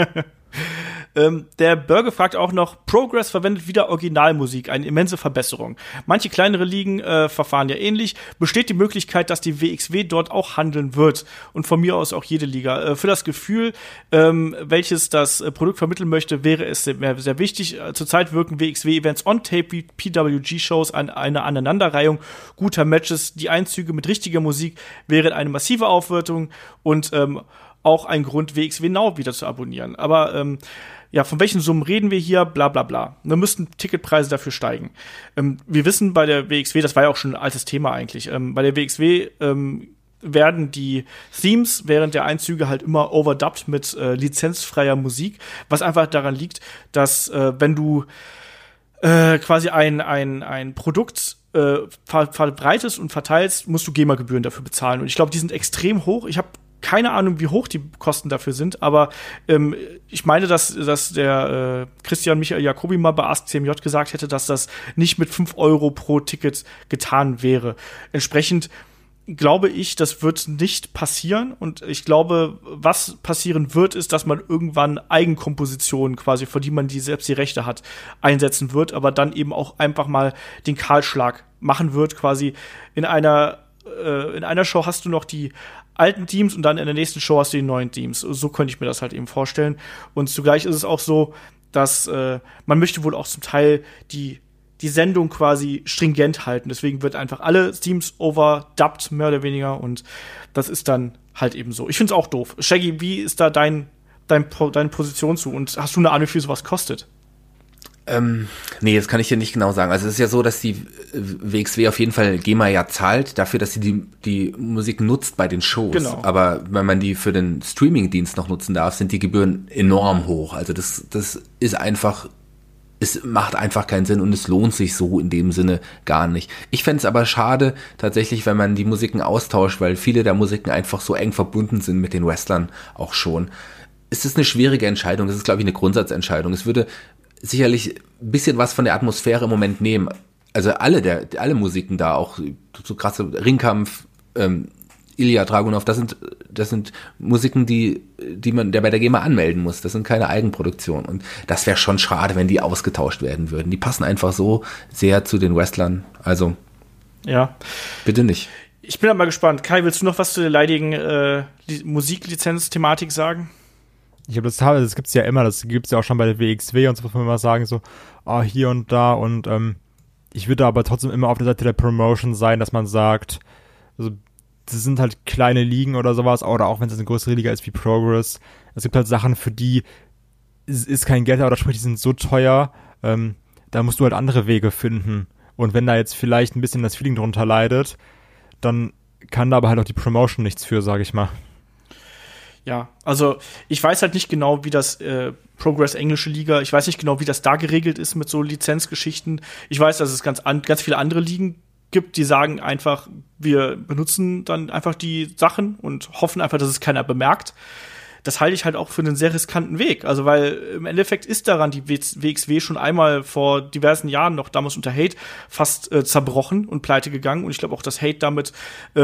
Der Burger fragt auch noch, Progress verwendet wieder Originalmusik, eine immense Verbesserung. Manche kleinere Ligen verfahren ja ähnlich. Besteht die Möglichkeit, dass die WXW dort auch handeln wird? Und von mir aus auch jede Liga. Für das Gefühl, welches das Produkt vermitteln möchte, wäre es sehr, sehr wichtig. Zurzeit wirken WXW-Events on-tape wie PWG-Shows an einer Aneinanderreihung guter Matches. Die Einzüge mit richtiger Musik wären eine massive Aufwertung und auch ein Grund, WXW Now wieder zu abonnieren. Aber von welchen Summen reden wir hier? Bla bla bla. Da müssten Ticketpreise dafür steigen. Wir wissen bei der WXW, das war ja auch schon ein altes Thema eigentlich, bei der WXW werden die Themes während der Einzüge halt immer overdubbed mit lizenzfreier Musik, was einfach daran liegt, dass wenn du quasi ein Produkt verbreitest und verteilst, musst du GEMA-Gebühren dafür bezahlen. Und ich glaube, die sind extrem hoch. Ich habe keine Ahnung, wie hoch die Kosten dafür sind, aber ich meine, dass der Christian Michael Jacobi mal bei Ask CMJ gesagt hätte, dass das nicht mit 5 Euro pro Ticket getan wäre. Entsprechend glaube ich, das wird nicht passieren, und ich glaube, was passieren wird, ist, dass man irgendwann Eigenkompositionen quasi, für die man selbst die Rechte hat, einsetzen wird, aber dann eben auch einfach mal den Kahlschlag machen wird, quasi in einer Show hast du noch die alten Teams und dann in der nächsten Show hast du die neuen Teams. So könnte ich mir das halt eben vorstellen. Und zugleich ist es auch so, dass man möchte wohl auch zum Teil die Sendung quasi stringent halten. Deswegen wird einfach alle Teams overdubbed, mehr oder weniger. Und das ist dann halt eben so. Ich finde es auch doof. Shaggy, wie ist da deine Position zu? Und hast du eine Ahnung, wie viel sowas kostet? Nee, das kann ich dir nicht genau sagen. Also es ist ja so, dass die WXW auf jeden Fall GEMA ja zahlt dafür, dass sie die Musik nutzt bei den Shows. Genau. Aber wenn man die für den Streaming-Dienst noch nutzen darf, sind die Gebühren enorm hoch. Also das ist einfach, es macht einfach keinen Sinn und es lohnt sich so in dem Sinne gar nicht. Ich fände es aber schade tatsächlich, wenn man die Musiken austauscht, weil viele der Musiken einfach so eng verbunden sind mit den Wrestlern auch schon. Es ist eine schwierige Entscheidung. Das ist, glaube ich, eine Grundsatzentscheidung. Es würde sicherlich ein bisschen was von der Atmosphäre im Moment nehmen. also alle Musiken da, auch so krasse Ringkampf, Ilya Dragunov, das sind Musiken, der bei der GEMA anmelden muss. Das sind keine Eigenproduktionen. Und das wäre schon schade, wenn die ausgetauscht werden würden. Die passen einfach so sehr zu den Wrestlern. Also, ja, bitte nicht. Ich bin mal gespannt. Kai, willst du noch was zu der leidigen Musiklizenz-Thematik sagen? Ich glaube, das gibt's ja immer. Das gibt's ja auch schon bei der WXW und so, muss man immer sagen, so, hier und da. Und ich würde aber trotzdem immer auf der Seite der Promotion sein, dass man sagt, also, das sind halt kleine Ligen oder sowas, oder auch wenn es eine größere Liga ist wie Progress. Es gibt halt Sachen, für die ist kein Geld, oder sprich, die sind so teuer, da musst du halt andere Wege finden. Und wenn da jetzt vielleicht ein bisschen das Feeling drunter leidet, dann kann da aber halt auch die Promotion nichts für, sage ich mal. Ja, also ich weiß halt nicht genau, wie das Progress Englische Liga, ich weiß nicht genau, wie das da geregelt ist mit so Lizenzgeschichten. Ich weiß, dass es ganz viele andere Ligen gibt, die sagen einfach, wir benutzen dann einfach die Sachen und hoffen einfach, dass es keiner bemerkt. Das halte ich halt auch für einen sehr riskanten Weg. Also, weil im Endeffekt ist daran die WXW schon einmal vor diversen Jahren noch damals unter Hate fast zerbrochen und pleite gegangen. Und ich glaube auch, dass Hate damit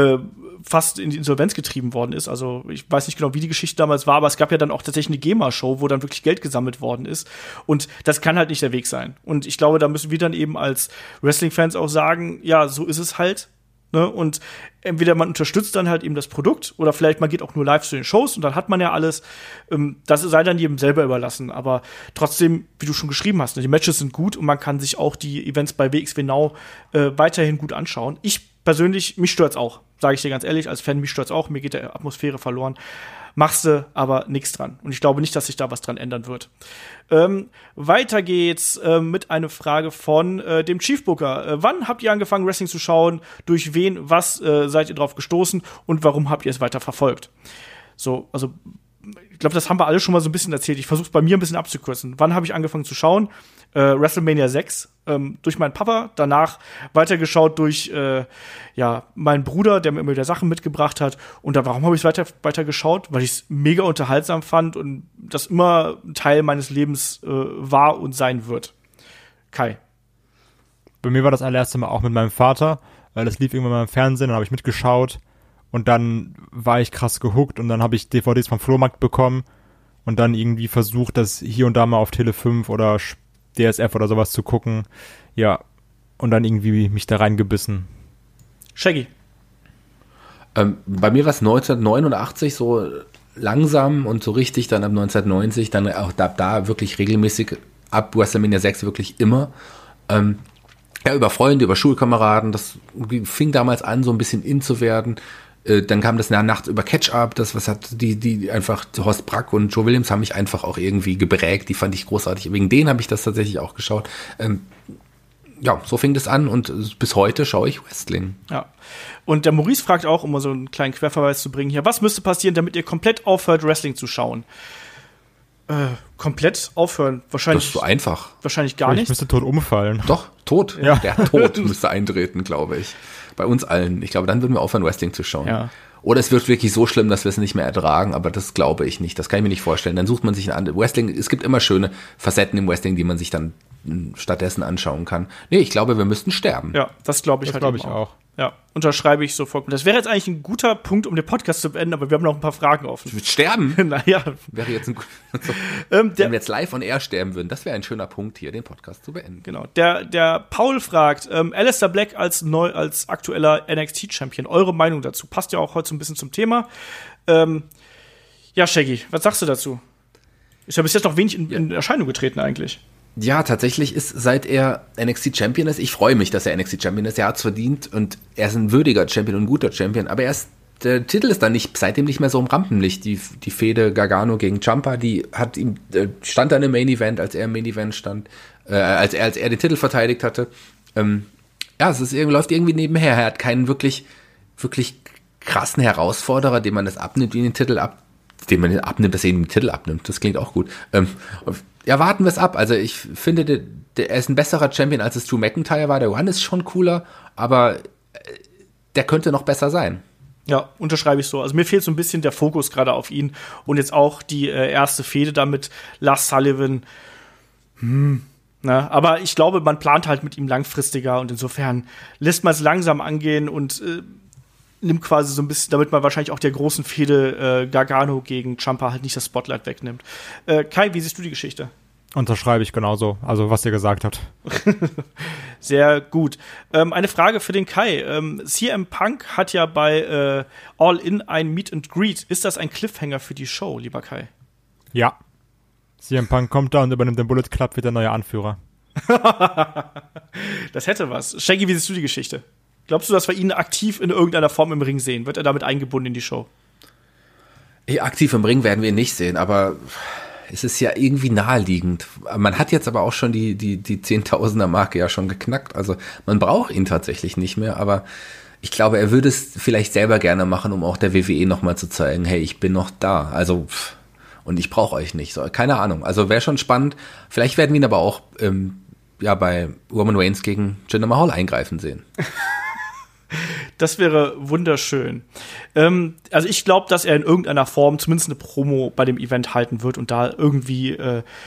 fast in die Insolvenz getrieben worden ist. Also, ich weiß nicht genau, wie die Geschichte damals war, aber es gab ja dann auch tatsächlich eine GEMA-Show, wo dann wirklich Geld gesammelt worden ist. Und das kann halt nicht der Weg sein. Und ich glaube, da müssen wir dann eben als Wrestling-Fans auch sagen, ja, so ist es halt. Ne? Und entweder man unterstützt dann halt eben das Produkt oder vielleicht man geht auch nur live zu den Shows und dann hat man ja alles. Das sei dann jedem selber überlassen. Aber trotzdem, wie du schon geschrieben hast, ne, die Matches sind gut und man kann sich auch die Events bei WXW Now weiterhin gut anschauen. Ich persönlich, mich stört's auch, sage ich dir ganz ehrlich, als Fan, mich stört's auch. Mir geht der Atmosphäre verloren. Machst du aber nichts dran. Und ich glaube nicht, dass sich da was dran ändern wird. Weiter geht's mit einer Frage von dem Chief Booker. Wann habt ihr angefangen, Wrestling zu schauen? Durch wen, was seid ihr drauf gestoßen? Und warum habt ihr es weiter verfolgt? So, also ich glaube, das haben wir alle schon mal so ein bisschen erzählt. Ich versuche es bei mir ein bisschen abzukürzen. Wann habe ich angefangen zu schauen? WrestleMania 6 durch meinen Papa, danach weitergeschaut durch meinen Bruder, der mir immer wieder Sachen mitgebracht hat. Und warum habe ich es weiter geschaut? Weil ich es mega unterhaltsam fand und das immer ein Teil meines Lebens war und sein wird. Kai. Bei mir war das allererste Mal auch mit meinem Vater, weil das lief irgendwann mal im Fernsehen, dann habe ich mitgeschaut und dann war ich krass gehuckt und dann habe ich DVDs vom Flohmarkt bekommen und dann irgendwie versucht, das hier und da mal auf Tele 5 oder DSF oder sowas zu gucken. Ja, und dann irgendwie mich da reingebissen. Shaggy. Bei mir war es 1989 so langsam und so richtig, dann ab 1990, dann auch da wirklich regelmäßig, ab WrestleMania 6 wirklich immer. Über Freunde, über Schulkameraden, das fing damals an, so ein bisschen in zu werden. Dann kam das nachts über Catch-Up, was hat die einfach, Horst Brack und Joe Williams haben mich einfach auch irgendwie geprägt, die fand ich großartig. Wegen denen habe ich das tatsächlich auch geschaut. So fing das an und bis heute schaue ich Wrestling. Ja. Und der Maurice fragt auch, um mal so einen kleinen Querverweis zu bringen hier, was müsste passieren, damit ihr komplett aufhört, Wrestling zu schauen? Komplett aufhören? Wahrscheinlich. Das ist so einfach. Wahrscheinlich gar nicht. Ich müsste tot umfallen. Doch, tot. Ja. Der Tod müsste eintreten, glaube ich. Bei uns allen. Ich glaube, dann würden wir aufhören, Wrestling zu schauen. Ja. Oder es wird wirklich so schlimm, dass wir es nicht mehr ertragen, aber das glaube ich nicht. Das kann ich mir nicht vorstellen. Dann sucht man sich ein anderes Wrestling. Es gibt immer schöne Facetten im Wrestling, die man sich dann stattdessen anschauen kann. Nee, ich glaube, wir müssten sterben. Ja, das glaube ich Das halt glaube ich auch. Ja, unterschreibe ich sofort. Das wäre jetzt eigentlich ein guter Punkt, um den Podcast zu beenden, aber wir haben noch ein paar Fragen offen. Sterben? Naja. Wäre jetzt wenn wir jetzt live on air sterben würden, das wäre ein schöner Punkt, hier den Podcast zu beenden. Genau. Der Paul fragt, Aleister Black als aktueller NXT-Champion, eure Meinung dazu? Passt ja auch heute so ein bisschen zum Thema. Ja, Shaggy, was sagst du dazu? Ist ja bis jetzt noch wenig in Erscheinung getreten eigentlich. Ja, tatsächlich ist, seit er NXT Champion ist, ich freue mich, dass er NXT Champion ist, er hat's verdient und er ist ein würdiger Champion und ein guter Champion, aber der Titel ist dann seitdem nicht mehr so im Rampenlicht. Die Fehde Gargano gegen Ciampa, stand dann im Main Event, als er im Main Event stand, als er den Titel verteidigt hatte. Läuft irgendwie nebenher. Er hat keinen wirklich krassen Herausforderer, dem man das abnimmt, dass er ihm den Titel abnimmt. Das klingt auch gut. Warten wir es ab. Also ich finde, er ist ein besserer Champion, als es Drew McIntyre war. Der One ist schon cooler, aber der könnte noch besser sein. Ja, unterschreibe ich so. Also mir fehlt so ein bisschen der Fokus gerade auf ihn. Und jetzt auch die erste Fehde da mit Lars Sullivan. Ne? Aber ich glaube, man plant halt mit ihm langfristiger und insofern lässt man es langsam angehen und nimmt quasi so ein bisschen, damit man wahrscheinlich auch der großen Fehde Gargano gegen Ciampa halt nicht das Spotlight wegnimmt. Kai, wie siehst du die Geschichte? Unterschreibe ich genauso, also was ihr gesagt habt. Sehr gut. Eine Frage für den Kai. CM Punk hat ja bei All In ein Meet and Greet. Ist das ein Cliffhanger für die Show, lieber Kai? Ja. CM Punk kommt da und übernimmt den Bullet Club, wird der neue Anführer. Das hätte was. Shaggy, wie siehst du die Geschichte? Glaubst du, dass wir ihn aktiv in irgendeiner Form im Ring sehen? Wird er damit eingebunden in die Show? Aktiv im Ring werden wir ihn nicht sehen, aber es ist ja irgendwie naheliegend. Man hat jetzt aber auch schon die 10.000er-Marke ja schon geknackt. Also man braucht ihn tatsächlich nicht mehr, aber ich glaube, er würde es vielleicht selber gerne machen, um auch der WWE nochmal zu zeigen, hey, ich bin noch da. Also, und ich brauche euch nicht. So, keine Ahnung. Also wäre schon spannend. Vielleicht werden wir ihn aber auch bei Roman Reigns gegen Jinder Mahal eingreifen sehen. Das wäre wunderschön. Also ich glaube, dass er in irgendeiner Form zumindest eine Promo bei dem Event halten wird und da irgendwie,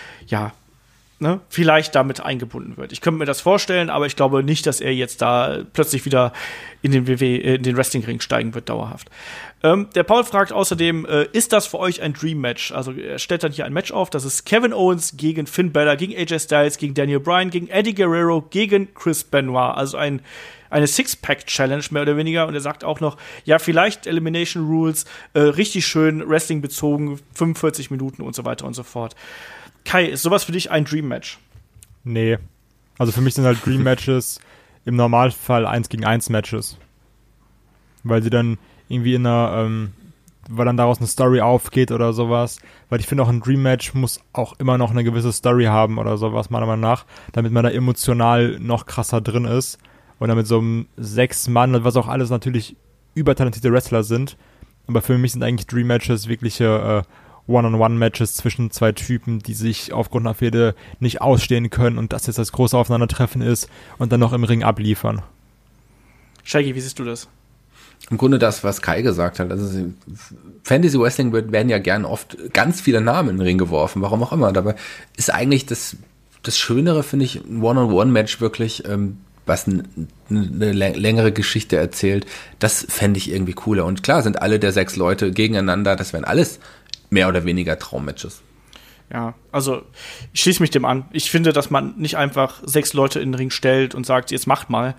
vielleicht damit eingebunden wird. Ich könnte mir das vorstellen, aber ich glaube nicht, dass er jetzt da plötzlich wieder in den Wrestling-Ring steigen wird, dauerhaft. Der Paul fragt außerdem, ist das für euch ein Dream-Match? Also er stellt dann hier ein Match auf, das ist Kevin Owens gegen Finn Balor, gegen AJ Styles, gegen Daniel Bryan, gegen Eddie Guerrero, gegen Chris Benoit. Also eine Six-Pack-Challenge, mehr oder weniger. Und er sagt auch noch, ja, vielleicht Elimination Rules, richtig schön Wrestling bezogen, 45 Minuten und so weiter und so fort. Kai, ist sowas für dich ein Dream-Match? Nee. Also für mich sind halt Dream-Matches im Normalfall 1-gegen-1 Matches. Weil sie dann irgendwie weil dann daraus eine Story aufgeht oder sowas. Weil ich finde auch ein Dream-Match muss auch immer noch eine gewisse Story haben oder sowas, meiner Meinung nach, damit man da emotional noch krasser drin ist. Und dann mit so einem 6-Mann, was auch alles natürlich übertalentierte Wrestler sind. Aber für mich sind eigentlich Dream-Matches wirkliche One-on-One-Matches zwischen zwei Typen, die sich aufgrund einer Fehde nicht ausstehen können und das jetzt das große Aufeinandertreffen ist und dann noch im Ring abliefern. Shaggy, wie siehst du das? Im Grunde das, was Kai gesagt hat. Also Fantasy Wrestling werden ja gern oft ganz viele Namen in den Ring geworfen, warum auch immer. Dabei ist eigentlich das Schönere, finde ich, ein One-on-One-Match wirklich, was eine längere Geschichte erzählt, das fände ich irgendwie cooler. Und klar sind alle der 6 Leute gegeneinander, das wären alles mehr oder weniger Traummatches. Ja, also ich schließe mich dem an. Ich finde, dass man nicht einfach 6 Leute in den Ring stellt und sagt, jetzt macht mal.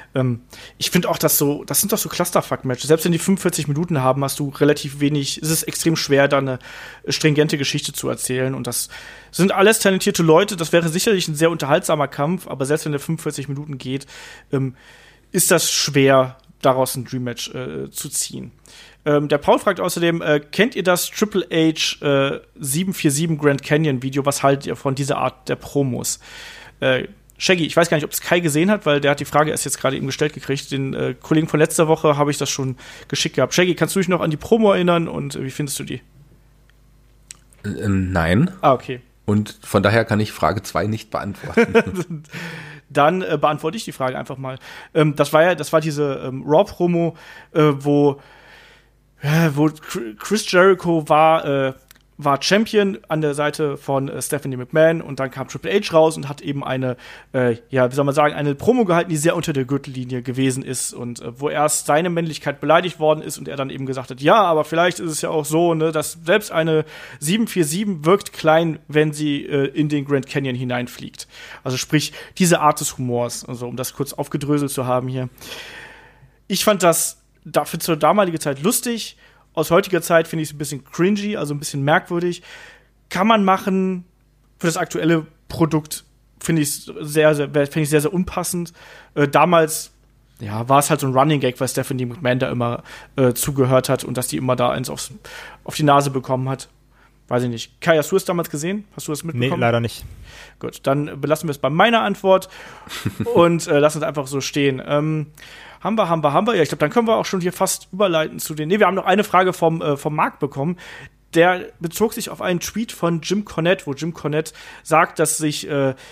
Ich finde auch, das sind doch so Clusterfuck-Matches. Selbst wenn die 45 Minuten haben, hast du relativ wenig, es ist extrem schwer, da eine stringente Geschichte zu erzählen. Und das sind alles talentierte Leute. Das wäre sicherlich ein sehr unterhaltsamer Kampf, aber selbst wenn der 45 Minuten geht, ist das schwer, daraus ein Dream-Match zu ziehen. Der Paul fragt außerdem, kennt ihr das Triple H 747 Grand Canyon Video? Was haltet ihr von dieser Art der Promos? Shaggy, ich weiß gar nicht, ob es Kai gesehen hat, weil der hat die Frage erst jetzt gerade eben gestellt gekriegt. Den Kollegen von letzter Woche habe ich das schon geschickt gehabt. Shaggy, kannst du dich noch an die Promo erinnern und wie findest du die? Nein. Ah, okay. Und von daher kann ich Frage 2 nicht beantworten. Dann beantworte ich die Frage einfach mal. Das war diese Raw-Promo, wo Chris Jericho war Champion an der Seite von Stephanie McMahon und dann kam Triple H raus und hat eben eine Promo gehalten, die sehr unter der Gürtellinie gewesen ist und wo erst seine Männlichkeit beleidigt worden ist und er dann eben gesagt hat, ja, aber vielleicht ist es ja auch so, ne, dass selbst eine 747 wirkt klein, wenn sie in den Grand Canyon hineinfliegt. Also sprich, diese Art des Humors, also um das kurz aufgedröselt zu haben hier. Ich fand das dafür zur damaligen Zeit lustig. Aus heutiger Zeit finde ich es ein bisschen cringy, also ein bisschen merkwürdig. Kann man machen. Für das aktuelle Produkt finde ich es sehr, sehr unpassend. Damals war es halt so ein Running Gag, weil Stephanie McMahon da immer zugehört hat und dass die immer da eins auf die Nase bekommen hat. Weiß ich nicht. Kai, hast du es damals gesehen? Hast du es mitbekommen? Nee, leider nicht. Gut, dann belassen wir es bei meiner Antwort und lassen es einfach so stehen. Haben wir. Ja, ich glaube, dann können wir auch schon hier fast überleiten zu den. Nee, wir haben noch eine Frage vom Marc bekommen. Der bezog sich auf einen Tweet von Jim Cornette, wo Jim Cornette sagt, dass sich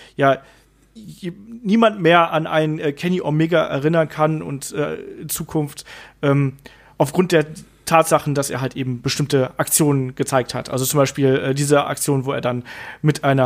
niemand mehr an einen Kenny Omega erinnern kann und in Zukunft aufgrund der Tatsachen, dass er halt eben bestimmte Aktionen gezeigt hat. Also zum Beispiel diese Aktion, wo er dann mit einer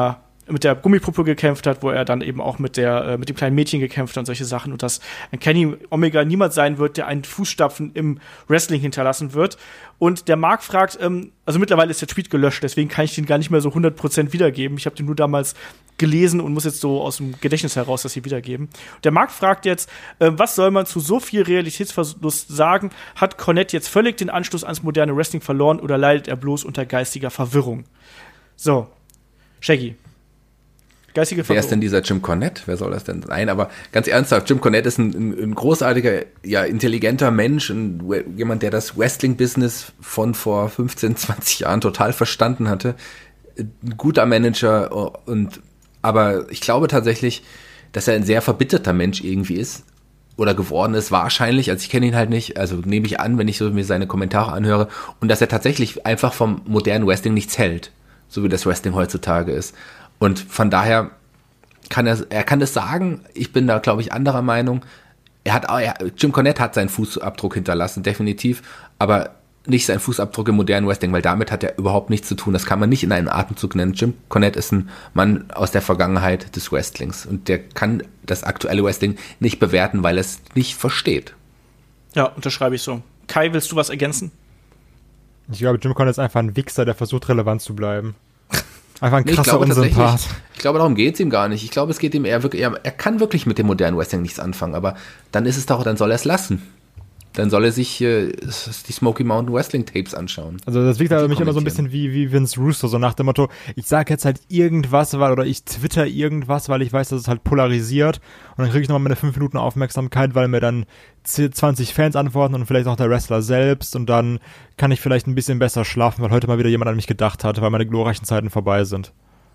mit der Gummipuppe gekämpft hat, wo er dann eben auch mit dem kleinen Mädchen gekämpft hat und solche Sachen und dass ein Kenny Omega niemand sein wird, der einen Fußstapfen im Wrestling hinterlassen wird. Und der Marc fragt, also mittlerweile ist der Tweet gelöscht, deswegen kann ich den gar nicht mehr so 100% wiedergeben. Ich habe den nur damals gelesen und muss jetzt so aus dem Gedächtnis heraus das hier wiedergeben. Der Marc fragt jetzt, was soll man zu so viel Realitätsverlust sagen? Hat Cornette jetzt völlig den Anschluss ans moderne Wrestling verloren oder leidet er bloß unter geistiger Verwirrung? So, Shaggy. Geistige Verwirrung. Wer ist denn dieser Jim Cornette? Wer soll das denn sein? Aber ganz ernsthaft, Jim Cornette ist ein großartiger, ja, intelligenter Mensch, jemand, der das Wrestling-Business von vor 15, 20 Jahren total verstanden hatte. Ein guter Manager aber ich glaube tatsächlich, dass er ein sehr verbitterter Mensch irgendwie ist oder geworden ist, wahrscheinlich, also ich kenne ihn halt nicht, also nehme ich an, wenn ich so mir seine Kommentare anhöre, und dass er tatsächlich einfach vom modernen Wrestling nichts hält, so wie das Wrestling heutzutage ist. Und von daher kann er kann es sagen, ich bin da, glaube ich, anderer Meinung. Jim Cornette hat seinen Fußabdruck hinterlassen, definitiv, aber nicht seinen Fußabdruck im modernen Wrestling, weil damit hat er überhaupt nichts zu tun. Das kann man nicht in einen Atemzug nennen. Jim Cornette ist ein Mann aus der Vergangenheit des Wrestlings und der kann das aktuelle Wrestling nicht bewerten, weil er es nicht versteht. Ja, unterschreibe ich so. Kai, willst du was ergänzen? Ich glaube, Jim Cornette ist einfach ein Wichser, der versucht, relevant zu bleiben. Einfach ein krasser Unsympath. Ich glaube, darum geht es ihm gar nicht. Ich glaube, es geht ihm eher wirklich, er kann wirklich mit dem modernen Wrestling nichts anfangen, aber dann ist es doch, dann soll er es lassen. Dann soll er sich die Smoky Mountain Wrestling Tapes anschauen. Also das wirkt aber mich immer so ein bisschen wie Vince Russo, so nach dem Motto, ich sage jetzt halt irgendwas, oder ich twitter irgendwas, weil ich weiß, dass es halt polarisiert, und dann kriege ich nochmal meine 5 Minuten Aufmerksamkeit, weil mir dann 20 Fans antworten und vielleicht auch der Wrestler selbst, und dann kann ich vielleicht ein bisschen besser schlafen, weil heute mal wieder jemand an mich gedacht hat, weil meine glorreichen Zeiten vorbei sind.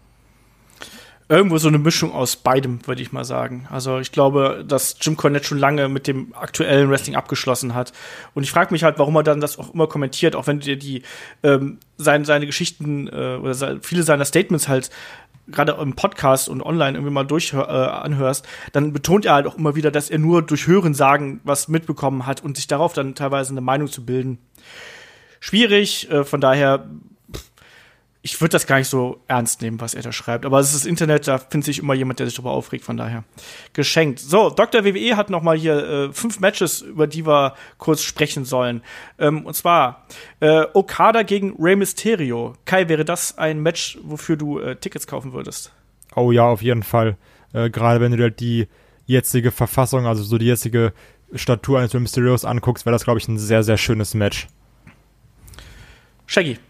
Irgendwo so eine Mischung aus beidem, würde ich mal sagen. Also ich glaube, dass Jim Cornette schon lange mit dem aktuellen Wrestling abgeschlossen hat. Und ich frage mich halt, warum er dann das auch immer kommentiert, auch wenn du dir seine Geschichten oder viele seiner Statements halt gerade im Podcast und online irgendwie mal anhörst, dann betont er halt auch immer wieder, dass er nur durch Hörensagen was mitbekommen hat und sich darauf dann teilweise eine Meinung zu bilden. Schwierig, von daher ich würde das gar nicht so ernst nehmen, was er da schreibt. Aber es ist das Internet, da findet sich immer jemand, der sich darüber aufregt, von daher. Geschenkt. So, Dr. WWE hat noch mal hier 5 Matches, über die wir kurz sprechen sollen. Und zwar Okada gegen Rey Mysterio. Kai, wäre das ein Match, wofür du Tickets kaufen würdest? Oh ja, auf jeden Fall. Gerade wenn du dir halt die jetzige Verfassung, also so die jetzige Statur eines Rey Mysterios anguckst, wäre das, glaube ich, ein sehr, sehr schönes Match. Shaggy.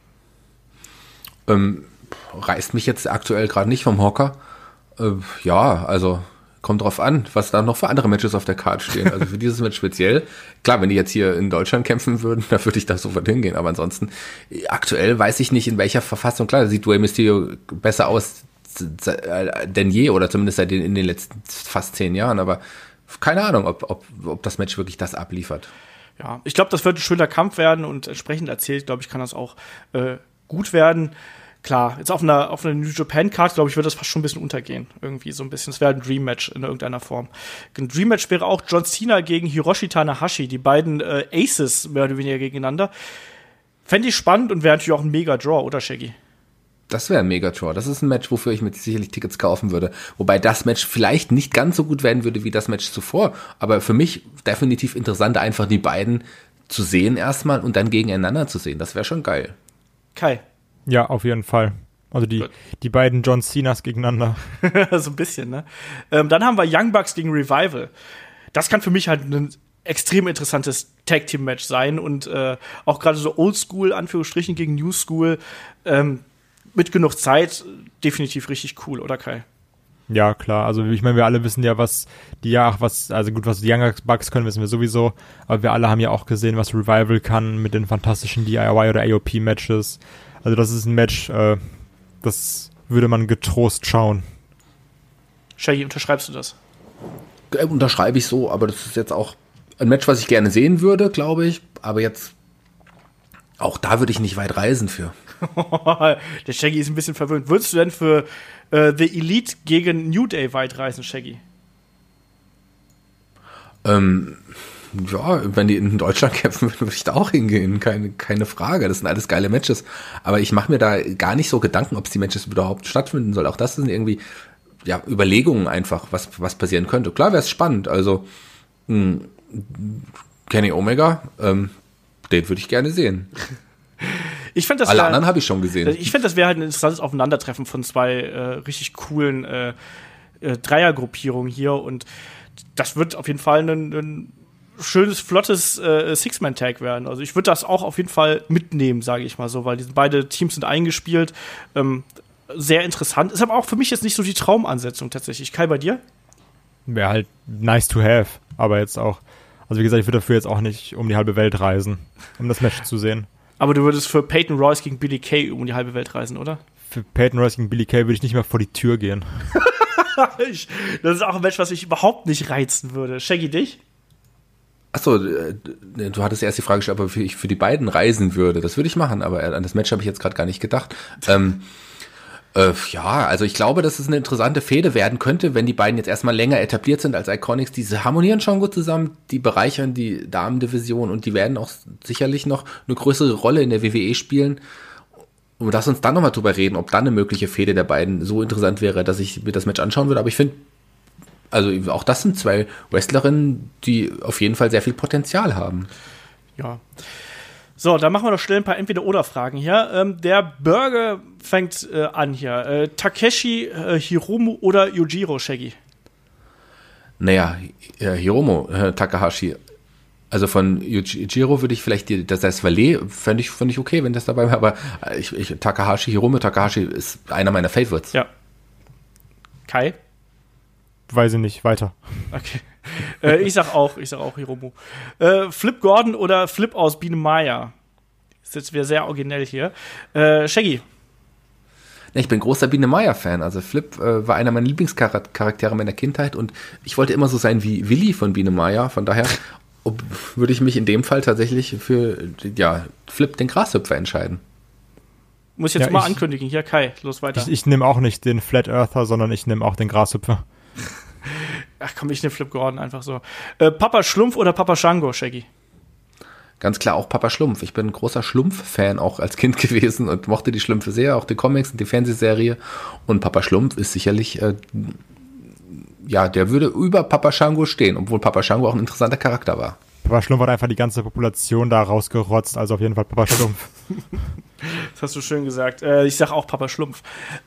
Reißt mich jetzt aktuell gerade nicht vom Hocker. Ja, also kommt drauf an, was da noch für andere Matches auf der Karte stehen. Also für dieses Match speziell. Klar, wenn die jetzt hier in Deutschland kämpfen würden, da würde ich da sofort hingehen. Aber ansonsten, aktuell weiß ich nicht, in welcher Verfassung. Klar, da sieht Rey Mysterio besser aus denn je, oder zumindest seit in den letzten fast 10 Jahren. Aber keine Ahnung, ob das Match wirklich das abliefert. Ja, ich glaube, das wird ein schöner Kampf werden und entsprechend erzählt, glaube ich, kann das auch gut werden. Klar, jetzt auf einer New Japan Card, glaube ich, wird das fast schon ein bisschen untergehen. Irgendwie so ein bisschen. Es wäre ein Dream Match in irgendeiner Form. Ein Dream Match wäre auch John Cena gegen Hiroshi Tanahashi, die beiden Aces mehr oder weniger gegeneinander. Fände ich spannend und wäre natürlich auch ein mega Draw, oder Shaggy? Das wäre ein mega Draw. Das ist ein Match, wofür ich mir sicherlich Tickets kaufen würde. Wobei das Match vielleicht nicht ganz so gut werden würde wie das Match zuvor. Aber für mich definitiv interessant, einfach die beiden zu sehen erstmal und dann gegeneinander zu sehen. Das wäre schon geil. Kai. Ja, auf jeden Fall. Also die beiden John Cenas gegeneinander. So ein bisschen, ne? Dann haben wir Young Bucks gegen Revival. Das kann für mich halt ein extrem interessantes Tag-Team-Match sein und auch gerade so Oldschool, Anführungsstrichen, gegen New School mit genug Zeit definitiv richtig cool, oder Kai? Ja, klar. Also ich meine, wir alle wissen ja, was die Young Bucks können, wissen wir sowieso. Aber wir alle haben ja auch gesehen, was Revival kann mit den fantastischen DIY oder AOP-Matches. Also das ist ein Match, das würde man getrost schauen. Shaggy, unterschreibst du das? Unterschreibe ich so, aber das ist jetzt auch ein Match, was ich gerne sehen würde, glaube ich. Aber jetzt, auch da würde ich nicht weit reisen für. Der Shaggy ist ein bisschen verwöhnt. Würdest du denn für The Elite gegen New Day weit reisen, Shaggy? Ja, wenn die in Deutschland kämpfen würden, würde ich da auch hingehen, keine Frage. Das sind alles geile Matches. Aber ich mache mir da gar nicht so Gedanken, ob es die Matches überhaupt stattfinden soll. Auch das sind irgendwie Überlegungen einfach, was passieren könnte. Klar wäre es spannend. Also Kenny Omega, den würde ich gerne sehen. Ich fand, alle anderen habe ich schon gesehen. Ich finde, das wäre halt ein interessantes Aufeinandertreffen von zwei richtig coolen Dreiergruppierungen hier. Und das wird auf jeden Fall ein schönes, flottes Six-Man-Tag werden. Also ich würde das auch auf jeden Fall mitnehmen, sage ich mal so, weil beide Teams sind eingespielt. Sehr interessant. Ist aber auch für mich jetzt nicht so die Traumansetzung tatsächlich. Kai, bei dir? Wäre halt nice to have, aber jetzt auch, also wie gesagt, ich würde dafür jetzt auch nicht um die halbe Welt reisen, um das Match zu sehen. Aber du würdest für Peyton Royce gegen Billy Kay um die halbe Welt reisen, oder? Für Peyton Royce gegen Billy Kay würde ich nicht mehr vor die Tür gehen. Das ist auch ein Match, was mich überhaupt nicht reizen würde. Shaggy, dich? Achso, du hattest erst die Frage gestellt, ob ich für die beiden reisen würde. Das würde ich machen, aber an das Match habe ich jetzt gerade gar nicht gedacht. Also ich glaube, dass es eine interessante Fehde werden könnte, wenn die beiden jetzt erstmal länger etabliert sind als Iconics. Diese harmonieren schon gut zusammen, die bereichern die Damendivision und die werden auch sicherlich noch eine größere Rolle in der WWE spielen. Und lass uns dann nochmal drüber reden, ob dann eine mögliche Fehde der beiden so interessant wäre, dass ich mir das Match anschauen würde. Aber ich finde, also auch das sind zwei Wrestlerinnen, die auf jeden Fall sehr viel Potenzial haben. Ja. So, dann machen wir noch schnell ein paar Entweder-Oder-Fragen hier. Der Burger fängt an hier. Takeshi, Hiromu oder Yujiro, Shaggy? Naja, Hiromu Takahashi. Also von Yujiro würde ich vielleicht das Valet fände ich okay, wenn das dabei wäre, aber Hiromu Takahashi ist einer meiner Favorites. Ja. Kai? Weiß ich nicht, weiter. Okay. Ich sag auch Hiromu. Flip Gordon oder Flip aus Biene Maya? Ist jetzt wieder sehr originell hier. Shaggy? Ich bin großer Biene Maya-Fan. Also Flip war einer meiner Lieblingscharaktere meiner Kindheit und ich wollte immer so sein wie Willi von Biene Maya. Von daher würde ich mich in dem Fall tatsächlich für Flip, den Grashüpfer, entscheiden. Muss jetzt mal ankündigen. Hier, Kai, los weiter. Ich nehme auch nicht den Flat Earther, sondern ich nehme auch den Grashüpfer. Ach komm, ich nehme Flip Gordon einfach so. Papa Schlumpf oder Papa Shango, Shaggy? Ganz klar auch Papa Schlumpf. Ich bin ein großer Schlumpf-Fan auch als Kind gewesen und mochte die Schlümpfe sehr, auch die Comics und die Fernsehserie. Und Papa Schlumpf ist sicherlich, der würde über Papa Shango stehen, obwohl Papa Shango auch ein interessanter Charakter war. Papa Schlumpf hat einfach die ganze Population da rausgerotzt, also auf jeden Fall Papa Schlumpf. Das hast du schön gesagt. Ich sag auch Papa Schlumpf.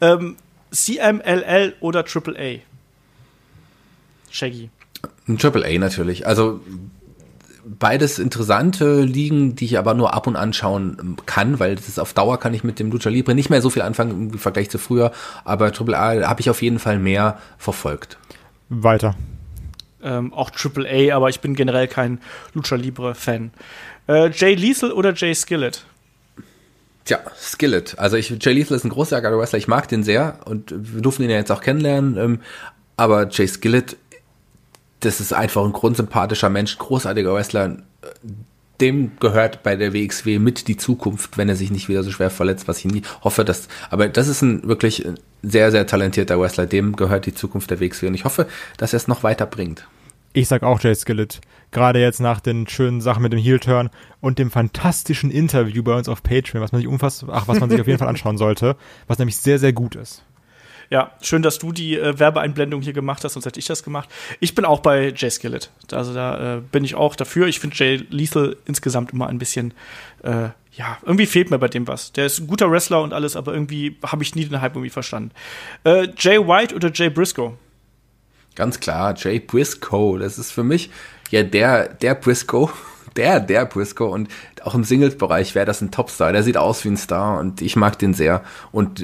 CMLL oder AAA? Shaggy. AAA natürlich. Also beides interessante Ligen, die ich aber nur ab und an schauen kann, weil das ist auf Dauer kann ich mit dem Lucha Libre nicht mehr so viel anfangen im Vergleich zu früher, aber AAA habe ich auf jeden Fall mehr verfolgt. Weiter. Auch AAA, aber ich bin generell kein Lucha Libre-Fan. Jay Lethal oder Jay Skillet? Tja, Skillet. Also Jay Lethal ist ein großartiger Wrestler, ich mag den sehr und wir durften ihn ja jetzt auch kennenlernen, aber Jay Skillet, das ist einfach ein grundsympathischer Mensch, großartiger Wrestler. Dem gehört bei der WXW mit die Zukunft, wenn er sich nicht wieder so schwer verletzt, was ich nie hoffe, aber das ist ein wirklich sehr, sehr talentierter Wrestler, dem gehört die Zukunft der WXW und ich hoffe, dass er es noch weiter bringt. Ich sag auch Jay Skillet. Gerade jetzt nach den schönen Sachen mit dem Heel-Turn und dem fantastischen Interview bei uns auf Patreon, was man sich auf jeden Fall anschauen sollte, was nämlich sehr, sehr gut ist. Ja, schön, dass du die Werbeeinblendung hier gemacht hast, sonst hätte ich das gemacht. Ich bin auch bei Jay Skillet. Also da bin ich auch dafür. Ich finde Jay Lethal insgesamt immer ein bisschen, irgendwie fehlt mir bei dem was. Der ist ein guter Wrestler und alles, aber irgendwie habe ich nie den Hype irgendwie verstanden. Jay White oder Jay Briscoe? Ganz klar, Jay Briscoe. Das ist für mich der Briscoe. Der Briscoe und auch im Singles-Bereich wäre das ein Topstar. Der sieht aus wie ein Star und ich mag den sehr. Und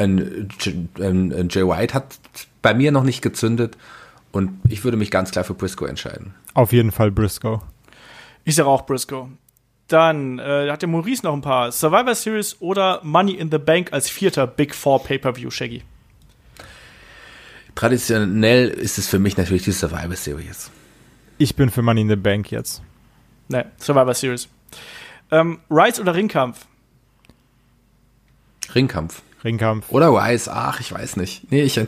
Jay White hat bei mir noch nicht gezündet und ich würde mich ganz klar für Briscoe entscheiden. Auf jeden Fall Briscoe. Ich sage auch Briscoe. Dann hat der Maurice noch ein paar. Survivor Series oder Money in the Bank als 4. Big Four Pay-Per-View, Shaggy? Traditionell ist es für mich natürlich die Survivor Series. Ich bin für Money in the Bank jetzt. Ne, Survivor Series. Rise oder Ringkampf? Ringkampf. Oder Rise, ich weiß nicht.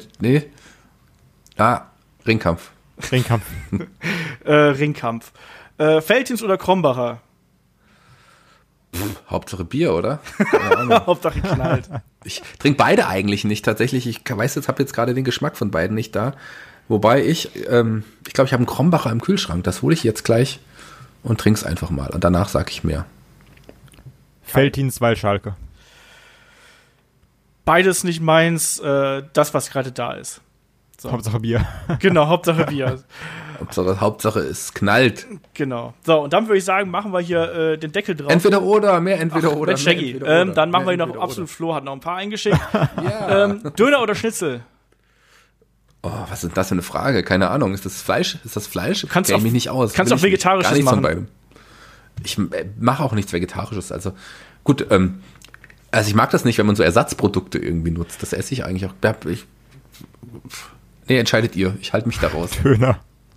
Ringkampf. Ringkampf. Veltins oder Krombacher? Hauptsache Bier, oder? Hauptsache knallt. Ich trinke beide eigentlich nicht tatsächlich. Ich weiß jetzt, habe jetzt gerade den Geschmack von beiden nicht da. Wobei ich glaube, ich habe einen Krombacher im Kühlschrank. Das hole ich jetzt gleich und trink's einfach mal. Und danach sage ich mehr. Veltins, weil Schalke. Beides nicht meins, das, was gerade da ist. So. Hauptsache Bier. Genau, Hauptsache Bier. Hauptsache es knallt. Genau. So, und dann würde ich sagen, machen wir hier den Deckel drauf. Entweder oder, mehr entweder oder. Mensch, Shaggy. Dann machen wir hier noch absolut. Flo hat noch ein paar eingeschickt. Ja. Döner oder Schnitzel? Oh, was ist das für eine Frage? Keine Ahnung. Ist das Fleisch? Kannst du mich nicht aus. Kannst du auch Vegetarisches machen? Von beidem. Ich mache auch nichts Vegetarisches. Also gut, also ich mag das nicht, wenn man so Ersatzprodukte irgendwie nutzt. Das esse ich eigentlich auch. Nee, entscheidet ihr. Ich halte mich da raus. Döner.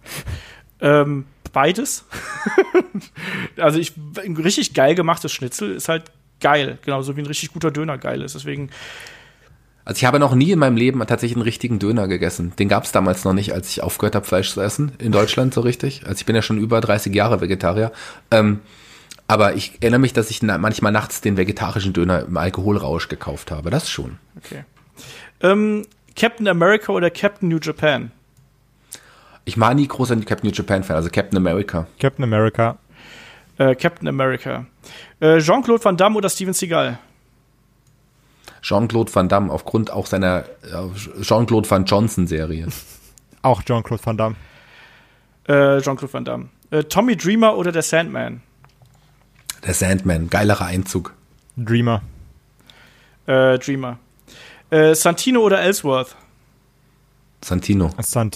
Beides. Also ein richtig geil gemachtes Schnitzel ist halt geil. Genauso wie ein richtig guter Döner geil ist. Deswegen. Also ich habe noch nie in meinem Leben tatsächlich einen richtigen Döner gegessen. Den gab es damals noch nicht, als ich aufgehört habe, Fleisch zu essen. In Deutschland so richtig. Also ich bin ja schon über 30 Jahre Vegetarier. Aber ich erinnere mich, dass ich manchmal nachts den vegetarischen Döner im Alkoholrausch gekauft habe. Das schon. Okay. Captain America oder Captain New Japan? Ich war nie großer Captain New Japan Fan, also Captain America. Captain America. Captain America. Jean-Claude Van Damme oder Steven Seagal? Jean-Claude Van Damme, aufgrund auch seiner Jean-Claude Van Johnson-Serie. Auch Jean-Claude Van Damme. Jean-Claude Van Damme. Tommy Dreamer oder der Sandman? Der Sandman, geilerer Einzug. Dreamer. Dreamer. Santino oder Ellsworth? Santino.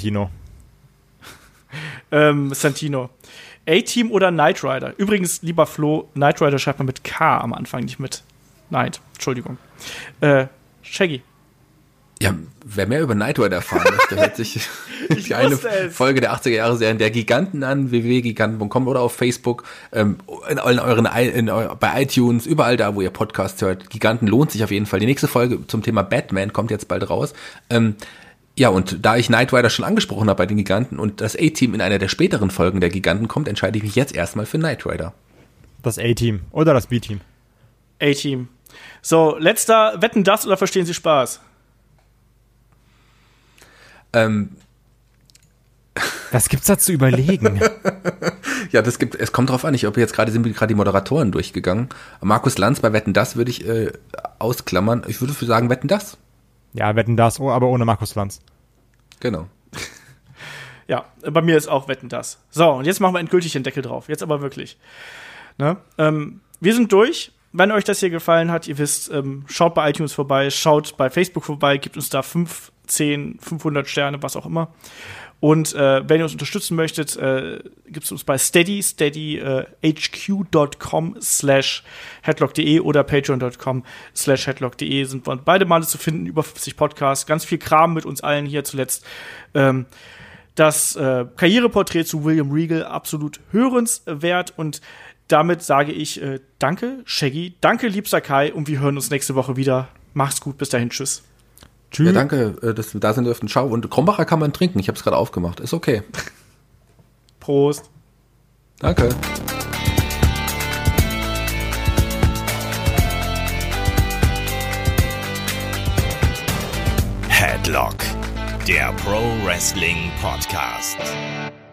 Santino. A-Team oder Knight Rider? Übrigens, lieber Flo, Knight Rider schreibt man mit K am Anfang, nicht mit Knight. Entschuldigung. Shaggy. Ja, wer mehr über Knight Rider erfahren möchte, hört sich die eine Folge der 80er-Jahre-Serien der Giganten an, www.giganten.com oder auf Facebook, bei iTunes, überall da, wo ihr Podcast hört. Giganten lohnt sich auf jeden Fall. Die nächste Folge zum Thema Batman kommt jetzt bald raus. Ja, und da ich Knight Rider schon angesprochen habe bei den Giganten und das A-Team in einer der späteren Folgen der Giganten kommt, entscheide ich mich jetzt erstmal für Knight Rider. Das A-Team oder das B-Team? A-Team. So, letzter, wetten das oder verstehen Sie Spaß? Was gibt's da zu überlegen? Ja, es kommt drauf an. Ich habe jetzt sind die Moderatoren durchgegangen. Markus Lanz bei Wetten das würde ich ausklammern. Ich würde sagen Wetten das. Ja, Wetten das, aber ohne Markus Lanz. Genau. Ja, bei mir ist auch Wetten das. So, und jetzt machen wir endgültig den Deckel drauf. Jetzt aber wirklich. Ne? Wir sind durch. Wenn euch das hier gefallen hat, ihr wisst, schaut bei iTunes vorbei, schaut bei Facebook vorbei, gebt uns da 5, 10, 500 Sterne, was auch immer. Und wenn ihr uns unterstützen möchtet, gibt es uns bei steadyhq.com/headlock.de oder patreon.com/headlock.de sind wir beide Male zu finden, über 50 Podcasts, ganz viel Kram mit uns allen hier zuletzt. Das Karriereporträt zu William Regal, absolut hörenswert, und damit sage ich danke, Shaggy, danke, liebster Kai, und wir hören uns nächste Woche wieder. Macht's gut, bis dahin, tschüss. Ja, danke, dass wir da sein dürften. Ciao. Und Krombacher kann man trinken. Ich habe es gerade aufgemacht. Ist okay. Prost. Danke. Headlock, der Pro Wrestling Podcast.